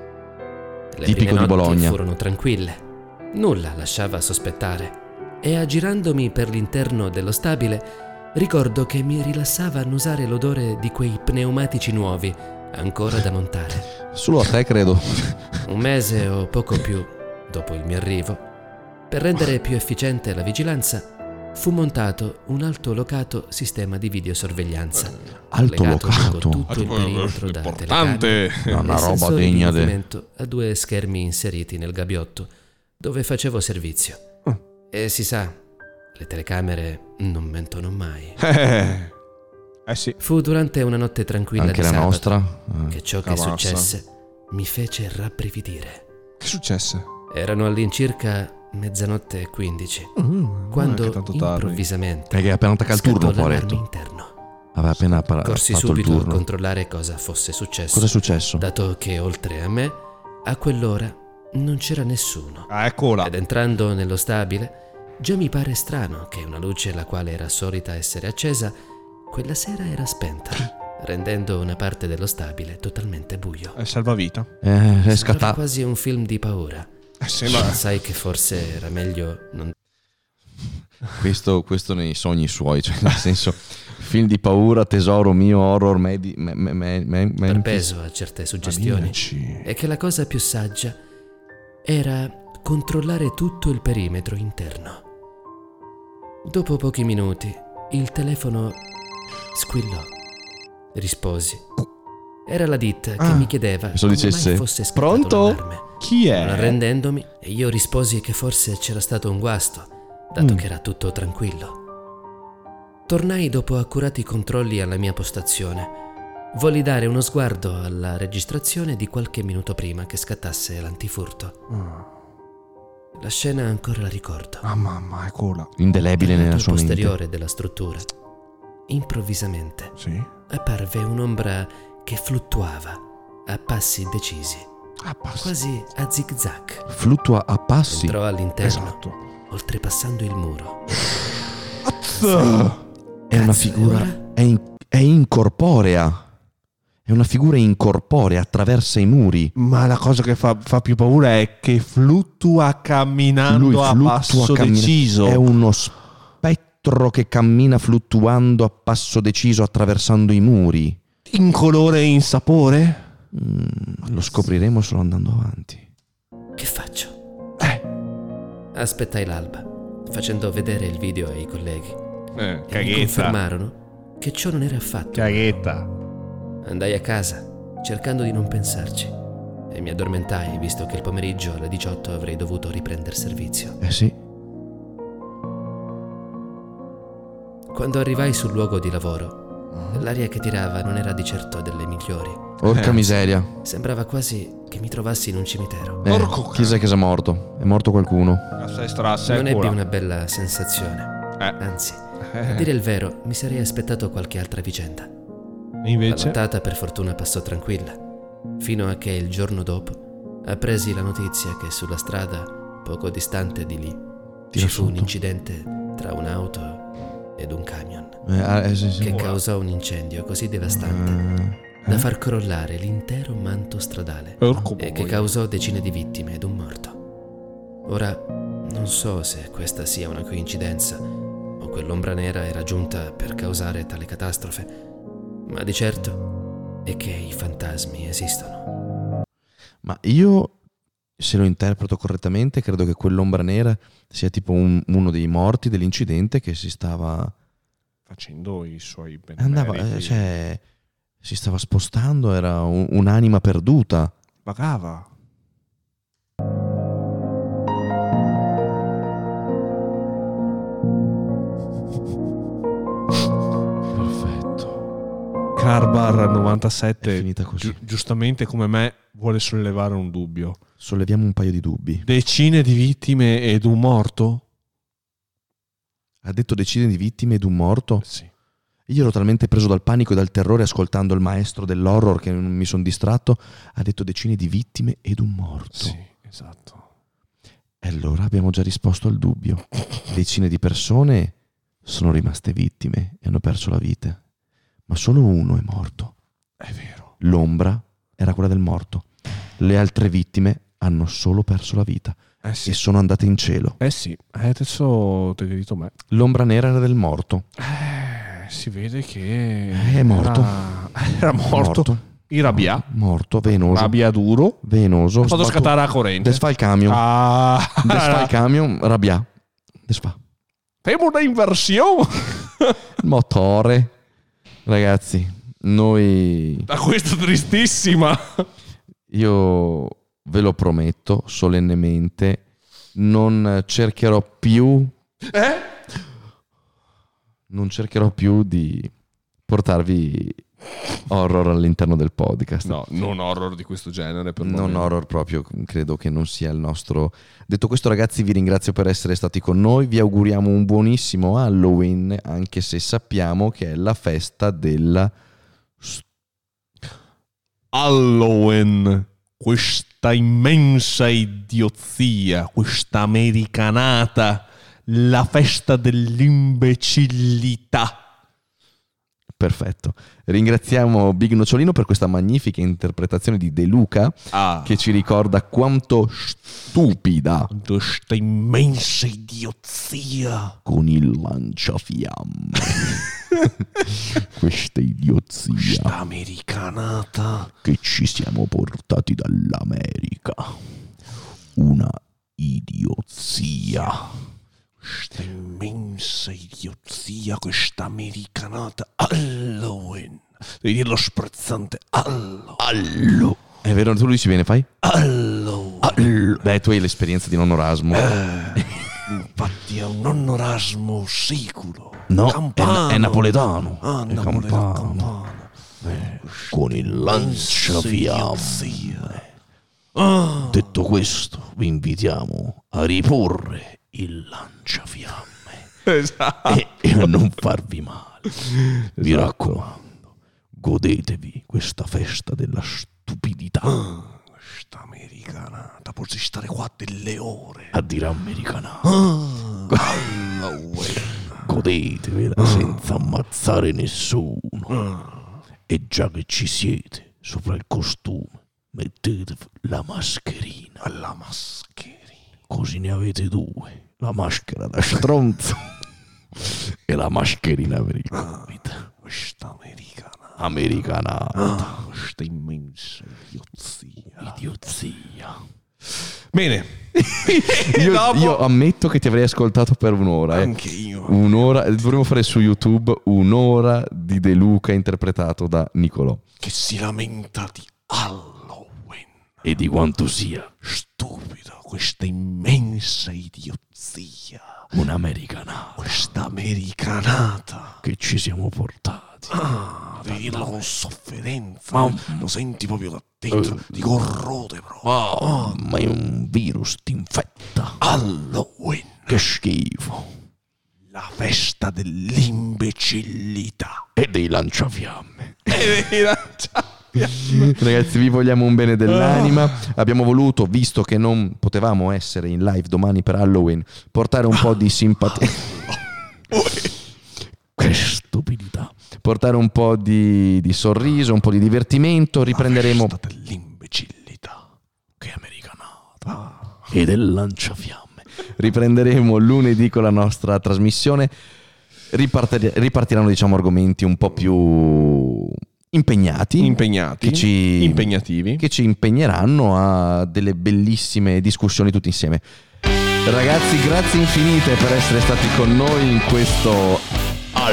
Le Tipico prime di notti Bologna. furono tranquille, nulla lasciava sospettare, e aggirandomi per l'interno dello stabile ricordo che mi rilassava annusare l'odore di quei pneumatici nuovi ancora da montare. Solo a te credo. Un mese o poco più dopo il mio arrivo, per rendere più efficiente la vigilanza, fu montato un altolocato sistema di videosorveglianza. legato lungo Altolocato. tutto il perimetro da Importante. È una e roba sensori di degna de... movimento a due schermi inseriti nel gabbiotto dove facevo servizio. Ah. E si sa, le telecamere non mentono mai. Eh. Eh sì. Fu durante una notte tranquilla Anche di la sabato nostra. Eh. che ciò che Cavassa. successe mi fece rabbrividire. Che successe? Erano all'incirca mezzanotte e quindici, Mm, quando neanche tanto tardi. improvvisamente Perché è appena attaccato il scattò turno, l'allarme poveretto. interno. Aveva appena par- Corsi fatto il subito a turno. controllare cosa fosse successo, Cosa è successo? dato che oltre a me, a quell'ora non c'era nessuno. Ah, eccola. Ed entrando nello stabile, già mi pare strano che una luce la quale era solita essere accesa, quella sera era spenta, rendendo una parte dello stabile totalmente buio. È salvavita. Eh, è Sembrava scattato. quasi un film di paura. Eh, sembra... Sai che forse era meglio non... Questo, questo nei sogni suoi, cioè nel senso, film di paura, tesoro mio, horror, medi, me, me, me, me, per me- peso a certe suggestioni. Amici. E che la cosa più saggia era controllare tutto il perimetro interno. Dopo pochi minuti il telefono squillò. Risposi. Era la ditta che Ah, mi chiedeva pensavo come dicesse, mai fosse scattato "Pronto?" l'allarme. Chi è? Arrendendomi, io risposi che forse c'era stato un guasto, dato Mm. che era tutto tranquillo. Tornai dopo accurati controlli alla mia postazione. Volli dare uno sguardo alla registrazione di qualche minuto prima che scattasse l'antifurto. La scena ancora la ricordo. Ah, mamma, eccola. indelebile Dal nella lato sua mente. posteriore della struttura, improvvisamente, Sì. apparve un'ombra che fluttuava a passi decisi, Ah, basta. quasi a zig-zag. Fluttua a passi. Entrò all'interno, Esatto. oltrepassando il muro. È una Cazzo, figura. e ora? È, in- è incorporea. È una figura incorporea, attraversa i muri. Ma la cosa che fa, fa più paura è che fluttua camminando Lui a fluttua passo cammina- deciso. È uno spettro che cammina fluttuando a passo deciso, attraversando i muri. In colore e in sapore? Mm, lo scopriremo solo andando avanti. Che faccio? Eh. Aspettai l'alba, facendo vedere il video ai colleghi. Eh, E mi confermarono che ciò non era affatto. Caghetta. Andai a casa, cercando di non pensarci, e mi addormentai, visto che il pomeriggio alle diciotto avrei dovuto riprendere servizio. Eh sì. Quando arrivai sul luogo di lavoro, l'aria che tirava non era di certo delle migliori. Porca Eh. miseria. Sembrava quasi che mi trovassi in un cimitero. Eh, Porco chi sa che è morto? È morto qualcuno. Assai strassa, Non ebbi eccola. una bella sensazione. Eh. Anzi, a Eh. dire il vero, mi sarei aspettato qualche altra vicenda. La Invece? nottata per fortuna passò tranquilla, fino a che il giorno dopo appresi la notizia che sulla strada, poco distante di lì, Tira ci fu un sotto. incidente tra un'auto ed un camion Eh, ah, eh, sì, sì. che causò un incendio così devastante Eh, da far crollare l'intero manto stradale Porco e che boia. causò decine di vittime ed un morto. Ora, non so se questa sia una coincidenza o quell'ombra nera era giunta per causare tale catastrofe, ma di certo è che i fantasmi esistono. Ma io, se lo interpreto correttamente, credo che quell'ombra nera sia tipo un- uno dei morti dell'incidente che si stava... Facendo i suoi Andava, benemeriti. eh, cioè, si stava spostando, era un- un'anima perduta. Vagava. Carbar novantasette È finita così. gi- giustamente come me vuole sollevare un dubbio. Solleviamo un paio di dubbi. Decine di vittime ed un morto? Ha detto decine di vittime ed un morto? Sì. Io ero talmente preso dal panico e dal terrore ascoltando il maestro dell'horror che non mi sono distratto. Ha detto decine di vittime ed un morto. Sì, esatto. E allora abbiamo già risposto al dubbio. Decine di persone sono rimaste vittime e hanno perso la vita. Ma solo uno è morto. È vero. L'ombra era quella del morto. Le altre vittime hanno solo perso la vita Eh sì. e sono andate in cielo. Eh sì. Eh, adesso ti ho detto me. L'ombra nera era del morto. Eh, si vede che... È morto. Era, era morto. Il rabbia. Morto, venoso. Rabbia duro. Venoso. Ha fatto sbattu- scattare la corrente. Desfa il camion. Ah. Desfa il camion, rabbia. Desfa. Femo una inversione. Il motore. Ragazzi, noi... Da questa tristissima. Io ve lo prometto solennemente, non cercherò più... Eh? Non cercherò più di portarvi horror all'interno del podcast. No, non horror di questo genere. Per Non horror proprio, credo che non sia il nostro. Detto questo, ragazzi, vi ringrazio per essere stati con noi. Vi auguriamo un buonissimo Halloween, anche se sappiamo che è la festa della Halloween, questa immensa idiozia, questa americanata, la festa dell'imbecillità. Perfetto. Ringraziamo Big Nocciolino per questa magnifica interpretazione di De Luca, Ah, che ci ricorda quanto stupida questa immensa idiozia. con il lanciafiamme. Questa idiozia Questa americanata. che ci siamo portati dall'America. Una idiozia. Questa immensa idiozia, questa americanata. Halloween. Devi dirlo sprezzante. Halloween. Allo. È vero, tu lo dici bene, fai? Halloween. Allo. Beh, tu hai l'esperienza di nonno Rasmo. Eh, infatti è un nonno Rasmo sicuro. No, Campano. è, è napoletano. Ah, È napoletano. campano. Campano. Con il lanciafiamme. Ah. Detto questo, vi invitiamo a riporre il lanciafiamme Esatto. e, e a non farvi male. Vi Esatto. raccomando, godetevi questa festa della stupidità. Ah, questa americanata, potresti stare qua delle ore. A dire americana. Ah, Halloween. Godetevela senza ammazzare nessuno. Ah. E già che ci siete, sopra il costume, mettete la mascherina. La mascherina. Così ne avete due. La maschera da stronzo e la mascherina per il Covid. Questa americana. Americana. Ah, questa immensa idiozia. Idiozia. Bene. Io, Dopo- io ammetto che ti avrei ascoltato per un'ora. Eh. Anche io. Un'ora. Dovremmo fare su YouTube un'ora di De Luca interpretato da Nicolò. Che si lamenta di Halloween. E di quanto sia Stupido, questa immensa idiozia. un'americana Questa americanata. che ci siamo portati. Ah, devi dirlo con sofferenza. Ma- Lo senti proprio da dentro. Ti corrode proprio. Oh, ma è un virus ti infetta. Halloween. Che schifo. La festa dell'imbecillità. E dei lanciafiamme. E devi lanciare. Ragazzi, vi vogliamo un bene dell'anima. Abbiamo voluto, visto che non potevamo essere in live domani per Halloween, portare un po' di simpatia. Che stupidità. Portare un po' di, di sorriso, un po' di divertimento. Riprenderemo. La festa dell'imbecillità. Che americanata. E del lanciafiamme. Riprenderemo lunedì con la nostra trasmissione. Ripartir- ripartiranno, diciamo, argomenti un po' più impegnati, Impegnati. che ci, Impegnativi. che ci impegneranno a delle bellissime discussioni tutti insieme. Ragazzi, grazie infinite per essere stati con noi in questo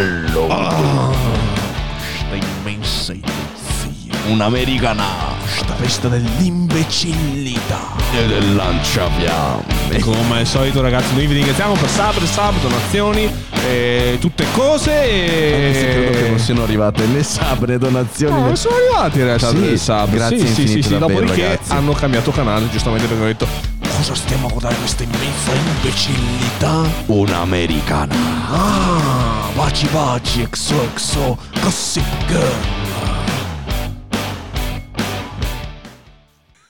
Halloween. Questa immensa idiozia. Un'americanata. festa dell'imbecillità e del lanciafiamme. E come al solito, ragazzi, noi vi ringraziamo per sabato, sabato, donazioni, e tutte cose. E... credo che non siano arrivate né sabre donazioni. No, né... sono arrivati in realtà sì, delle sub. grazie sì, sì, sì, sì. davvero, Dopodiché ragazzi. hanno cambiato canale, giustamente, perché hanno detto: cosa stiamo a guardare questa immensa imbecillità? Un'americana. Ah, baci baci, exo exo, gossip girl.